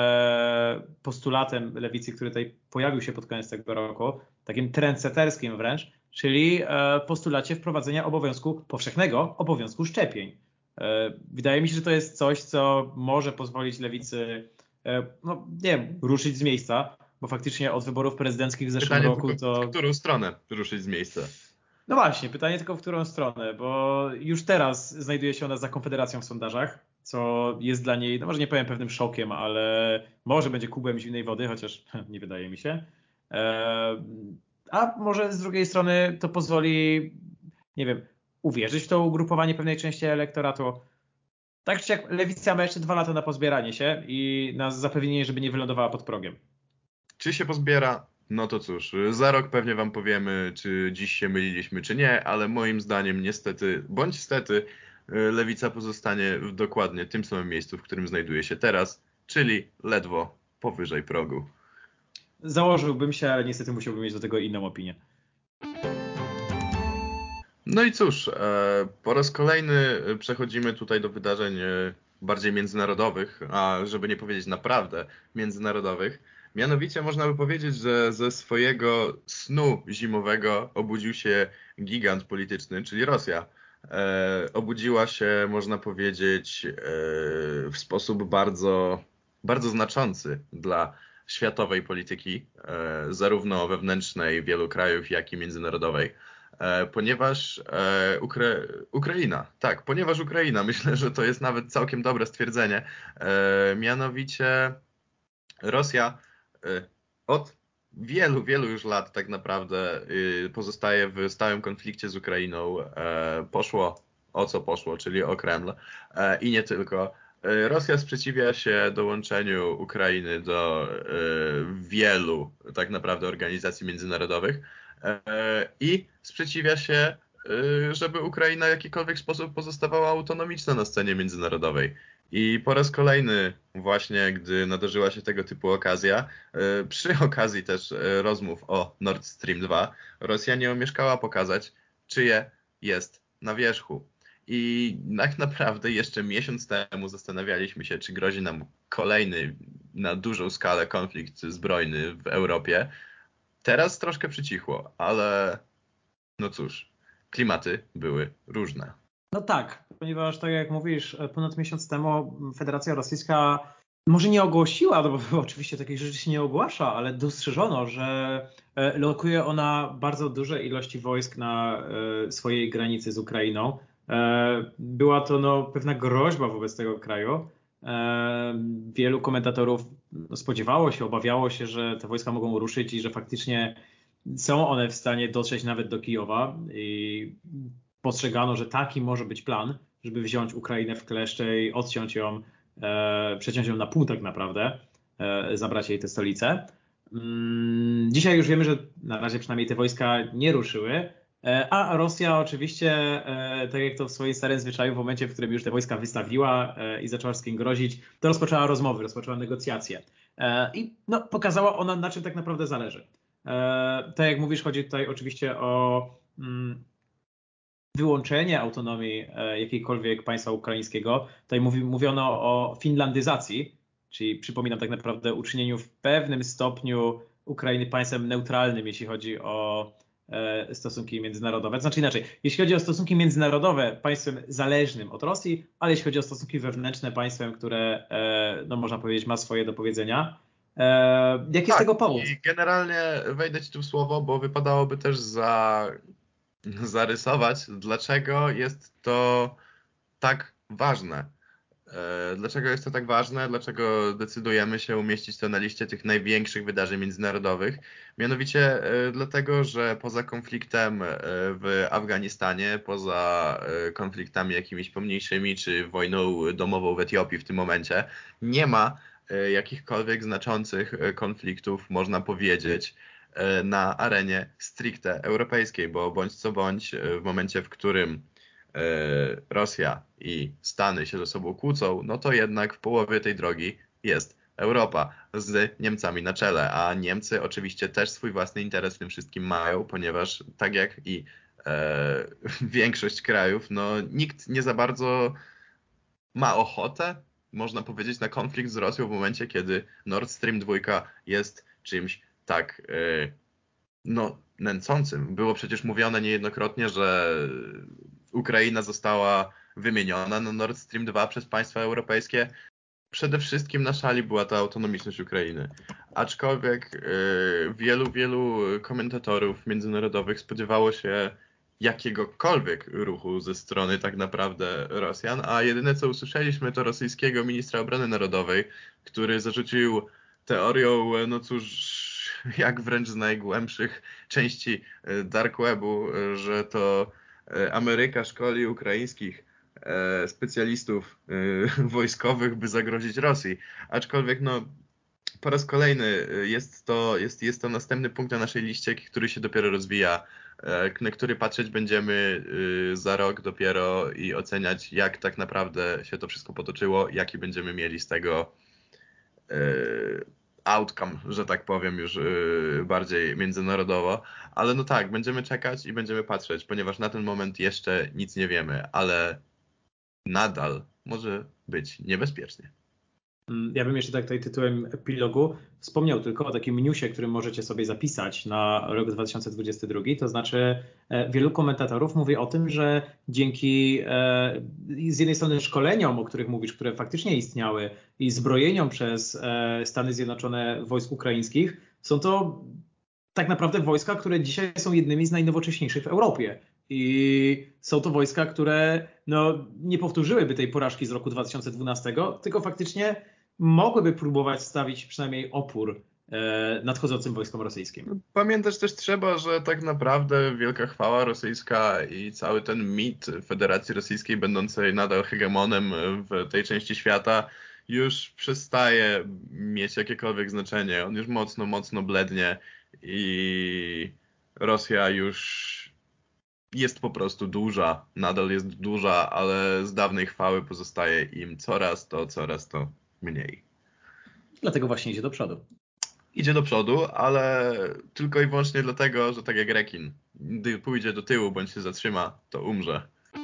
postulatem lewicy, który tutaj pojawił się pod koniec tego roku, takim trendsetterskim wręcz, czyli postulacie wprowadzenia powszechnego obowiązku szczepień. Wydaje mi się, że to jest coś, co może pozwolić lewicy, no nie wiem, ruszyć z miejsca, bo faktycznie od wyborów prezydenckich w zeszłym roku to... W którą stronę ruszyć z miejsca? No właśnie, pytanie tylko w którą stronę, bo już teraz znajduje się ona za Konfederacją w sondażach, co jest dla niej, no może nie powiem pewnym szokiem, ale może będzie kubłem zimnej wody, chociaż nie wydaje mi się. A może z drugiej strony to pozwoli, nie wiem, uwierzyć w to ugrupowanie pewnej części elektoratu. Tak czy jak lewica ma jeszcze 2 lata na pozbieranie się i na zapewnienie, żeby nie wylądowała pod progiem. Czy się pozbiera? No to cóż, za rok pewnie wam powiemy, czy dziś się myliliśmy, czy nie, ale moim zdaniem niestety, bądź stety, lewica pozostanie w dokładnie tym samym miejscu, w którym znajduje się teraz, czyli ledwo powyżej progu. Założyłbym się, ale niestety musiałbym mieć do tego inną opinię. No i cóż, po raz kolejny przechodzimy tutaj do wydarzeń bardziej międzynarodowych, a żeby nie powiedzieć naprawdę międzynarodowych. Mianowicie można by powiedzieć, że ze swojego snu zimowego obudził się gigant polityczny, czyli Rosja. Obudziła się, można powiedzieć, w sposób bardzo, bardzo znaczący dla światowej polityki, zarówno wewnętrznej wielu krajów, jak i międzynarodowej. Ponieważ Ukraina, myślę, że to jest nawet całkiem dobre stwierdzenie, mianowicie Rosja od wielu, wielu już lat tak naprawdę pozostaje w stałym konflikcie z Ukrainą. Poszło o co poszło, czyli o Kreml i nie tylko. Rosja sprzeciwia się dołączeniu Ukrainy do wielu tak naprawdę organizacji międzynarodowych i sprzeciwia się, żeby Ukraina w jakikolwiek sposób pozostawała autonomiczna na scenie międzynarodowej. I po raz kolejny właśnie, gdy nadarzyła się tego typu okazja, przy okazji też rozmów o Nord Stream 2, Rosja nie omieszkała pokazać, czyje jest na wierzchu. I tak naprawdę jeszcze miesiąc temu zastanawialiśmy się, czy grozi nam kolejny na dużą skalę konflikt zbrojny w Europie. Teraz troszkę przycichło, ale no cóż, klimaty były różne. No tak, ponieważ tak jak mówisz, ponad miesiąc temu Federacja Rosyjska może nie ogłosiła, no bo oczywiście takich rzeczy się nie ogłasza, ale dostrzeżono, że lokuje ona bardzo duże ilości wojsk na swojej granicy z Ukrainą. Była to no, pewna groźba wobec tego kraju. Wielu komentatorów spodziewało się, obawiało się, że te wojska mogą ruszyć i że faktycznie są one w stanie dotrzeć nawet do Kijowa i postrzegano, że taki może być plan, żeby wziąć Ukrainę w kleszcze i odciąć ją, przeciąć ją na pół tak naprawdę, zabrać jej tę stolicę. Dzisiaj już wiemy, że na razie przynajmniej te wojska nie ruszyły, A Rosja oczywiście, tak jak to w swoim starym zwyczaju, w momencie, w którym już te wojska wystawiła i zaczęła wszystkim grozić, to rozpoczęła rozmowy, rozpoczęła negocjacje. I no, pokazała ona, na czym tak naprawdę zależy. Tak jak mówisz, chodzi tutaj oczywiście o wyłączenie autonomii jakiejkolwiek państwa ukraińskiego. Tutaj mówiono o finlandyzacji, czyli przypominam tak naprawdę uczynieniu w pewnym stopniu Ukrainy państwem neutralnym, jeśli chodzi o stosunki międzynarodowe. Znaczy inaczej, jeśli chodzi o stosunki międzynarodowe, państwem zależnym od Rosji, ale jeśli chodzi o stosunki wewnętrzne, państwem, które, no można powiedzieć, ma swoje do powiedzenia. Jaki jest tego powód? I generalnie wejdę ci tu w słowo, bo wypadałoby też zarysować, dlaczego jest to tak ważne. Dlaczego jest to tak ważne? Dlaczego decydujemy się umieścić to na liście tych największych wydarzeń międzynarodowych? Mianowicie dlatego, że poza konfliktem w Afganistanie, poza konfliktami jakimiś pomniejszymi, czy wojną domową w Etiopii w tym momencie, nie ma jakichkolwiek znaczących konfliktów, można powiedzieć, na arenie stricte europejskiej, bo bądź co bądź w momencie, w którym Rosja i Stany się ze sobą kłócą, no to jednak w połowie tej drogi jest Europa z Niemcami na czele, a Niemcy oczywiście też swój własny interes w tym wszystkim mają, ponieważ tak jak i większość krajów, no nikt nie za bardzo ma ochotę, można powiedzieć, na konflikt z Rosją w momencie, kiedy Nord Stream 2 jest czymś tak no, nęcącym. Było przecież mówione niejednokrotnie, że Ukraina została wymieniona na Nord Stream 2 przez państwa europejskie. Przede wszystkim na szali była ta autonomiczność Ukrainy. Aczkolwiek wielu komentatorów międzynarodowych spodziewało się jakiegokolwiek ruchu ze strony tak naprawdę Rosjan, a jedyne co usłyszeliśmy to rosyjskiego ministra obrony narodowej, który zarzucił teorią, no cóż, jak wręcz z najgłębszych części dark webu, że to Ameryka szkoli ukraińskich specjalistów wojskowych, by zagrozić Rosji. Aczkolwiek no, po raz kolejny jest to następny punkt na naszej liście, który się dopiero rozwija, na który patrzeć będziemy za rok dopiero i oceniać, jak tak naprawdę się to wszystko potoczyło, jaki będziemy mieli z tego outcome, że tak powiem, już bardziej międzynarodowo. Ale no tak, będziemy czekać i będziemy patrzeć, ponieważ na ten moment jeszcze nic nie wiemy, ale nadal może być niebezpiecznie. Ja bym jeszcze tak tutaj tytułem epilogu wspomniał tylko o takim newsie, który możecie sobie zapisać na rok 2022. To znaczy wielu komentatorów mówi o tym, że dzięki z jednej strony szkoleniom, o których mówisz, które faktycznie istniały i zbrojeniom przez Stany Zjednoczone wojsk ukraińskich, są to tak naprawdę wojska, które dzisiaj są jednymi z najnowocześniejszych w Europie. I są to wojska, które no, nie powtórzyłyby tej porażki z roku 2012, tylko faktycznie mogłyby próbować stawić przynajmniej opór nadchodzącym wojskom rosyjskim. Pamiętać też trzeba, że tak naprawdę wielka chwała rosyjska i cały ten mit Federacji Rosyjskiej będącej nadal hegemonem w tej części świata już przestaje mieć jakiekolwiek znaczenie. On już mocno blednie i Rosja już jest po prostu duża, nadal jest duża, ale z dawnej chwały pozostaje im coraz to mniej. Dlatego właśnie idzie do przodu. Idzie do przodu, ale tylko i wyłącznie dlatego, że tak jak rekin, gdy pójdzie do tyłu bądź się zatrzyma, to umrze.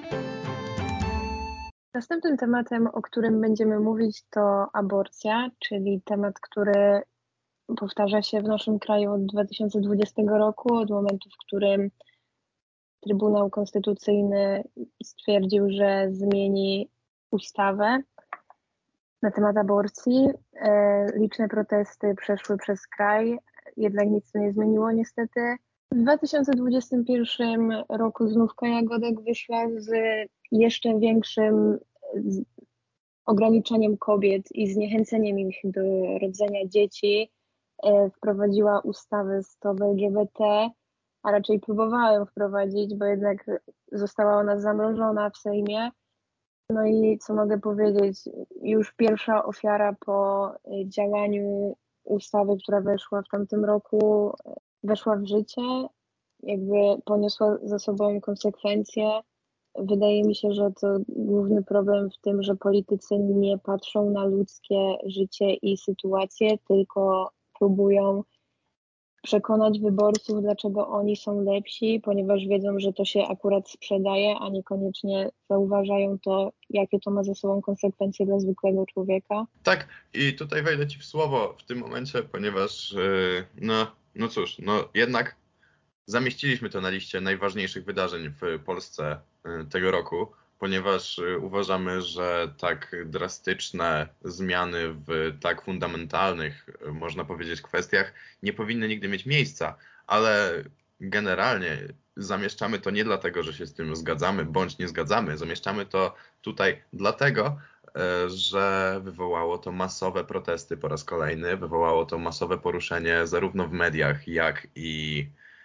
Następnym tematem, o którym będziemy mówić, to aborcja, czyli temat, który powtarza się w naszym kraju od 2020 roku, od momentu, w którym Trybunał Konstytucyjny stwierdził, że zmieni ustawę na temat aborcji. Liczne protesty przeszły przez kraj, jednak nic to nie zmieniło niestety. W 2021 roku znów Kaja Godek wyszła z jeszcze większym ograniczeniem kobiet i zniechęceniem ich do rodzenia dzieci. Wprowadziła ustawę stop LGBT, a raczej próbowała ją wprowadzić, bo jednak została ona zamrożona w Sejmie. No i co mogę powiedzieć, już pierwsza ofiara po działaniu ustawy, która weszła w tamtym roku, weszła w życie jakby poniosła za sobą konsekwencje. Wydaje mi się, że to główny problem w tym, że politycy nie patrzą na ludzkie życie i sytuacje, tylko próbują przekonać wyborców, dlaczego oni są lepsi, ponieważ wiedzą, że to się akurat sprzedaje, a niekoniecznie zauważają to, jakie to ma ze sobą konsekwencje dla zwykłego człowieka. Tak, i tutaj wejdę Ci w słowo w tym momencie, ponieważ no cóż, jednak zamieściliśmy to na liście najważniejszych wydarzeń w Polsce tego roku, ponieważ uważamy, że tak drastyczne zmiany w tak fundamentalnych, można powiedzieć, kwestiach nie powinny nigdy mieć miejsca, ale generalnie zamieszczamy to nie dlatego, że się z tym zgadzamy bądź nie zgadzamy, zamieszczamy to tutaj dlatego, że wywołało to masowe protesty po raz kolejny, wywołało to masowe poruszenie zarówno w mediach, jak i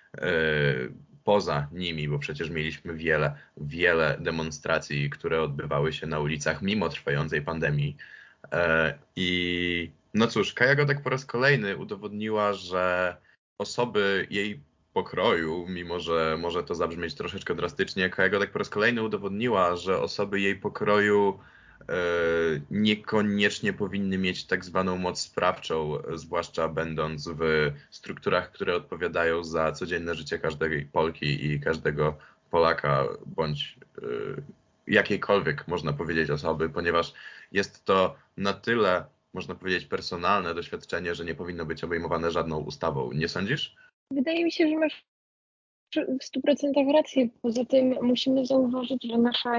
poza nimi, bo przecież mieliśmy wiele demonstracji, które odbywały się na ulicach mimo trwającej pandemii. I no cóż, Kaja Godek po raz kolejny udowodniła, że osoby jej pokroju, mimo że może to zabrzmieć troszeczkę drastycznie, Kaja Godek po raz kolejny udowodniła, że osoby jej pokroju niekoniecznie powinny mieć tak zwaną moc sprawczą, zwłaszcza będąc w strukturach, które odpowiadają za codzienne życie każdej Polki i każdego Polaka, bądź jakiejkolwiek, można powiedzieć, osoby, ponieważ jest to na tyle, można powiedzieć, personalne doświadczenie, że nie powinno być obejmowane żadną ustawą. Nie sądzisz? Wydaje mi się, że masz w 100% rację. Poza tym musimy zauważyć, że nasza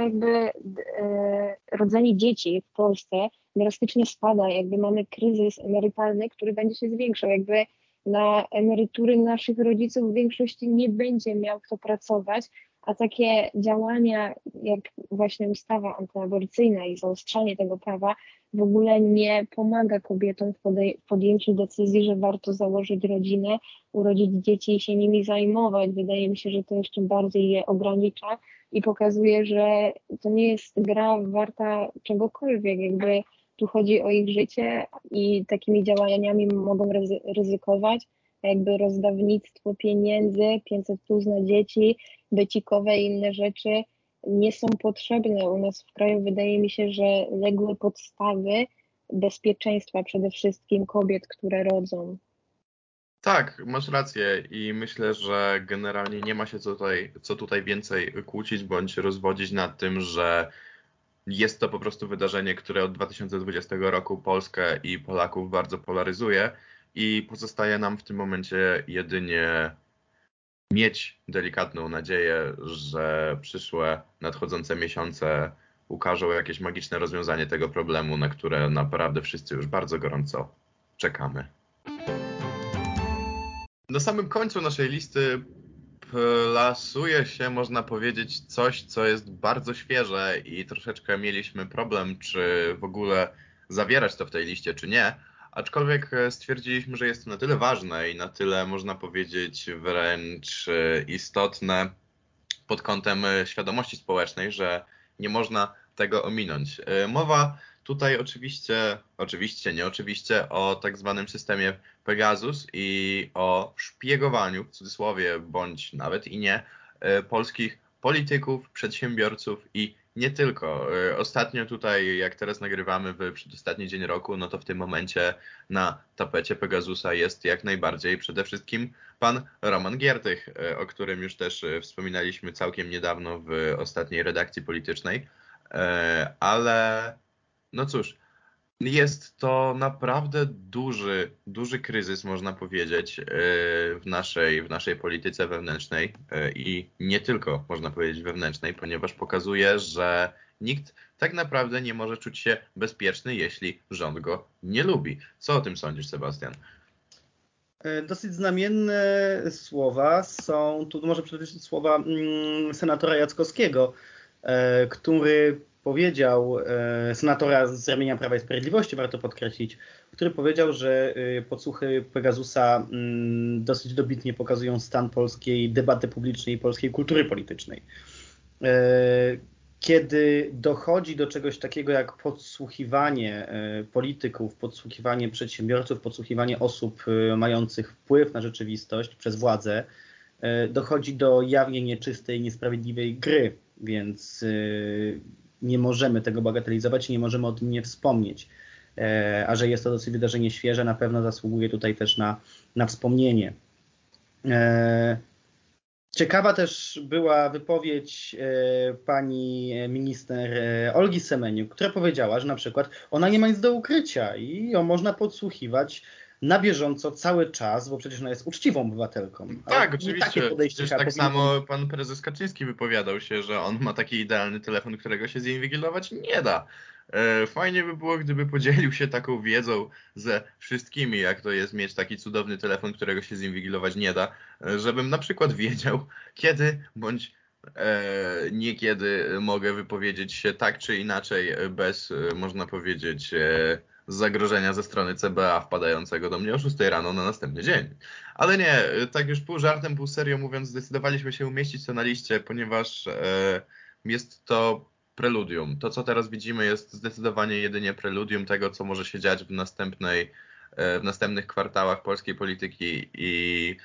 rodzenie dzieci w Polsce drastycznie spada. Mamy kryzys emerytalny, który będzie się zwiększał. Na emerytury naszych rodziców w większości nie będzie miał kto pracować, a takie działania jak właśnie ustawa antyaborcyjna i zaostrzanie tego prawa w ogóle nie pomaga kobietom w podjęciu decyzji, że warto założyć rodzinę, urodzić dzieci i się nimi zajmować. Wydaje mi się, że to jeszcze bardziej je ogranicza i pokazuje, że to nie jest gra warta czegokolwiek. Tu chodzi o ich życie i takimi działaniami mogą ryzykować. Rozdawnictwo pieniędzy, 500+ na dzieci, becikowe i inne rzeczy nie są potrzebne. U nas w kraju wydaje mi się, że legły podstawy bezpieczeństwa przede wszystkim kobiet, które rodzą. Tak, masz rację i myślę, że generalnie nie ma się co tutaj więcej kłócić bądź rozwodzić nad tym, że jest to po prostu wydarzenie, które od 2020 roku Polskę i Polaków bardzo polaryzuje i pozostaje nam w tym momencie jedynie mieć delikatną nadzieję, że przyszłe, nadchodzące miesiące ukażą jakieś magiczne rozwiązanie tego problemu, na które naprawdę wszyscy już bardzo gorąco czekamy. Na samym końcu naszej listy plasuje się, można powiedzieć, coś, co jest bardzo świeże i troszeczkę mieliśmy problem, czy w ogóle zawierać to w tej liście, czy nie. Aczkolwiek stwierdziliśmy, że jest to na tyle ważne i na tyle, można powiedzieć, wręcz istotne pod kątem świadomości społecznej, że nie można tego ominąć. Mowa tutaj oczywiście o tak zwanym systemie Pegasus i o szpiegowaniu, w cudzysłowie, bądź nawet i nie, polskich polityków, przedsiębiorców i nie tylko. Ostatnio tutaj, jak teraz nagrywamy w przedostatni dzień roku, no to w tym momencie na tapecie Pegasusa jest jak najbardziej przede wszystkim pan Roman Giertych, o którym już też wspominaliśmy całkiem niedawno w ostatniej redakcji politycznej. Ale no cóż, jest to naprawdę duży kryzys, można powiedzieć, w naszej polityce wewnętrznej i nie tylko, można powiedzieć, wewnętrznej, ponieważ pokazuje, że nikt tak naprawdę nie może czuć się bezpieczny, jeśli rząd go nie lubi. Co o tym sądzisz, Sebastian? Dosyć znamienne słowa są, tu może przytoczyć słowa senatora Jackowskiego, który powiedział, senatora z ramienia Prawa i Sprawiedliwości, warto podkreślić, który powiedział, że podsłuchy Pegasusa dosyć dobitnie pokazują stan polskiej debaty publicznej i polskiej kultury politycznej. Kiedy dochodzi do czegoś takiego jak podsłuchiwanie polityków, podsłuchiwanie przedsiębiorców, podsłuchiwanie osób mających wpływ na rzeczywistość przez władzę, dochodzi do jawnie nieczystej, niesprawiedliwej gry, więc nie możemy tego bagatelizować, nie możemy o tym nie wspomnieć. A że jest to dosyć wydarzenie świeże, na pewno zasługuje tutaj też na wspomnienie. Ciekawa też była wypowiedź pani minister Olgi Semeniuk, która powiedziała, że na przykład ona nie ma nic do ukrycia i ją można podsłuchiwać na bieżąco cały czas, bo przecież ona jest uczciwą obywatelką. Tak, oczywiście. Takie podejście Przecież tak samo pan prezes Kaczyński wypowiadał się, że on ma taki idealny telefon, którego się zinwigilować nie da. Fajnie by było, gdyby podzielił się taką wiedzą ze wszystkimi, jak to jest mieć taki cudowny telefon, którego się zinwigilować nie da, żebym na przykład wiedział, kiedy bądź niekiedy mogę wypowiedzieć się tak czy inaczej bez, można powiedzieć, zagrożenia ze strony CBA wpadającego do mnie o 6 rano na następny dzień. Ale nie, tak już pół żartem, pół serio mówiąc, zdecydowaliśmy się umieścić to na liście, ponieważ jest to preludium. To, co teraz widzimy, jest zdecydowanie jedynie preludium tego, co może się dziać w następnych kwartałach polskiej polityki i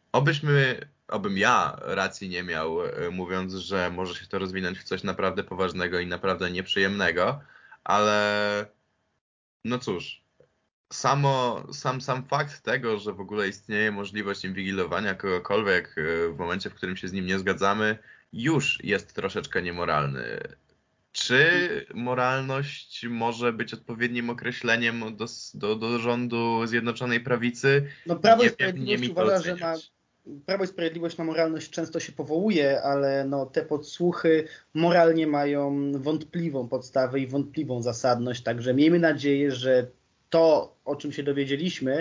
obym ja racji nie miał, mówiąc, że może się to rozwinąć w coś naprawdę poważnego i naprawdę nieprzyjemnego, ale no cóż, sam fakt tego, że w ogóle istnieje możliwość inwigilowania kogokolwiek w momencie, w którym się z nim nie zgadzamy, już jest troszeczkę niemoralny. Czy moralność może być odpowiednim określeniem do rządu Zjednoczonej Prawicy? No Prawo i Nie wiem, Sprawiedliwość nie mi to uważa, że oceniać. Prawo i Sprawiedliwość na moralność często się powołuje, ale no, te podsłuchy moralnie mają wątpliwą podstawę i wątpliwą zasadność, także miejmy nadzieję, że to, o czym się dowiedzieliśmy,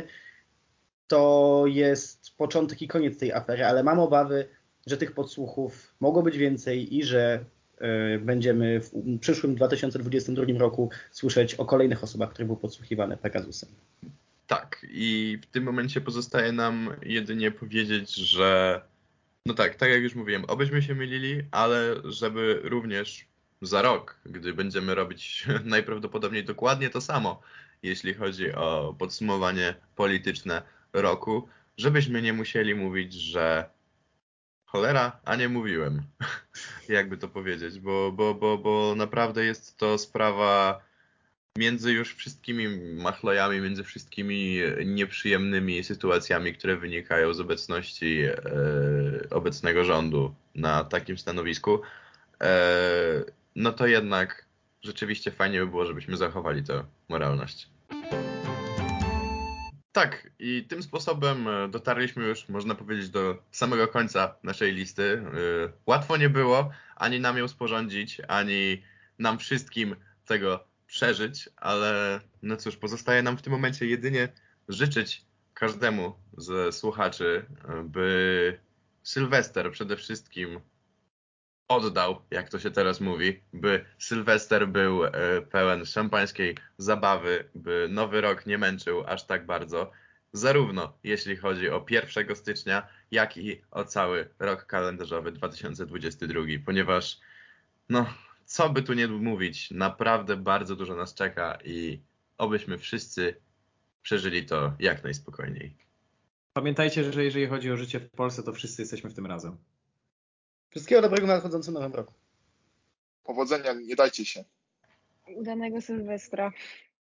to jest początek i koniec tej afery, ale mam obawy, że tych podsłuchów mogło być więcej i że będziemy w przyszłym 2022 roku słyszeć o kolejnych osobach, które były podsłuchiwane Pegasusem. Tak, i w tym momencie pozostaje nam jedynie powiedzieć, że no tak jak już mówiłem, obyśmy się mylili, ale żeby również za rok, gdy będziemy robić najprawdopodobniej dokładnie to samo, jeśli chodzi o podsumowanie polityczne roku, żebyśmy nie musieli mówić, że cholera, a nie mówiłem. Jakby to powiedzieć, bo naprawdę jest to sprawa między już wszystkimi machlojami, między wszystkimi nieprzyjemnymi sytuacjami, które wynikają z obecności obecnego rządu na takim stanowisku, no to jednak rzeczywiście fajnie by było, żebyśmy zachowali tę moralność. Tak, i tym sposobem dotarliśmy już, można powiedzieć, do samego końca naszej listy. Łatwo nie było ani nam ją sporządzić, ani nam wszystkim tego przeżyć, ale no cóż, pozostaje nam w tym momencie jedynie życzyć każdemu ze słuchaczy, by Sylwester przede wszystkim oddał, jak to się teraz mówi, by Sylwester był pełen szampańskiej zabawy, by Nowy Rok nie męczył aż tak bardzo, zarówno jeśli chodzi o 1 stycznia, jak i o cały rok kalendarzowy 2022, ponieważ no, co by tu nie mówić, naprawdę bardzo dużo nas czeka i obyśmy wszyscy przeżyli to jak najspokojniej. Pamiętajcie, że jeżeli chodzi o życie w Polsce, to wszyscy jesteśmy w tym razem. Wszystkiego dobrego w nadchodzącym nowym roku. Powodzenia, nie dajcie się. Udanego Sylwestra.